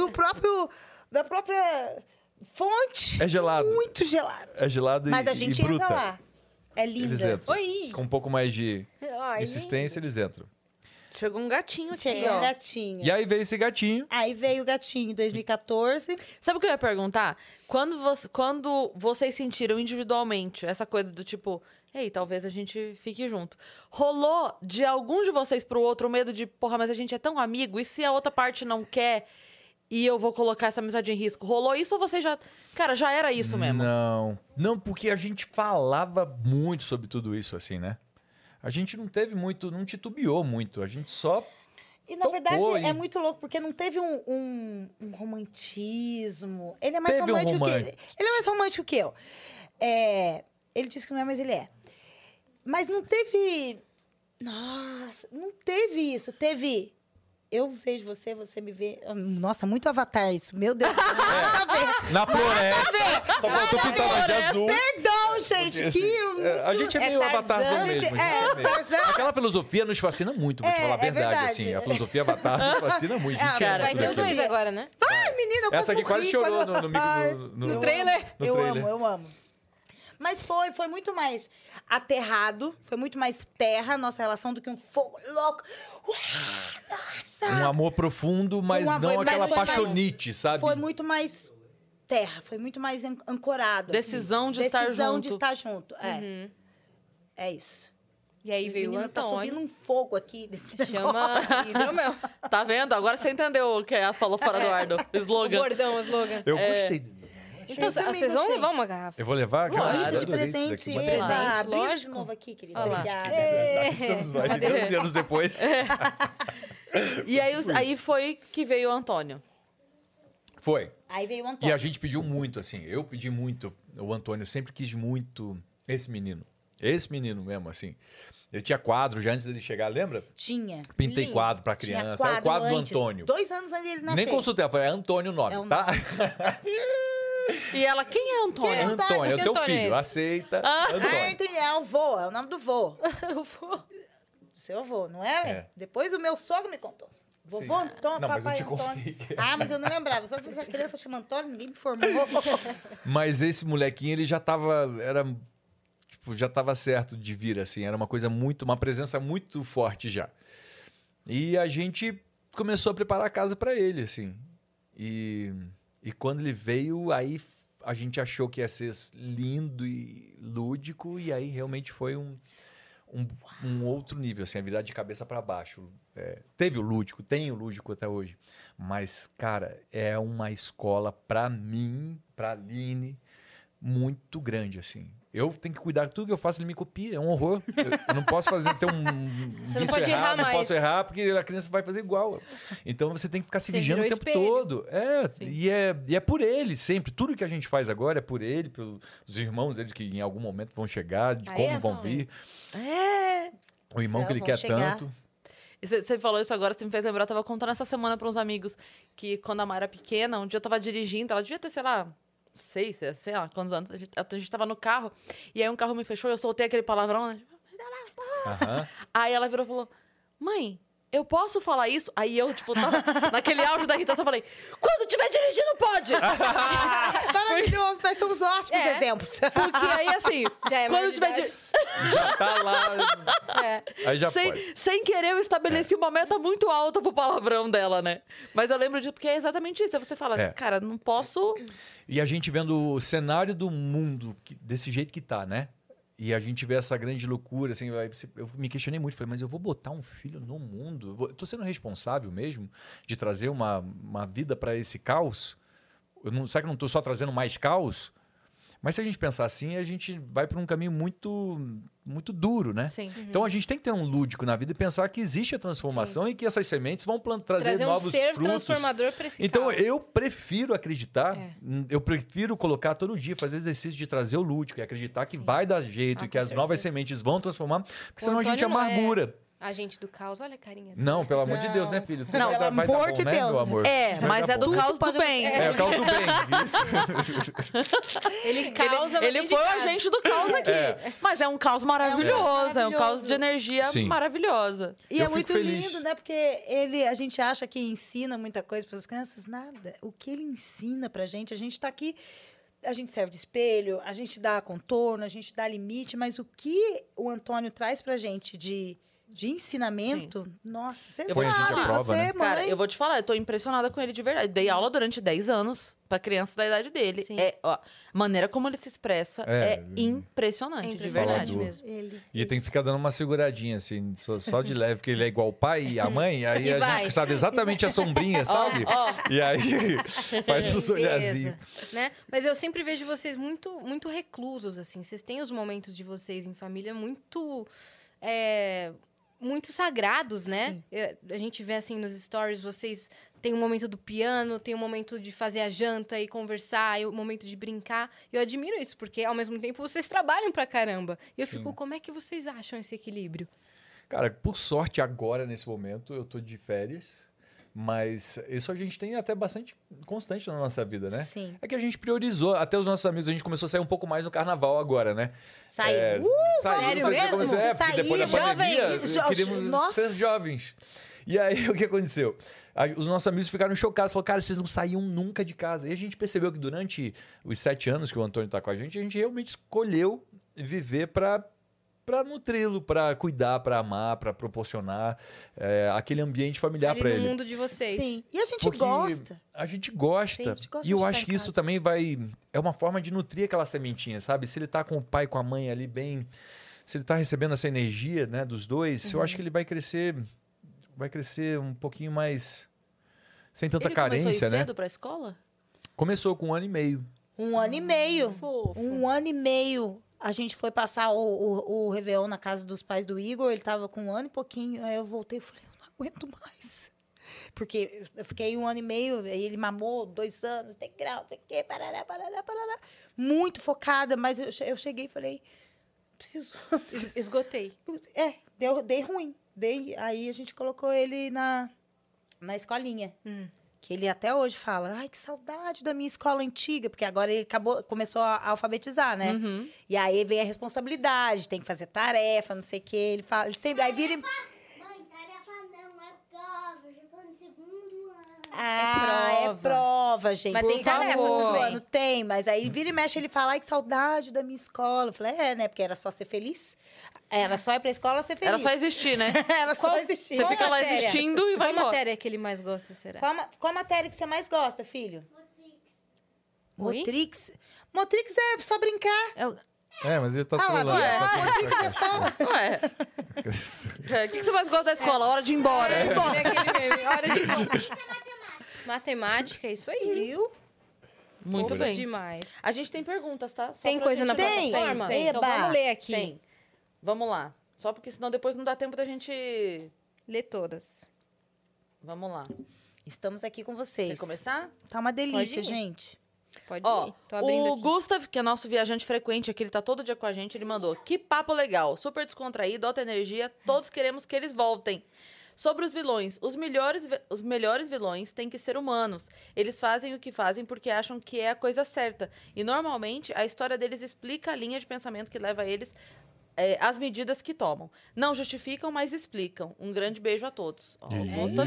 da própria fonte. É gelado. Muito gelado. É gelado Mas a e gente bruta. entra lá. É Eles linda. entram. Oi. Com um pouco mais de Ai, insistência, eles entram. Chegou um gatinho aqui, Chegou um ó. gatinho. E aí veio esse gatinho. Aí veio o gatinho em 2014. Sabe o que eu ia perguntar? Quando vocês sentiram individualmente essa coisa do tipo, ei, talvez a gente fique junto. Rolou de algum de vocês pro outro o medo de, porra, mas a gente é tão amigo, e se a outra parte não quer e eu vou colocar essa amizade em risco? Rolou isso ou vocês já... Cara, já era isso mesmo? Não, porque a gente falava muito sobre tudo isso, assim, né? A gente não teve muito, não titubeou muito. A gente só... E, na Topou, verdade, é hein? muito louco, porque não teve um romantismo. Ele é mais Teve um romântico que... romance. Ele é mais romântico que eu. Ele disse que não é, mas ele é. Mas não teve... Nossa, não teve isso. Teve... Eu vejo você, você me vê... Nossa, muito Avatar isso. Meu Deus do céu. Nada a ver. Na floresta. Só faltou pintar ela de azul. Perdão, gente. Porque, assim, a gente é meio Tarzan. avatarzão mesmo. Gente, a gente Tarzan. Aquela filosofia nos fascina muito, vou te falar a é verdade, verdade. assim. A filosofia avatar nos fascina muito. A gente cara, Vai ama ter os tudo aquilo. dois agora, né? Ai, menina, eu Essa aqui quase morri chorou quando- Ai, no trailer. No eu trailer. amo, eu amo. Mas foi muito mais aterrado, foi muito mais terra a nossa relação do que um fogo louco. Nossa! Um amor profundo, mas Um amor- não mas aquela foi mais- paixonite, sabe? Foi muito mais terra, foi muito mais ancorado. Decisão de estar Decisão junto. de estar junto, é. É isso. E aí veio o Menina, tá Antônio. subindo um fogo aqui desse Chama hidromel. Tá vendo? Agora você entendeu o que a falou fora do ar do O slogan. bordão, o slogan. Eu gostei. Então, Eu também vocês vão gostei. levar uma garrafa? Eu vou levar, cara. Isso, eu de adorei isso presente. daqui. presente, Ah, brinda de lógico. novo aqui, querida. Olha lá. Obrigada. Estamos nós, 12 anos depois. E aí foi que veio o Antônio. Foi. Aí veio o E Antônio. a gente pediu muito, assim. Eu pedi muito. O Antônio sempre quis muito esse menino. Esse menino mesmo, assim. Eu tinha quadro já antes dele chegar, lembra? Tinha. Pintei Lindo. quadro pra Tinha criança. Era o quadro antes, do Antônio. 2 anos antes dele nascer. Nem consultei, eu falei, é Antônio o nome, É o tá? E ela, quem é Antônio? Quem é Antônio, é o Que teu Antônio é filho. esse? Aceita. Ah, Antônio. entendi. É o vô, é o nome do vô. Seu avô, não é? É. Depois o meu sogro me contou. Vovô Sim. Antônio, Não, mas eu papai te Antônio. contei. Ah, mas eu não lembrava. Só que essa criança chama Antônio, ninguém me informou. Mas esse molequinho, ele já tava... Tipo, já tava certo de vir, assim. Era uma coisa muito... Uma presença muito forte já. E a gente começou a preparar a casa pra ele, assim. E quando ele veio, aí a gente achou que ia ser lindo e lúdico. E aí realmente foi um outro nível, assim. A virar de cabeça pra baixo. Teve o lúdico, tem o lúdico até hoje. Mas, cara, é uma escola pra mim, pra Aline, muito grande, assim. Eu tenho que cuidar de tudo que eu faço, ele me copia. É um horror. Eu não posso ter um Você não vício pode errar errado, não mais. posso errar, porque a criança vai fazer igual. Então você tem que ficar se Você vigiando o virou tempo espelho. todo. E é por ele sempre. Tudo que a gente faz agora é por ele, pelos irmãos deles que em algum momento vão chegar, de Aí como é vão bom. vir. É. O irmão Não, que ele vão quer chegar. tanto. E você falou isso agora, você me fez lembrar, eu tava contando essa semana pra uns amigos que quando a Mara era pequena, um dia eu tava dirigindo, ela devia ter, sei lá, sei lá quantos anos, a gente tava no carro, e aí um carro me fechou e eu soltei aquele palavrão, né? Aham. Aí ela virou e falou, mãe, eu posso falar isso? Aí eu, tipo, tava naquele áudio da irritação, falei, quando tiver dirigindo, pode! Maravilhoso, nós somos ótimos É. exemplos. Porque aí, assim, Já é quando tiver... maioridade. Já tá lá. É. Aí já pode. Sem querer, eu estabeleci uma meta muito alta pro palavrão dela, né? Mas eu lembro disso, porque é exatamente isso. Aí você fala, É. cara, não posso... E a gente vendo o cenário do mundo desse jeito que tá, né? E a gente vê essa grande loucura, assim, eu me questionei muito, falei, mas eu vou botar um filho no mundo? Eu tô sendo responsável mesmo de trazer uma vida para esse caos? Será que eu não tô só trazendo mais caos? Mas se a gente pensar assim, a gente vai para um caminho muito, muito duro, né? Sim. Então a gente tem que ter um lúdico na vida e pensar que existe a transformação e que essas sementes vão trazer Trazer um novos ser frutos. transformador pra esse Então, caos. eu prefiro acreditar, eu prefiro colocar todo dia, fazer exercício de trazer o lúdico e acreditar que vai dar jeito e que com as novas certeza. sementes vão transformar, porque senão a gente Antônio não é amargura. Agente do caos, olha a carinha. Não, pelo amor de Não. Deus, né, filho? Não, vai dar pelo bom, amor de né, Deus. meu amor? É, Vai mas dar é do bom. caos do bem. É o caos do bem. Isso. Ele causa, mas Ele dentro de foi o casa. agente do caos aqui. Mas é um caos maravilhoso, é um caos maravilhoso. de energia Sim. maravilhosa. E Eu é fico muito feliz. lindo, né? Porque a gente acha que ensina muita coisa para as crianças, nada. O que ele ensina pra gente, a gente tá aqui, a gente serve de espelho, a gente dá contorno, a gente dá limite, mas o que o Antônio traz pra gente de ensinamento, nossa, você Põe a gente à sabe, prova, você, né? mãe. Cara, eu vou te falar, eu tô impressionada com ele de verdade. Dei aula durante 10 anos pra criança da idade dele. Sim. Ó, a maneira como ele se expressa é impressionante, É de impressionante verdade. Falador. mesmo. Ele. E tem que ficar dando uma seguradinha, assim, só de leve, porque ele é igual o pai e a mãe, aí E a vai. gente sabe exatamente a sombrinha, sabe? E aí faz o olharzinho. Beleza, né? Mas eu sempre vejo vocês muito, muito reclusos, assim. Vocês têm os momentos de vocês em família muito... muito sagrados, né? Sim. A gente vê, assim, nos stories, vocês... Tem o momento do piano, tem o momento de fazer a janta e conversar, e o momento de brincar. Eu admiro isso, porque, ao mesmo tempo, vocês trabalham pra caramba. E eu fico, como é que vocês acham esse equilíbrio? Cara, por sorte, agora, nesse momento, eu tô de férias, mas isso a gente tem até bastante constante na nossa vida, né? Sim. É que a gente priorizou, até os nossos amigos, a gente começou a sair um pouco mais no carnaval agora, né? Saiu. sério mesmo? Porque depois da pandemia, Jovens, queríamos nossa. ser jovens. E aí, o que aconteceu? Os nossos amigos ficaram chocados. Falaram, cara, vocês não saíam nunca de casa. E a gente percebeu que durante os 7 anos que o Antônio tá com a gente realmente escolheu viver para nutri-lo, para cuidar, para amar, para proporcionar aquele ambiente familiar Ali para no ele. mundo de vocês. Sim. E a gente Porque gosta. A gente gosta. Sim, a gente gosta E eu de acho estar que em isso casa. também é uma forma de nutrir aquela sementinha, sabe? Se ele tá com o pai e com a mãe ali bem... Se ele tá recebendo essa energia, né, dos dois, eu acho que ele vai crescer um pouquinho mais... Sem tanta Ele carência, começou a ir né? cedo pra escola? Começou com 1 ano e meio. 1 ano e meio. Fofo. 1 ano e meio. A gente foi passar o Réveillon na casa dos pais do Igor. Ele tava com 1 ano e pouquinho. Aí eu voltei e falei, eu não aguento mais. Porque eu fiquei 1 ano e meio, aí ele mamou 2 anos, tem grau, tem que, parará. Muito focada, mas eu cheguei e falei, preciso. Esgotei. Dei ruim. Aí a gente colocou ele na escolinha. Que ele até hoje fala, ai, que saudade da minha escola antiga, porque agora ele começou a alfabetizar, né? E aí vem a responsabilidade, tem que fazer tarefa, não sei o quê. Ele fala, ele sempre, aí vira... Mãe, tarefa não, é prova. Eu já tô no 2º ano. É prova, gente. Mas tem tarefa também. Ano tem, mas aí vira e mexe, ele fala, ai, que saudade da minha escola. Eu falei, né? Porque era só ser feliz. Era só ir pra escola ser feliz. Era só existir, né? Era só existir. Você fica lá matéria? existindo e vai Qual embora. matéria que ele mais gosta, será? Qual a matéria que você mais gosta, filho? Oi? Motrix. Motrix é só brincar. Mas ele tá Ah lá, trolando. Motrix é só... Ué, o que você mais gosta da escola? Hora de ir embora. Tem aquele meme, hora de matemática, isso aí. Viu? Muito Fofo bem. demais. A gente tem perguntas, tá? Só Tem pra coisa gente na avançar. plataforma? Tem. Então Eba. vamos ler aqui. Tem. Vamos lá. Só porque senão depois não dá tempo da gente... Lê todas. Vamos lá. Estamos aqui com Quer vocês. começar? Tá uma delícia, Pode ir. gente. Pode Ó, ir. Tô abrindo o aqui. Gustav, que é nosso viajante frequente aqui, ele tá todo dia com a gente, ele mandou: que papo legal, super descontraído, alta energia, todos queremos que eles voltem. Sobre os vilões, os melhores vilões têm que ser humanos. Eles fazem o que fazem porque acham que é a coisa certa. E normalmente a história deles explica a linha de pensamento que leva eles às medidas que tomam. Não justificam, mas explicam. Um grande beijo a todos. Ó, o Gustav,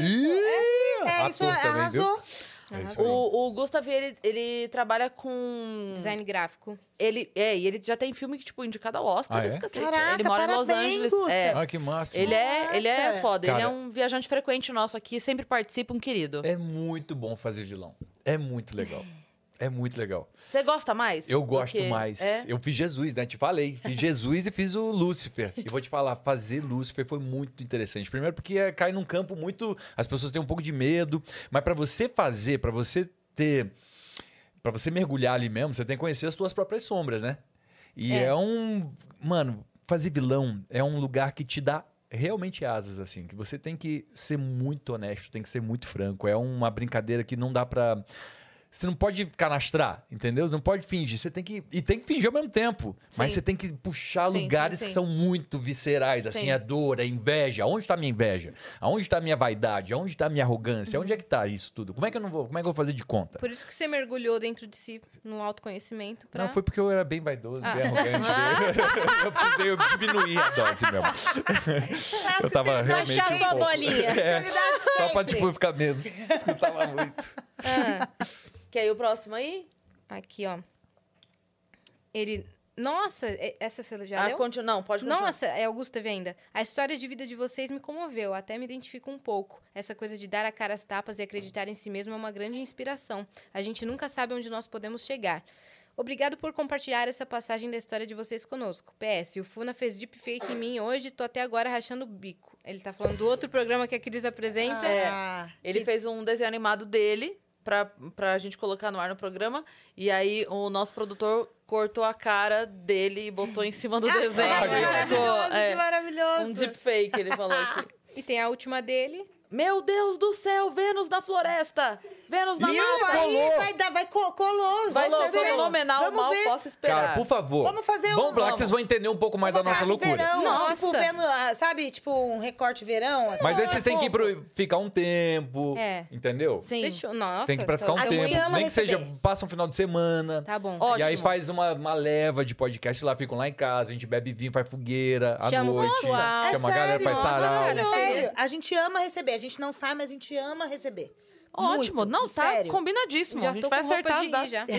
É, isso Ator também, viu? arrasou. É isso aí. o Gustav, ele trabalha com... Design gráfico. E ele já tem filme que, tipo, indicado ao Oscar. Ah, é? esse cacete. Caraca, ele mora em Los parabéns, Angeles. Gustav. Ah, que máximo. Ele é Caraca. foda. Ele é Cara, um viajante frequente nosso aqui. Sempre participa, um querido. É muito bom fazer vilão. É muito legal. É muito legal. Você gosta mais? Eu gosto Porque- mais. É? Eu fiz Jesus, né? Te falei. Fiz Jesus e fiz o Lúcifer. E vou te falar, fazer Lúcifer foi muito interessante. Primeiro porque cai num campo muito... As pessoas têm um pouco de medo. Mas pra você fazer, pra você ter... Pra você mergulhar ali mesmo, você tem que conhecer as suas próprias sombras, né? E é um... Mano, fazer vilão é um lugar que te dá realmente asas, assim. Que você tem que ser muito honesto, tem que ser muito franco. É uma brincadeira que não dá pra... Você não pode canastrar, entendeu? Você não pode fingir. Você tem que... E tem que fingir ao mesmo tempo. Mas Sim. você tem que puxar Sim, lugares sim, que sim. são muito viscerais, assim, Sim. a dor, a inveja. Onde está a minha inveja? Aonde está a minha vaidade? Aonde está a minha arrogância? Onde é que está isso tudo? Como é que eu vou fazer de conta? Por isso que você mergulhou dentro de si no autoconhecimento. Pra... Não, foi porque eu era bem vaidoso, bem arrogante. eu precisei diminuir a dose mesmo. Eu tava realmente Baixar um sua pouco. bolinha. É, só pra, tipo, ficar menos. Eu tava muito. Quer ir o próximo aí? Aqui, ó. Ele... Nossa, essa você já leu? Não, pode continuar. Nossa, é o Gustav ainda. A história de vida de vocês me comoveu, até me identifico um pouco. Essa coisa de dar a cara às tapas e acreditar em si mesmo é uma grande inspiração. A gente nunca sabe onde nós podemos chegar. Obrigado por compartilhar essa passagem da história de vocês conosco. PS, o Funa fez deepfake em mim hoje, tô até agora rachando o bico. Ele tá falando do outro programa que a Cris apresenta. Ah, Ele fez um desenho animado dele pra gente colocar no ar no programa. E aí o nosso produtor cortou a cara dele e botou em cima do desenho. Ah, E que maravilhoso, ficou, que maravilhoso. um deepfake, ele falou aqui. E tem a última dele. Meu Deus do céu, Vênus na floresta! Vênus na Viu? mata! Aí colou. Vai Vamos ser ver. fenomenal, Vamos mal ver. posso esperar. Cara, por favor. Vamos fazer Vamos lá que vamos. vocês vão entender um pouco mais da nossa Tarde de loucura. verão, Nossa. tipo, vendo, sabe, tipo um recorte verão. Assim, Mas aí vocês têm que ir ficar um tempo, É. entendeu? Sim. Fechou. Nossa. Tem que ir pra ficar um A tempo. gente ama Nem que seja, receber. passa um final de semana. Tá bom. Ó, E aí Ótimo. faz uma leva de podcast lá, ficam lá em casa, a gente bebe vinho, faz fogueira à Chama o noite. pessoal. Chama a É galera, sério, faz nossa, sarau. cara, Sério, a gente ama receber. A gente não sabe, mas a gente ama receber. Ótimo. Muito, Não, tá sério. combinadíssimo. Já a gente tô vai com roupa acertar de as datas. ir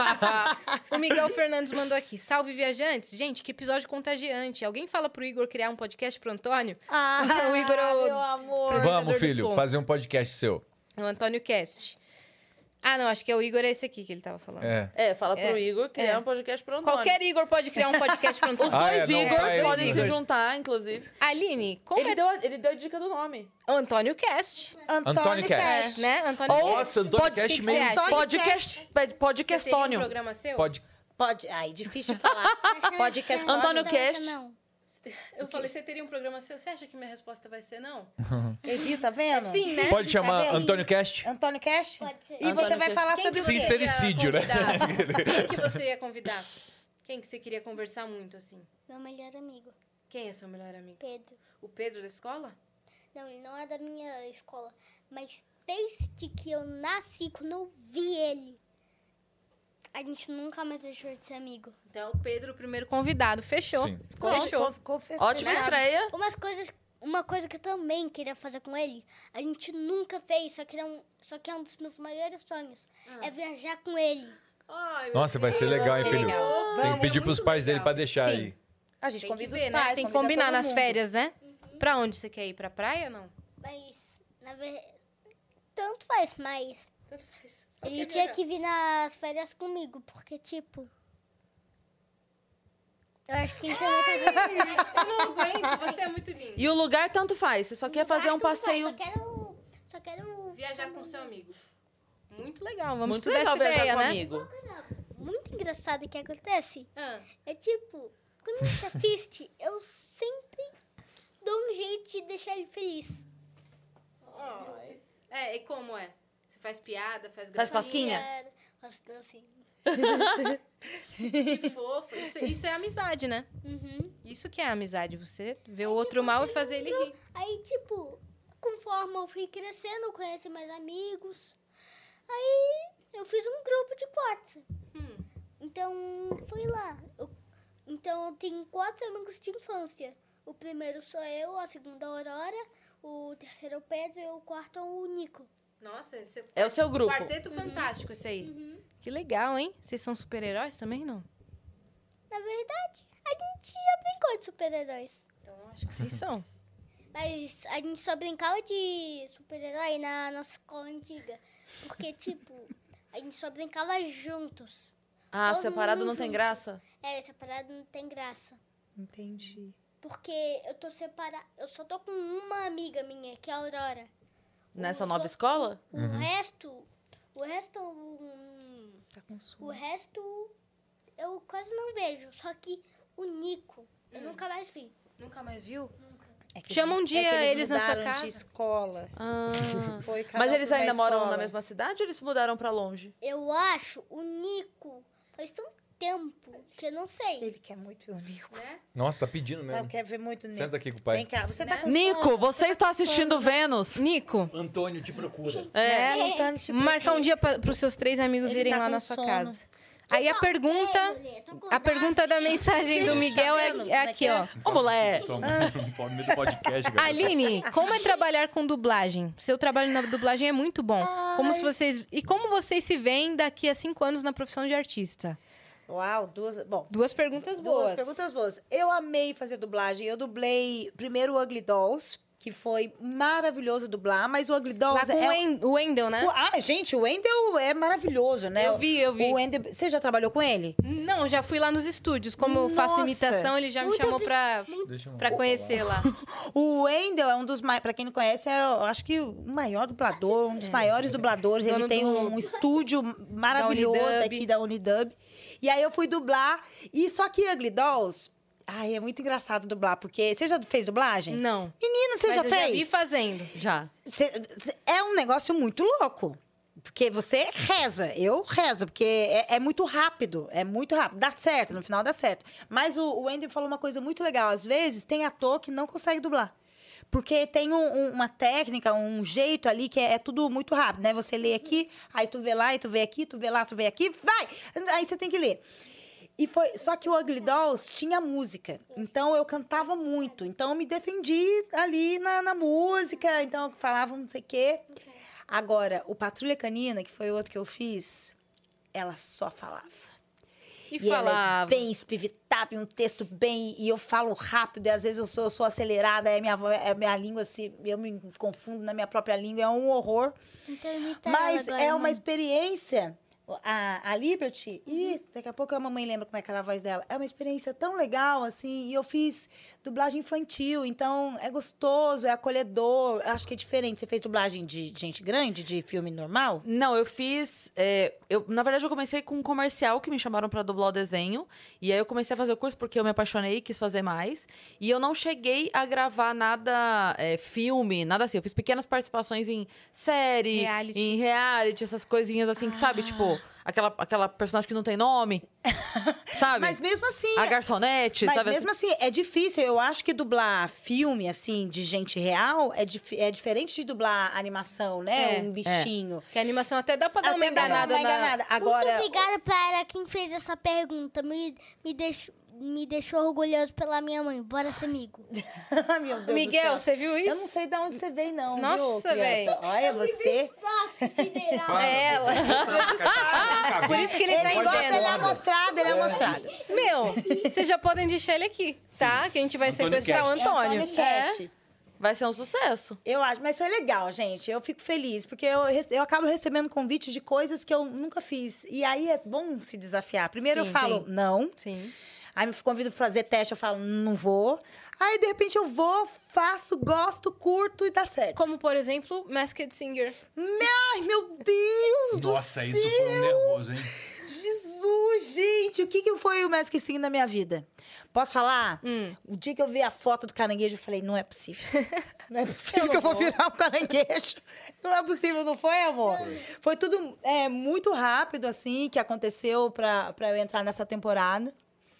já. O Miguel Fernandes mandou aqui. Salve, viajantes. Gente, que episódio contagiante. Alguém fala pro Igor criar um podcast pro Antônio? Ah, O Igor é o meu amor. apresentador Vamos, do filho, Flow. fazer um podcast seu. O Antônio Cast. Ah, não, acho que é o Igor, é esse aqui que ele tava falando. É. Fala pro É. Igor criar É. um podcast pro Antônio. Qualquer Igor pode criar um podcast pro Antônio. Os Ah, dois não, Igors vai, podem se Igor. juntar, inclusive. Aline, como Ele deu a dica do nome. Antônio Cast. Antônio Cast. É, né? Antônio Ou- Nossa, Antônio Pode- Cast que que você meio... acha? Podcast. Você teria um Podcastônio. programa seu? Pode... Pode. Ai, difícil de falar. Podcast. Antônio Não, Cast. Não. Eu falei, você teria um programa seu? Você acha que minha resposta vai ser não? Evi, tá vendo? Sim, né? Pode chamar vendo? Antônio Cast? Antônio Cash? Pode ser. E você Antônio vai Cash. falar Quem sobre que o você quê? ia Sincericídio, né? convidar? Quem que você ia convidar? Quem que você queria conversar muito, assim? Meu melhor amigo, Quem é seu melhor amigo? Pedro. O Pedro da escola? Não, ele não é da minha escola. Mas desde que eu nasci, quando eu vi ele, a gente nunca mais deixou de ser amigo. Então, o Pedro, o primeiro convidado. Fechou. Sim. Fechou. Ótima estreia. Uma coisa que eu também queria fazer com ele, a gente nunca fez, só que é um dos meus maiores sonhos. É viajar com ele. Ai, meu Nossa, vai ser legal, hein, Vai ser filho? legal. Tem que Vamos, pedir é pros muito pais dele legal. pra deixar Sim. aí. A gente Tem que convida ver, os né? pais, Tem que convida combinar todo nas mundo. férias, né? Pra onde você quer ir? Pra praia ou não? Mas, na verdade, tanto faz, mas Tanto faz. Só ele quer tinha viajar. que vir nas férias comigo, porque, tipo... Eu acho que então vai trazer... Eu não aguento, você é muito lindo. E o lugar tanto faz. Você só quer fazer um passeio. Só quero... Viajar com seu amigo. Muito legal, vamos Muito estudar legal essa viajar ideia, com né? amigo. Muito engraçado que acontece. Ah. É tipo, quando a gente tá triste, eu sempre dou um jeito de deixar ele feliz. E como é? Você faz piada, faz Faz gracinha? cosquinha? Faço dancinha. Que fofo. Isso é amizade, né? Uhum. Isso que é amizade. Você ver o outro mal e fazer ele rir. Aí, tipo, conforme eu fui crescendo, eu conheci mais amigos. Aí, eu fiz um grupo de 4. Então, foi lá. Então, eu tenho 4 amigos de infância. O primeiro sou eu, a segunda é a Aurora, o terceiro é o Pedro e o quarto é o Nico. Nossa, esse É o seu grupo. quarteto fantástico esse aí. Que legal, hein? Vocês são super-heróis também, não? Na verdade, a gente já brincou de super-heróis. Então, acho que vocês são. Mas a gente só brincava de super-herói na nossa escola antiga. Porque, tipo, a gente só brincava juntos. Ah, Todo separado mundo não tem junto. graça? Separado não tem graça. Entendi. Porque eu tô separada. Eu só tô com uma amiga minha, que é a Aurora. Nessa Os nova o- escola? O resto. O resto. Tá com O sono. resto eu quase não vejo. Só que o Nico, eu nunca mais vi. Nunca mais viu? É que Chama um eles- dia é que eles na sua mudaram casa. de escola. Ah. Foi cada Mas um eles pra uma ainda moram escola. na mesma cidade ou eles mudaram pra longe? Eu acho o Nico faz tanto tempo que eu não sei. Ele quer muito ver o Nico. Né? Nossa, tá pedindo Não, mesmo. quer ver muito o Nico. Senta aqui com o pai. Vem cá, você tá Né? com Nico, sono? você está assistindo Vênus? Nico, Antônio te procura. É. Antônio, te marcar um dia para os seus 3 amigos Ele irem tá lá com na sua sono. casa. Aí a pergunta... A pergunta da mensagem do Miguel vendo? é aqui, ó. Ô, moleque. Só no meio do podcast, galera. Aline, como é trabalhar com dublagem? Seu trabalho na dublagem é muito bom. Como vocês se veem daqui a 5 anos na profissão de artista? Uau, bom, 2 perguntas boas. duas perguntas boas. Eu amei fazer dublagem. Eu dublei primeiro o Ugly Dolls, que foi maravilhoso dublar, mas o Ugly Lá Dolls com o Wendel, né? Gente, o Wendel é maravilhoso, né? Eu vi. O Wendel, você já trabalhou com ele? Não, já fui lá nos estúdios. Como eu faço Nossa! imitação, ele já me chamou pra conhecer lá. O Wendel é um dos mais, pra quem não conhece, eu acho que o maior dublador, um dos maiores dubladores. Dono Ele tem do- um estúdio maravilhoso Unidub. aqui da Unidub. E aí eu fui dublar. E só que Ugly Dolls, ai, é muito engraçado dublar, porque você já fez dublagem? Não. Menina, você Mas já eu fez? já vi fazendo. Já. É um negócio muito louco. Porque você reza, eu rezo, porque é muito rápido, dá certo, no final dá certo. Mas o Andy falou uma coisa muito legal, às vezes tem ator que não consegue dublar. Porque tem uma técnica, um jeito ali que é tudo muito rápido, né? Você lê aqui, aí tu vê lá, e tu vê aqui, tu vê lá, tu vê aqui, vai! Aí você tem que ler. Só que o Ugly Dolls tinha música, então eu cantava muito. Então eu me defendi ali na música, então eu falava não sei o quê. Agora, o Patrulha Canina, que foi outro que eu fiz, ela só falava. E Ela é falava. bem espivitava, e um texto bem... E eu falo rápido, e às vezes eu sou acelerada, aí minha língua, assim, eu me confundo na minha própria língua, é um horror. Então imita Mas ela agora, é uma mãe. experiência... A Liberty, e daqui a pouco a mamãe lembra como é que era a voz dela. É uma experiência tão legal, assim, e eu fiz dublagem infantil, então é gostoso, é acolhedor. Eu acho que é diferente. Você fez dublagem de gente grande, de filme normal? Não, eu fiz. Na verdade, eu comecei com um comercial que me chamaram pra dublar o desenho. E aí eu comecei a fazer o curso porque eu me apaixonei e quis fazer mais. E eu não cheguei a gravar nada, filme, nada assim. Eu fiz pequenas participações em série, Reality. em reality, essas coisinhas assim, que sabe? Tipo, aquela personagem que não tem nome. Sabe? Mas mesmo assim... A garçonete, Mas sabe? mesmo assim, é difícil. Eu acho que dublar filme, assim, de gente real, é diferente de dublar animação, né? É, Um bichinho. Que a animação até dá pra dar uma Até dá enganada uma na... enganada. Agora, Muito obrigada para quem fez essa pergunta. Me deixou orgulhoso pela minha mãe. Bora ser amigo. Ai, meu Deus do Miguel, céu. você viu isso? Eu não sei de onde você veio, não. Nossa, viu, criança? véi. Olha, você. Próximo federal. É ela. Por isso que ele tá Ele gosta, ele é entendendo. amostrado, ele é amostrado. Meu, vocês já podem deixar ele aqui, tá? Que a gente vai Antônio sequestrar o Cast. Antônio. Antônio Cash. Vai ser um sucesso. Eu acho, mas foi legal, gente. Eu fico feliz, porque eu acabo recebendo convites de coisas que eu nunca fiz. E aí é bom se desafiar. Primeiro Sim, eu falo sim. não. Sim. Aí me convido pra fazer teste, eu falo, não vou. Aí, de repente, eu vou, faço, gosto, curto e dá certo. Como, por exemplo, Masked Singer. Ai, meu Deus do Nossa, céu! isso foi um nervoso, hein? Jesus, gente, o que foi o Masked Singer na minha vida? Posso falar? O dia que eu vi a foto do caranguejo, eu falei, não é possível. Não é possível que eu vou virar um caranguejo. Não é possível, não foi, amor? Foi tudo muito rápido, assim, que aconteceu pra eu entrar nessa temporada.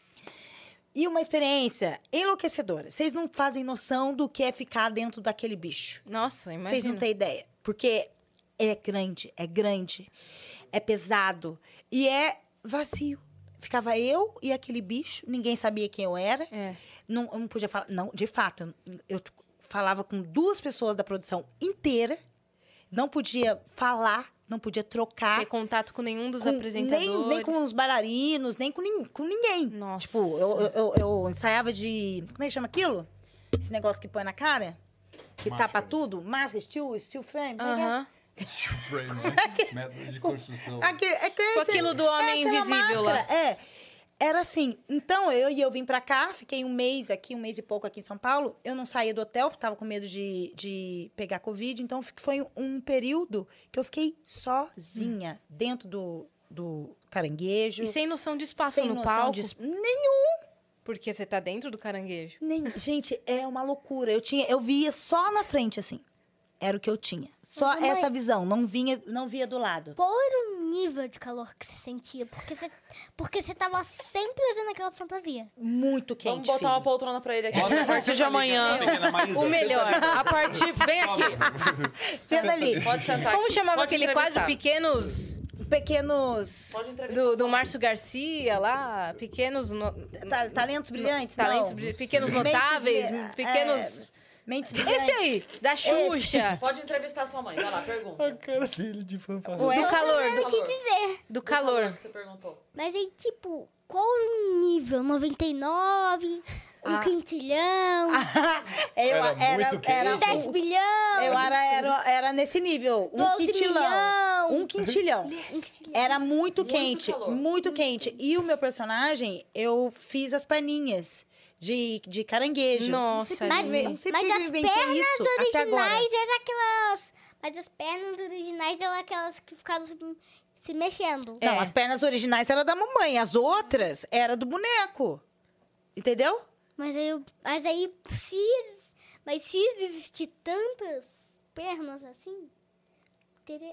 E uma experiência enlouquecedora. Vocês não fazem noção do que é ficar dentro daquele bicho. Nossa, imagina. Vocês não têm ideia. Porque é grande, é pesado e é vazio. Ficava eu e aquele bicho, ninguém sabia quem eu era. Não, eu não podia falar. Não, de fato, eu falava com 2 pessoas da produção inteira, não podia falar, não podia trocar. Ter contato com nenhum dos apresentadores. Nem com os bailarinos, nem com ninguém. Nossa. Tipo, eu ensaiava de... Como é que chama aquilo? Esse negócio que põe na cara? Que tapa tudo? Máscara, steel frame. como é que é? Aham. Frame, método de construção. Com aquilo do homem invisível lá. Era assim. Então, eu vim pra cá, fiquei um mês e pouco aqui em São Paulo. Eu não saía do hotel, porque tava com medo de pegar Covid. Então, foi um período que eu fiquei sozinha dentro do caranguejo. E sem noção de espaço sem no noção palco. Nenhum. Porque você tá dentro do caranguejo. Gente, é uma loucura. Eu via só na frente, assim. Era o que eu tinha. Só Mas, mãe, essa visão. Não via do lado. Qual era o nível de calor que você sentia? Porque você tava sempre usando aquela fantasia. Muito quente, Vamos botar filho. uma poltrona pra ele aqui. Nossa, A partir de amanhã. O melhor. A partir... Vem aqui. Senta ali. Pode sentar Como aqui. chamava Pode aquele quadro? entrevistar. Pequenos Pode entrevistar. Do Márcio Garcia lá? Pequenos... talentos brilhantes. Talentos não. brilhantes. Pequenos Mentes notáveis. brilha- Pequenos... Mentes brilhantes. Esse aí, da Xuxa. Pode entrevistar sua mãe. Vai lá, pergunta. Cara dele de fanfarrão. Do calor. Eu calor. te dizer. Do calor. Que você perguntou. Mas aí, tipo, qual o nível? 99? Um quintilhão? Era muito quente. 10 bilhão? Eu era nesse nível. 12 milhão. Um quintilhão. Um quintilhão. Era muito quente. calor. Muito quente. E o meu personagem, eu fiz as perninhas de caranguejo. Nossa, Eu sempre Mas as inventei pernas isso até agora. originais eram aquelas... Mas as pernas originais eram aquelas que ficavam se mexendo. Não, as pernas originais eram da mamãe. As outras eram do boneco. Entendeu? Mas aí, se existir tantas pernas assim, teria...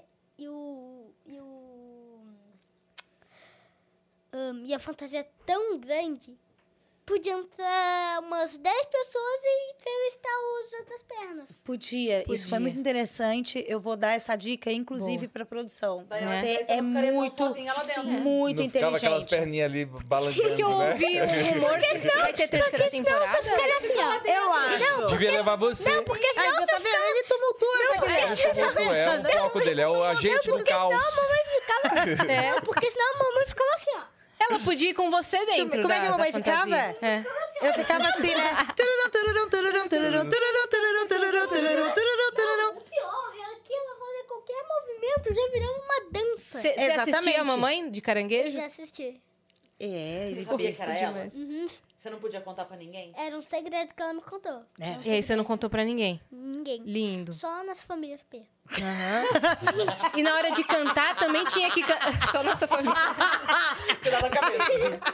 E a fantasia é tão grande, podia entrar umas 10 pessoas e entrevistar as outras pernas. Podia. Isso foi muito interessante. Eu vou dar essa dica, inclusive, para produção. Daí Você você é não ficaria tão muito, sozinha lá dentro. muito Não ficava aquelas inteligente. perninhas ali balançando, Porque eu né? ouvi um rumor que vai ter terceira temporada. Ficaria assim, ó. Eu acho. Devia levar você. Não, porque Ai, senão tá vendo? Ele tumultua essa criança. É o foco dele, é o agente do caos. porque senão a mamãe ficava assim, ó. Ela podia ir com você dentro Como é que a da mamãe fantasia. ficava? É. Eu ficava assim, né? O pior é que ela fazia qualquer movimento, já virava uma dança. Você assistia Exatamente. a mamãe de Eu caranguejo? já assisti. É, Você ele... sabia que era ela? Uhum. Você não podia contar pra ninguém? Era um segredo que ela me contou. E aí você não contou pra ninguém? Ninguém. Lindo. Só a nossa família super. E na hora de cantar também tinha que cantar. Só nossa família. Cuidado da cabeça.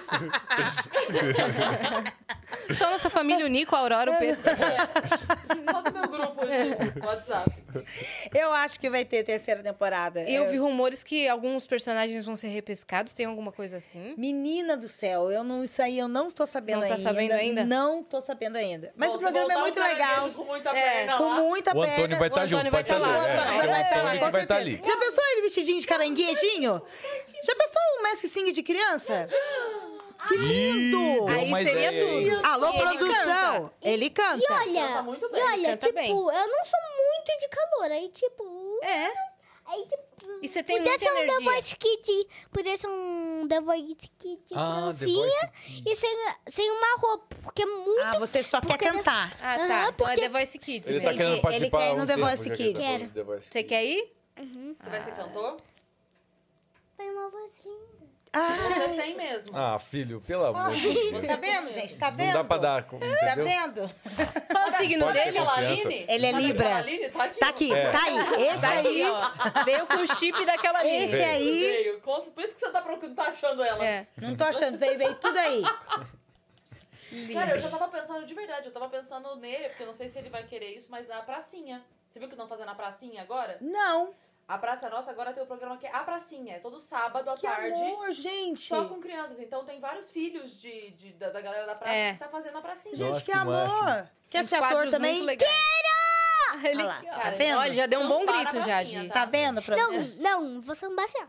Só nossa família, o Nico, a Aurora, o Pedro. Só do meu grupo de WhatsApp. Eu acho que vai ter terceira temporada. E eu vi rumores que alguns personagens vão ser repescados. Tem alguma coisa assim? Menina do céu, isso aí eu não estou sabendo Não tá ainda. sabendo ainda? Não tô sabendo ainda. Mas Bom, o programa é se muito voltar um legal. caranguejo Com muita perna Com lá. muita O perna. Antônio vai estar O Antônio junto, vai pode tá lá. saber. O Antônio vai estar lá, Antônio com que vai estar certeza. ali. Já pensou ele vestidinho de caranguejinho? Já pensou um Mask Sing de criança? Que lindo! Deu Aí uma seria ideia tudo. Alô, E ele produção! canta. Ele canta. E olha, Canta muito bem. e olha, Canta tipo, bem. eu não sou muito de calor. Aí, tipo... É. Aí, tipo... E você tem podia muita ser um The energia. Voice Kid. Podia ser um The Voice Kid Ah, The criancinha. Voice E sem uma roupa. Porque é muito... Ah, você só quer cantar. Ah, tá. Aham, Então é porque- The Voice Kids Ele tá mesmo. querendo Ele participar. quer ir há no um The tempo Voice já que Kids. tá no Quero. The Voice Você Kids. quer ir? Você vai ser cantor? Foi uma voz linda. Você tem mesmo. Ah, filho, pelo amor de Deus. Tá vendo, gente? Tá vendo? Não dá pra dar, Tá entendeu? vendo? Qual o signo Pode ter dele? Aquela confiança. Aline? Ele é Sabe Libra. aquela Aline? Tá aqui. Tá aqui, É. tá aí. Esse Tá aí, aqui, ó. Veio com o chip daquela ali. esse aí. Veio. Por isso que você tá procurando, tá achando ela. É. Não tô achando, veio tudo aí. Cara, eu já tava pensando de verdade, eu tava pensando nele, porque eu não sei se ele vai querer isso, mas na pracinha. Você viu que estão fazendo a pracinha agora? Não. A Praça Nossa agora tem o programa que é a pracinha, é todo sábado à Que tarde. amor, gente. Só com crianças. Então tem vários filhos da galera da praça É. que tá fazendo a pracinha. Gente, Nossa, que que amor. máximo. Quer Uns ser ator quadros também? muito legais. Ele, Olha lá, tá Cara, vendo? olha, já deu um bom Sambar na grito já pracinha, de... Tá vendo pra você? Não, vou sambar assim, ó.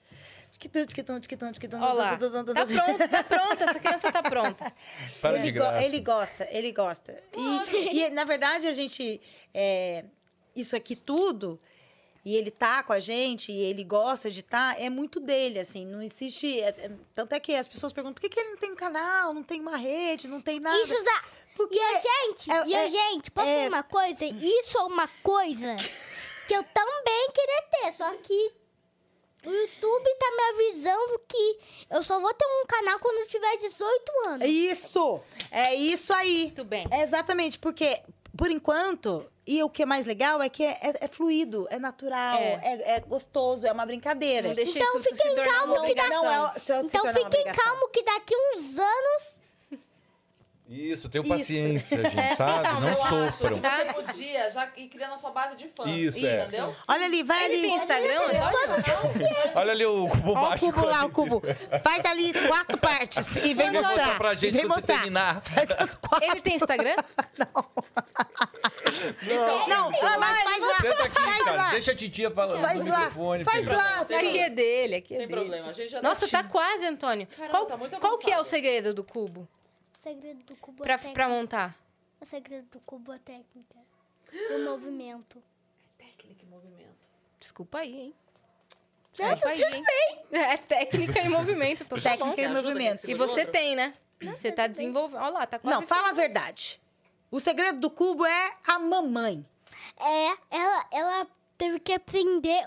Olha lá. Tá pronta, essa criança tá pronta. Para de graça. Ele gosta. E, na verdade, a gente... isso aqui tudo... E ele tá com a gente, e ele gosta de estar, é muito dele, assim, não existe... tanto é que as pessoas perguntam, por que ele não tem um canal, não tem uma rede, não tem nada? Isso dá. Porque gente, posso falar uma coisa? Isso é uma coisa que eu também queria ter, só que o YouTube tá me avisando que eu só vou ter um canal quando eu tiver 18 anos. Isso! É isso aí. Muito bem. É exatamente, porque, por enquanto, e o que é mais legal é que é fluido, é natural, é gostoso, é uma brincadeira. Não deixa Então isso se fiquem tornar uma calmos que dá- obrigação. se Então tornar uma fiquem obrigação. calmos que daqui uns anos... Isso, tenham Isso. paciência, gente, sabe? Então, Não Eu sofram. acho que você podia já ir criando a sua base de fãs. Isso, é. Entendeu? Olha ali, vai Ele ali. tem Instagram, Antônio? Olha ali o cubo Olha o mágico. cubo lá, ali. o cubo. Faz ali 4 partes e vem Vem mostrar mostrar. pra E gente vem quando você mostrar. terminar. Faz as 4. Ele tem Instagram? Não, mas faz lá. Senta aqui, Faz cara. lá. Deixa a titia falando Faz no lá. microfone. Faz filho. lá. Aqui é dele, aqui é Sem dele. problema. A gente já Nossa, tá quase, Antônio. Caramba, tá muito Qual que é o avançado. segredo do cubo? O segredo do cubo é Pra técnica. montar? O segredo do cubo é técnica. O movimento. técnica e movimento. Desculpa aí, hein? Desculpa aí, hein? É técnica e movimento, tô tá bom. Técnica e ajuda, movimento. gente. E você tem, né? Você tá desenvolvendo. Olha lá, tá quase... Não, fala a verdade. O segredo do cubo é a mamãe. Ela teve que aprender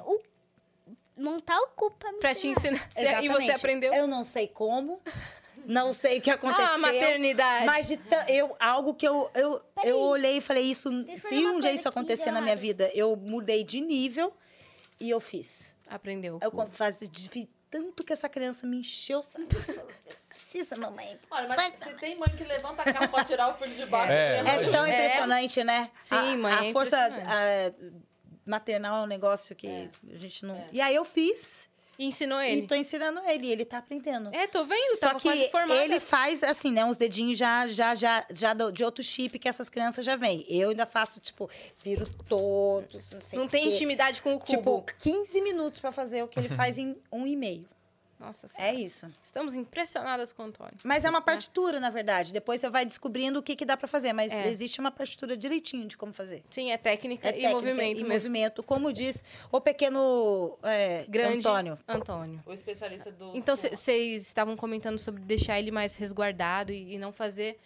montar o cubo pra me Pra te ensinar. E Exatamente. você aprendeu? Eu não sei como, não sei o que aconteceu. Ah, maternidade. Mas algo que eu olhei e falei, isso, Deixa eu se fazer uma um dia coisa isso aqui, acontecer na minha Leonardo. vida, eu mudei de nível e eu fiz. Aprendeu. Eu fiz tanto que essa criança me encheu, sabe? Eu falei, precisa, mamãe. Olha, mas se tem mãe que levanta a capa pra tirar o filho de baixo... É, eu ia É fazer. tão impressionante, né? Sim, mãe, A é força impressionante. maternal é um negócio que a gente não... E aí eu fiz E ensinou e ele. tô ensinando ele. E ele tá aprendendo. É, tô vendo, Só tava que quase formada. ele faz, assim, né? Uns dedinhos já de outro chip que essas crianças já vêm. Eu ainda faço, tipo, viro todos, não sei Não o tem quê. intimidade com o cubo. Tipo, 15 minutos pra fazer o que ele faz em 1,5. Nossa senhora. É isso. Estamos impressionadas com o Antônio. Mas é uma partitura, na verdade. Depois você vai descobrindo o que dá pra fazer. Mas É. existe uma partitura direitinho de como fazer. Sim, é técnica, É e técnica movimento e mesmo. movimento, como diz o pequeno Grande Antônio. O especialista do... Então, vocês estavam comentando sobre deixar ele mais resguardado e não fazer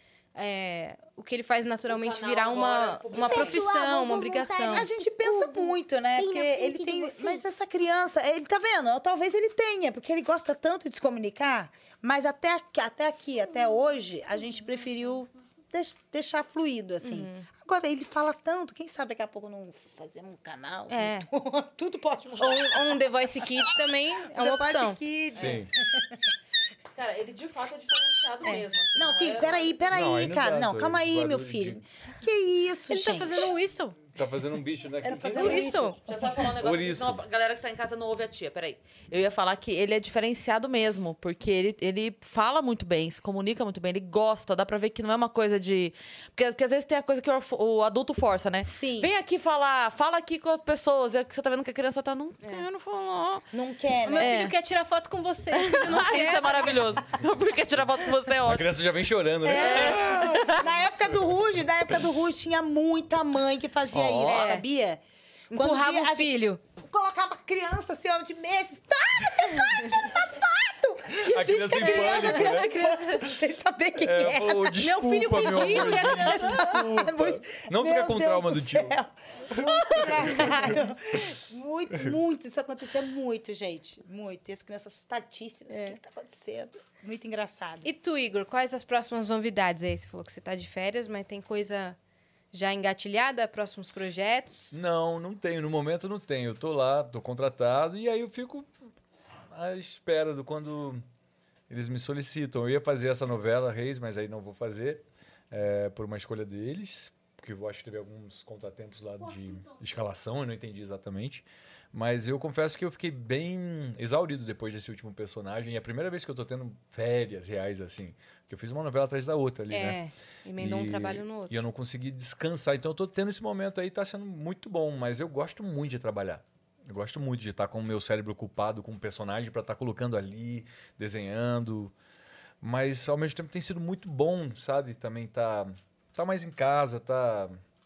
o que ele faz naturalmente O canal virar agora, uma publicar. profissão, Pessoal, uma vou obrigação. A gente pensa muito, né? Bem Porque na frente ele de tem. vocês. Mas essa criança, ele tá vendo? Talvez ele tenha, porque ele gosta tanto de se comunicar. Mas até hoje, a gente preferiu deixar fluido, assim. Agora, ele fala tanto, quem sabe daqui a pouco não fazer um canal. É. Tudo pode mudar. Ou um The Voice Kids também é uma Depois opção. que- Sim. Cara, ele de fato é diferenciado mesmo. assim, Não, filho, é- peraí, Não, aí não cara. dá, Não, tô calma aí, meu barulho de- filho. Que isso, Ele gente? tá fazendo um whistle. Tá fazendo um bicho, né? Tá Que- fazendo Isso. Deixa eu só falar um negócio, porque Ouriço. senão a galera que tá em casa não ouve a tia, peraí. Eu ia falar que ele é diferenciado mesmo, porque ele fala muito bem, se comunica muito bem, ele gosta, dá pra ver que não é uma coisa de... Porque às vezes tem a coisa que o adulto força, né? Sim. Vem aqui falar, fala aqui com as pessoas, é que você tá vendo que a criança tá não querendo falar. Não quer, Meu né? filho quer tirar foto com você. Filho, não Ah, isso é maravilhoso. Meu filho quer tirar foto com você, é A ótimo. criança já vem chorando, né? Na época do Ruge, tinha muita mãe que fazia Ó. isso, É. sabia? Empurrava via, o filho. colocava criança, assim, ó, de meses. Tá, você pode, tá farto! A criança em pânico, né? Sem saber quem é. Falou, desculpa, Meu filho pediu. Desculpa. Não fica com trauma do tio. Muito engraçado. Muito. Isso acontecia muito, gente. Muito. E as crianças assustadíssimas. O que tá acontecendo? Muito engraçado. E tu, Igor, quais as próximas novidades aí? Você falou que você tá de férias, mas tem coisa já engatilhada? Próximos projetos? Não tenho. No momento não tenho. Eu tô lá, tô contratado e aí eu fico à espera do quando eles me solicitam. Eu ia fazer essa novela, Reis, mas aí não vou fazer por uma escolha deles, porque eu acho que teve alguns contratempos lá de escalação, eu não entendi exatamente. Mas eu confesso que eu fiquei bem exaurido depois desse último personagem. E é a primeira vez que eu tô tendo férias reais, assim. Porque eu fiz uma novela atrás da outra ali, né? Emendou um trabalho no outro. E eu não consegui descansar. Então eu tô tendo esse momento aí, tá sendo muito bom. Mas eu gosto muito de trabalhar. Eu gosto muito de estar com o meu cérebro ocupado com um personagem para estar colocando ali, desenhando. Mas ao mesmo tempo tem sido muito bom, sabe? Também tá mais em casa, tá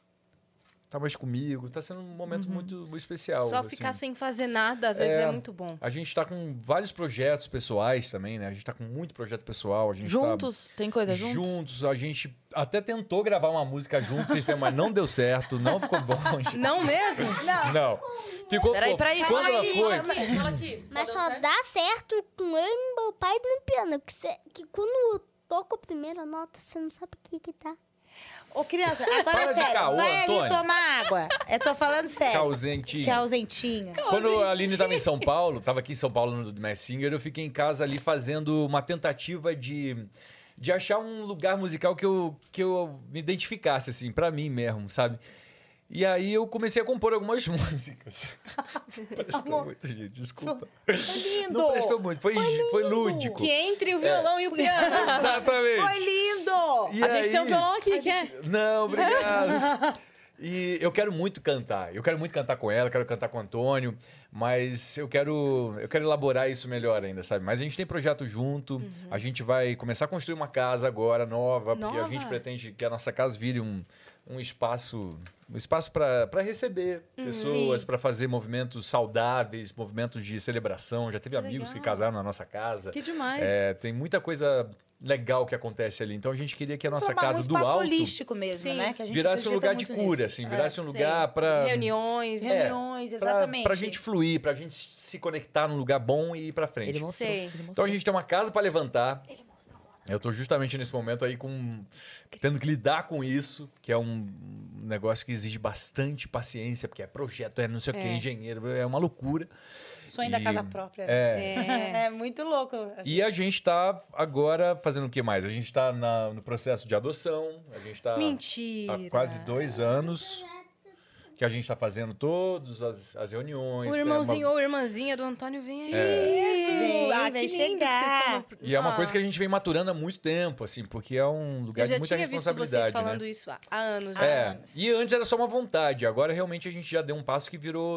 mais comigo. Tá sendo um momento muito especial. Só assim. ficar sem fazer nada, às vezes, é muito bom. A gente tá com vários projetos pessoais também, né? A gente tá com muito projeto pessoal. A gente Juntos? Tem coisa juntos? Juntos. A gente até tentou gravar uma música juntos, mas não deu certo, não ficou bom. Não mesmo? Não. Ficou Peraí, Quando ela foi... Fala aqui. Mas só dá certo com eu e meu pai no piano. Que quando eu toco a primeira nota, você não sabe o que tá. Ô, criança, agora Para de sério, caô, vai ali Antônio. tomar água. Eu tô falando sério. Causentinho. Que é ausentinho. Quando a Aline estava em São Paulo, estava aqui em São Paulo no Masked Singer, eu fiquei em casa ali fazendo uma tentativa de achar um lugar musical que eu me identificasse, assim, pra mim mesmo, sabe? E aí eu comecei a compor algumas músicas. Prestou muito, gente, desculpa. Lindo! Não prestou muito, foi lúdico. Que entre o violão e o piano. Exatamente. Foi lindo! E A gente tem um aí- violão aqui, quer? Não, obrigado. E eu quero muito cantar. Eu quero muito cantar com ela, quero cantar com o Antônio, mas eu quero elaborar isso melhor ainda, sabe? Mas a gente tem projeto junto, a gente vai começar a construir uma casa agora nova, porque a Nova? gente pretende que a nossa casa vire um espaço para receber pessoas, para fazer movimentos saudáveis, movimentos de celebração. Já teve amigos que casaram na nossa casa. Que demais. Tem muita coisa legal que acontece ali. Então a gente queria que a nossa Tomar casa um do espaço alto holístico mesmo, Sim. né? Que a gente virasse um acredita lugar de muito cura, nisso. assim, virasse um Sei. lugar para Reuniões. Reuniões, exatamente. pra gente fluir, pra gente se conectar num lugar bom e ir pra frente. Ele mostrou. Sei. Ele mostrou. Então a gente tem uma casa pra levantar. Eu tô justamente nesse momento aí tendo que lidar com isso, que é um negócio que exige bastante paciência, porque é projeto, não sei o que, engenheiro, é uma loucura. Sonho da E- casa própria. É. É muito louco. E a gente tá agora fazendo o que mais? A gente tá no processo de adoção, a gente tá Mentira. há quase 2 anos que a gente tá fazendo todas as reuniões. O tem irmãozinho uma- ou irmãzinha do Antônio vem aí. Vem, Ah, vai que lindo que vocês chegar. estão... E é uma coisa que a gente vem maturando há muito tempo, assim, porque é um lugar Eu de já muita tinha visto responsabilidade, vocês falando né? isso há anos. E antes era só uma vontade, agora realmente a gente já deu um passo que virou,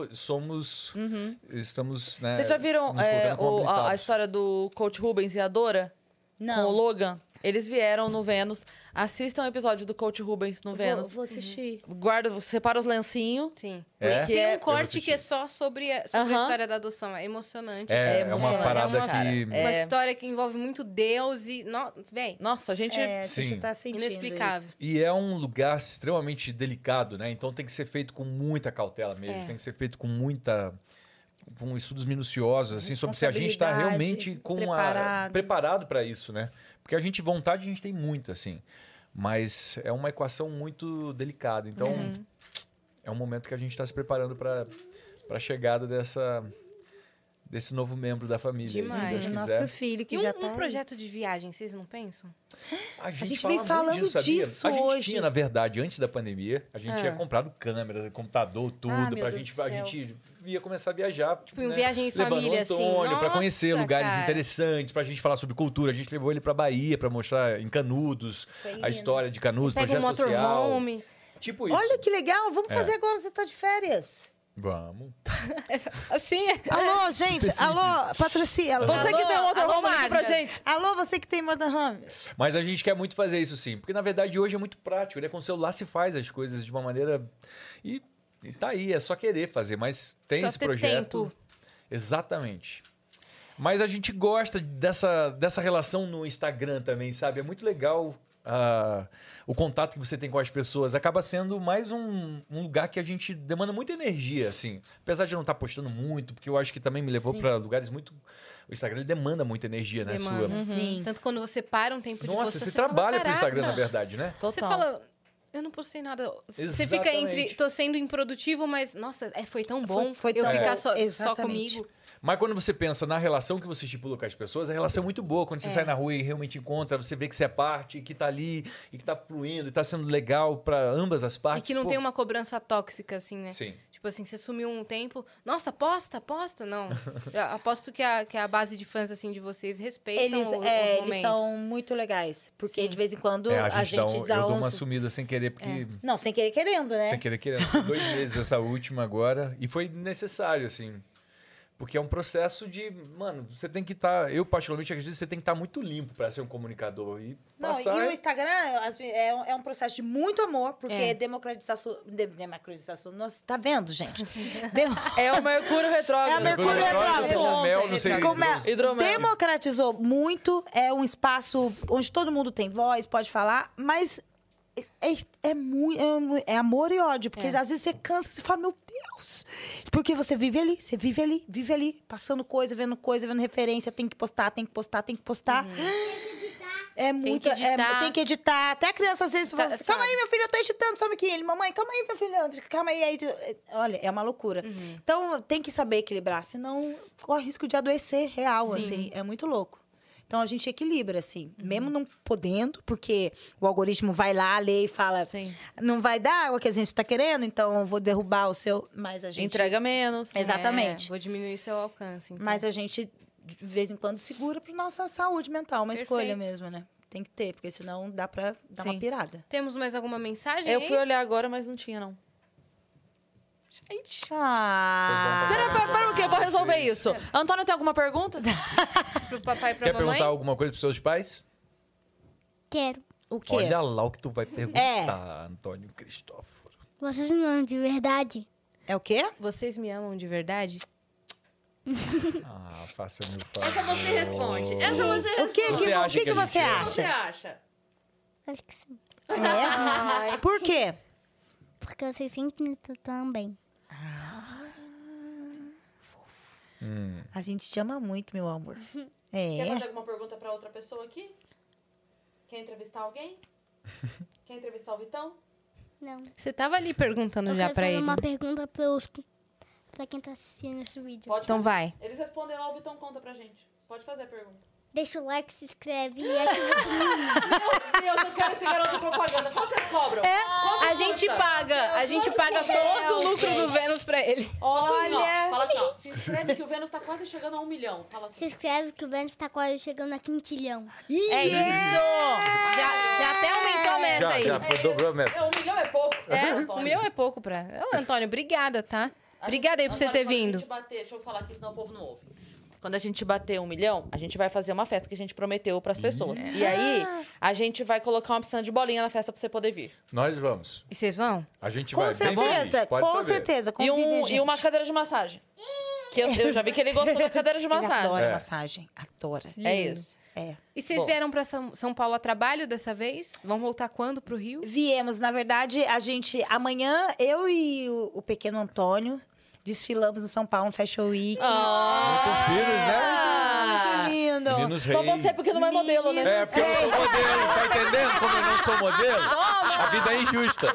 estamos, né? Vocês já viram nos colocando como a habilitados. história do Coach Rubens e a Dora? Com o Não. Logan? Eles vieram no Vênus. Assistam o episódio do Coach Rubens no Vênus. Vou assistir. Guarda, separa os lencinhos. Sim. É? Porque Tem um é- corte Eu que é só sobre a história da adoção. É emocionante. É assim. uma emocionante. parada uma, que... Uma história que envolve muito Deus e... Véi, Nossa, a gente... É, a gente Sim. tá sentindo inexplicável. isso. E é um lugar extremamente delicado, né? Então tem que ser feito com muita cautela mesmo, tem que ser feito com estudos minuciosos, assim, sobre se a gente está realmente preparado para isso, né? Porque vontade a gente tem muito, assim, mas é uma equação muito delicada. Então é um momento que a gente está se preparando para a chegada desse novo membro da família. Demais. Se Deus O quiser. nosso filho que E já um tá... projeto de viagem, vocês não pensam? A gente fala vem muito falando sabia? disso A gente hoje. tinha, na verdade, antes da pandemia, a gente tinha comprado câmeras, computador, tudo, meu pra Deus gente, do a céu. gente ia começar a viajar. Tipo, em viagem em família, levando o Antônio assim. pra conhecer Nossa, lugares cara. interessantes, pra gente falar sobre cultura. A gente levou ele pra Bahia pra mostrar em Canudos, a história de Canudos, Pega um projeto social. motorhome. Tipo isso. Olha que legal, vamos fazer agora que você tá de férias. Vamos. Assim, Alô, gente, alô, patrocina. Você que tem um outro alô, home aqui pra marcas. gente. Alô, você que tem motorhome. Mas a gente quer muito fazer isso sim, porque na verdade hoje é muito prático, né? Com o celular se faz as coisas de uma maneira... E tá aí, é só querer fazer, mas tem Só esse ter projeto... tempo. Exatamente. Mas a gente gosta dessa relação no Instagram também, sabe? É muito legal o contato que você tem com as pessoas. Acaba sendo mais um lugar que a gente demanda muita energia, assim. Apesar de eu não estar postando muito, porque eu acho que também me levou para lugares muito... O Instagram ele demanda muita energia, né? Demanda. Sua. Sim. Tanto quando você para um tempo de Nossa, postar, você fala, trabalha pro Instagram, "Caraca". na verdade, né? Você Total. fala, eu não postei nada. Você fica entre, tô sendo improdutivo, mas, nossa, foi tão bom Foi eu tão ficar bom, só exatamente. comigo. Mas quando você pensa na relação que você estipula com as pessoas, a relação é muito boa. Quando você sai na rua e realmente encontra, você vê que você é parte, que tá ali, e que tá fluindo, e tá sendo legal para ambas as E partes. que não Pô, tem uma cobrança tóxica, assim, né? Sim. Tipo assim, você sumiu um tempo, nossa, posta, não. Eu aposto que a base de fãs, assim, de vocês respeitam Eles, os momentos. eles são muito legais. Porque Sim. de vez em quando a a gente gente eu dá dou uns... uma sumida sem querer, porque... Não, sem querer querendo, né? Sem querer querendo. Foi 2 meses essa última agora. E foi necessário, assim. Porque é um processo de... Mano, você tem que estar... Eu, particularmente, acredito que você tem que estar muito limpo para ser um comunicador. E Não, passar... e o Instagram é um processo de muito amor, porque É. democratização... Nossa, tá vendo, gente? É o Mercúrio retrógrado. É o Mercúrio retrógrado. Com mel, não sei... Como é- Hidromel. democratizou muito, é um espaço onde todo mundo tem voz, pode falar, mas é amor e ódio, porque às vezes você cansa e fala, meu Deus, porque você vive ali, passando coisa, vendo referência, tem que postar. É muito. que editar. Tem que editar. Até a criança às vezes fala, calma sabe. aí, meu filho, eu tô editando, some aqui. Ele, mamãe, calma aí, meu filho, calma aí. Olha, é uma loucura. Então, tem que saber equilibrar, senão corre risco de adoecer real, Sim. assim. É muito louco. Então, a gente equilibra, assim. Mesmo não podendo, porque o algoritmo vai lá, lê e fala, Sim. não vai dar o que a gente tá querendo, então eu vou derrubar o seu... Mas a gente... Entrega menos. Exatamente. Vou diminuir seu alcance, então. Mas a gente, de vez em quando, segura pra nossa saúde mental. Uma escolha Perfeito. mesmo, né? Tem que ter, porque senão dá pra dar Sim. uma pirada. Temos mais alguma mensagem Eu aí? fui olhar agora, mas não tinha, não. Gente. Ah! Pera um pouquinho, eu vou resolver isso. Antônio, tem alguma pergunta? Pro papai e pra Quer mamãe? perguntar alguma coisa pros seus pais? Quero. O quê? Olha lá o que tu vai perguntar, Antônio Cristóforo. Vocês me amam de verdade? É o quê? Vocês me amam de verdade? Ah, faça-me o favor. Essa você responde. Essa você O que, Você acha o que que a você gente ama? você acha? acha? Acho que sim. É? Por quê? Porque vocês sempre me tratam bem. A gente te ama muito, meu amor. Quer fazer É. alguma pergunta pra outra pessoa aqui? Quer entrevistar alguém? Quer entrevistar o Vitão? Não. Você tava ali perguntando Eu já quero pra fazer ele. uma pergunta pra quem tá assistindo esse vídeo. Pode Então fazer. vai. Eles respondem lá, o Vitão conta pra gente. Pode fazer a pergunta. Deixa o like, se inscreve e ativa Meu Deus, eu quero esse garoto propaganda. Quanto vocês cobram? Quanto A gente custa? paga todo o lucro do Vênus pra ele. Fala assim, ó. Se inscreve que o Vênus tá quase chegando a 1 milhão. Fala Se assim. inscreve que o Vênus tá quase chegando a quintilhão. É isso! Já até aumentou a meta aí. Já, dobrou a meta. 1 milhão é pouco. É, Antônio. 1 milhão é pouco pra... Ô, Antônio, obrigada, tá? Obrigada aí por você Antônio, ter quando a vindo. gente bater, deixa eu falar aqui, senão o povo não ouve. Quando a gente bater 1 milhão, a gente vai fazer uma festa que a gente prometeu pras pessoas. E aí, a gente vai colocar uma piscina de bolinha na festa pra você poder vir. Nós vamos. E vocês vão? A gente Com vai bem feliz, certeza, pode com saber. certeza. E, Convidem, gente. e uma cadeira de massagem. Que eu já vi que ele gostou da cadeira de Ele massagem. adora É. massagem. Adora. É Lindo. isso. É. E vocês Bom. vieram pra São Paulo a trabalho dessa vez? Vão voltar quando pro Rio? Viemos, na verdade, amanhã, eu e o pequeno Antônio desfilamos no São Paulo Fashion Week. Muito finos, né? Muito lindo. Meninos Só reis. você, porque não é modelo, né? É, porque eu não sou modelo, tá entendendo como eu não sou modelo? A vida é injusta.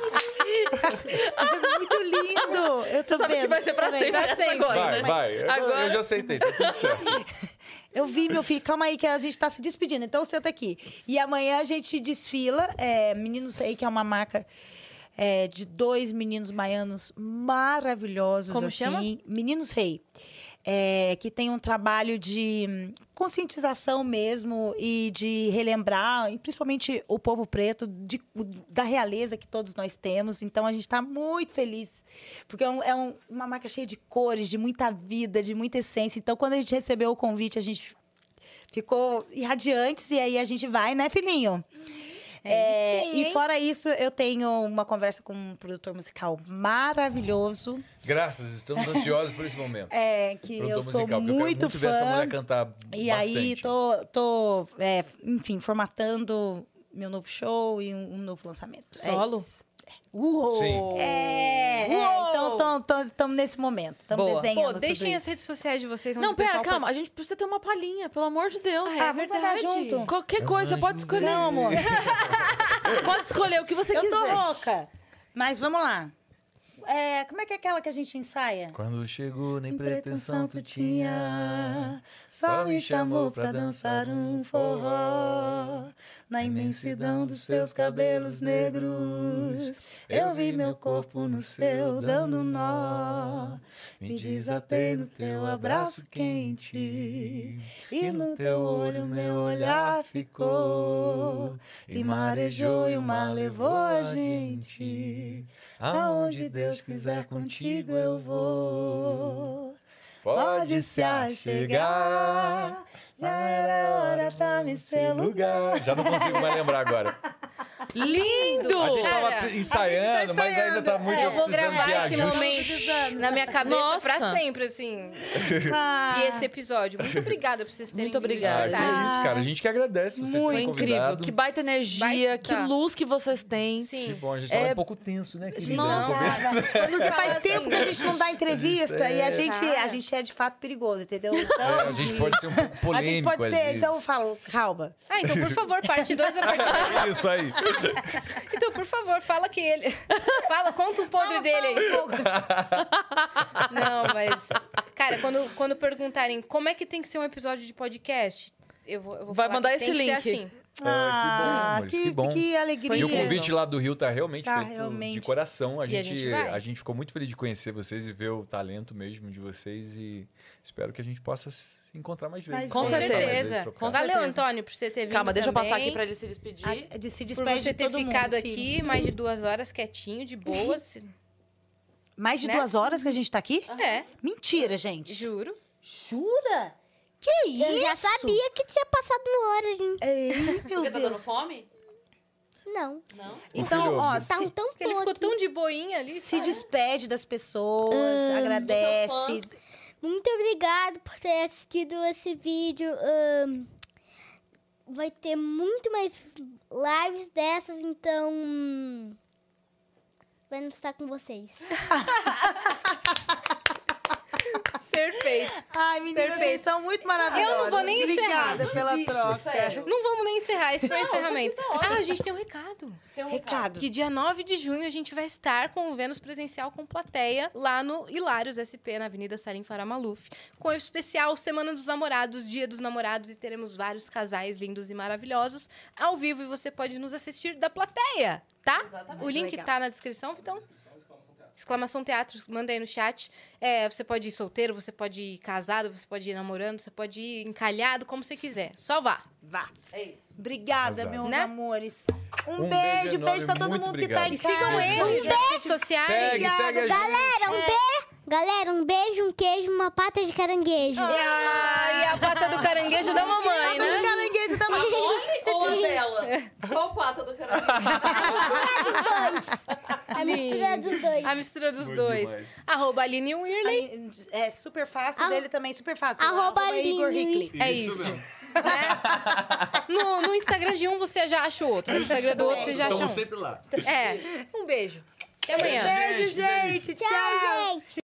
Muito lindo. Eu tô Sabe vendo. que vai ser pra também. sempre, Pra essa sempre. agora, Vai, né? vai. Agora- Eu já aceitei, tá tudo certo. Eu vi, meu filho. Calma aí, que a gente tá se despedindo. Então, senta aqui. E amanhã a gente desfila. Meninos Rei, que é uma marca de 2 meninos baianos maravilhosos. Como assim. chama? Meninos Rei. Que tem um trabalho de conscientização mesmo e de relembrar, e principalmente o povo preto, da realeza que todos nós temos. Então, a gente está muito feliz, porque uma marca cheia de cores, de muita vida, de muita essência. Então, quando a gente recebeu o convite, a gente ficou irradiantes e aí a gente vai, né, filhinho? Sim, e hein? fora isso, eu tenho uma conversa com um produtor musical maravilhoso, Graças, estamos ansiosos por esse momento. que Produtor eu sou musical, porque eu quero muito ver essa mulher fã. cantar E bastante. aí, tô enfim, formatando meu novo show e um novo lançamento. Solo? É isso. Uou! Sim. Então estamos nesse momento. Estamos Boa. desenhando Pô, deixem tudo as isso. redes sociais de vocês. onde Não, o pessoal pera, calma. A gente precisa ter uma palhinha, pelo amor de Deus. Ah, é vamos mandar verdade. junto. Qualquer coisa, pode escolher. Não, amor. Pode escolher o que você Eu tô quiser. rouca. Mas vamos lá. Como é que é aquela que a gente ensaia? Quando chegou, nem Pretensão tu tinha, só me chamou pra dançar um forró. Na imensidão dos seus cabelos negros, eu vi meu corpo no seu dando nó. Me desatei no teu abraço quente, e no teu olho meu olhar ficou. E marejou e o mar levou a gente. Aonde Deus quiser contigo eu vou. Pode se achegar, já era hora, tá nesse lugar. Já não consigo mais lembrar agora. Lindo! A gente Cara, tava ensaiando, mas ainda tá muito Eu vou precisando de gravar esse ajuste. momento na minha cabeça Nossa. pra sempre, assim. Ah, E esse episódio. Muito obrigada por vocês terem Muito vindo, de obrigada. Ah, que verdade. isso, cara. A gente que agradece vocês Muito terem incrível. convidado. Que baita energia, Baita. que luz que vocês têm. Que Sim. bom, a gente tava um pouco tenso, né, querida? Nossa. No começo. Porque faz Fala tempo assim, que a gente não dá entrevista e a Cara. gente é de fato perigoso, entendeu? Então, A gente pode ser um pouco a polêmico. gente pode às ser, vezes. então eu falo, calma. Ah, então, por favor, parte 2 a parte 2. Isso aí. Então, por favor, fala que ele... Fala, conta o podre dele aí. Não, mas... Cara, quando perguntarem como é que tem que ser um episódio de podcast, eu vou Vai falar mandar que esse tem que link. ser assim. Ah, que bom. que alegria. E o convite lá do Rio tá realmente Tá, feito realmente. de coração. E a gente vai. A gente ficou muito feliz de conhecer vocês e ver o talento mesmo de vocês. E espero que a gente possa se encontrar mais vezes. Mas Com conversar mais certeza. vezes, trocar. Com Valeu, certeza. Antônio, por você ter vindo Calma, deixa eu passar também, aqui pra ele se despedir. De se por despede você de ter todo ficado mundo, filho. aqui mais de 2 horas quietinho, de boas. Mais de né? 2 horas que a gente tá aqui? É, Mentira, gente. juro. Jura? Que isso? Eu já sabia que tinha passado horas, hein? Ei, meu Porque tá dando Deus. fome? Não. Não? Então, filho, ó, Tá se, um tão Porque ele ficou tão de boinha ali. se sabe? despede das pessoas, agradece. dos seus fãs. Muito obrigado por ter assistido esse vídeo. Vai ter muito mais lives dessas, então... Vai estar com vocês. Perfeito. Ai, meninas, Perfeito. vocês são muito maravilhosas. Eu não vou nem encerrar. Obrigada pela troca. Não vamos nem encerrar, esse foi o encerramento. Ah, a gente tem um recado. Recado. Que dia 9 de junho a gente vai estar com o Vênus presencial com plateia lá no Hilários SP, na Avenida Salim Farah Maluf, com o especial Semana dos Namorados, Dia dos Namorados, e teremos vários casais lindos e maravilhosos ao vivo, e você pode nos assistir da plateia, tá? Exatamente. O link Legal. tá na descrição, então... Exclamação Teatro, manda aí no chat. Você pode ir solteiro, você pode ir casado, você pode ir namorando, você pode ir encalhado, como você quiser. Só vá. Vá. É isso. Obrigada, Arrasado. meus Né? amores. Um Um beijo, beijo beijo pra enorme, todo muito mundo que tá em obrigado. E casa. sigam eles nas redes sociais. Segue a gente. Galera, um beijo, um queijo, uma pata de caranguejo. E a pata do caranguejo da mamãe, Todo né? caranguejo da A Molly ou a Bela? Qual pata do cara? A mistura dos dois. A mistura dos Bom dois. demais. Aline Whirley. É super fácil, Ah, dele também super fácil. arroba Igor Lili. Hickley. É isso. Né? No Instagram de um você já acha o outro. No Instagram do outro você já acha Estamos um. sempre lá. Um beijo. Até amanhã. Beijo, gente. Tchau, gente.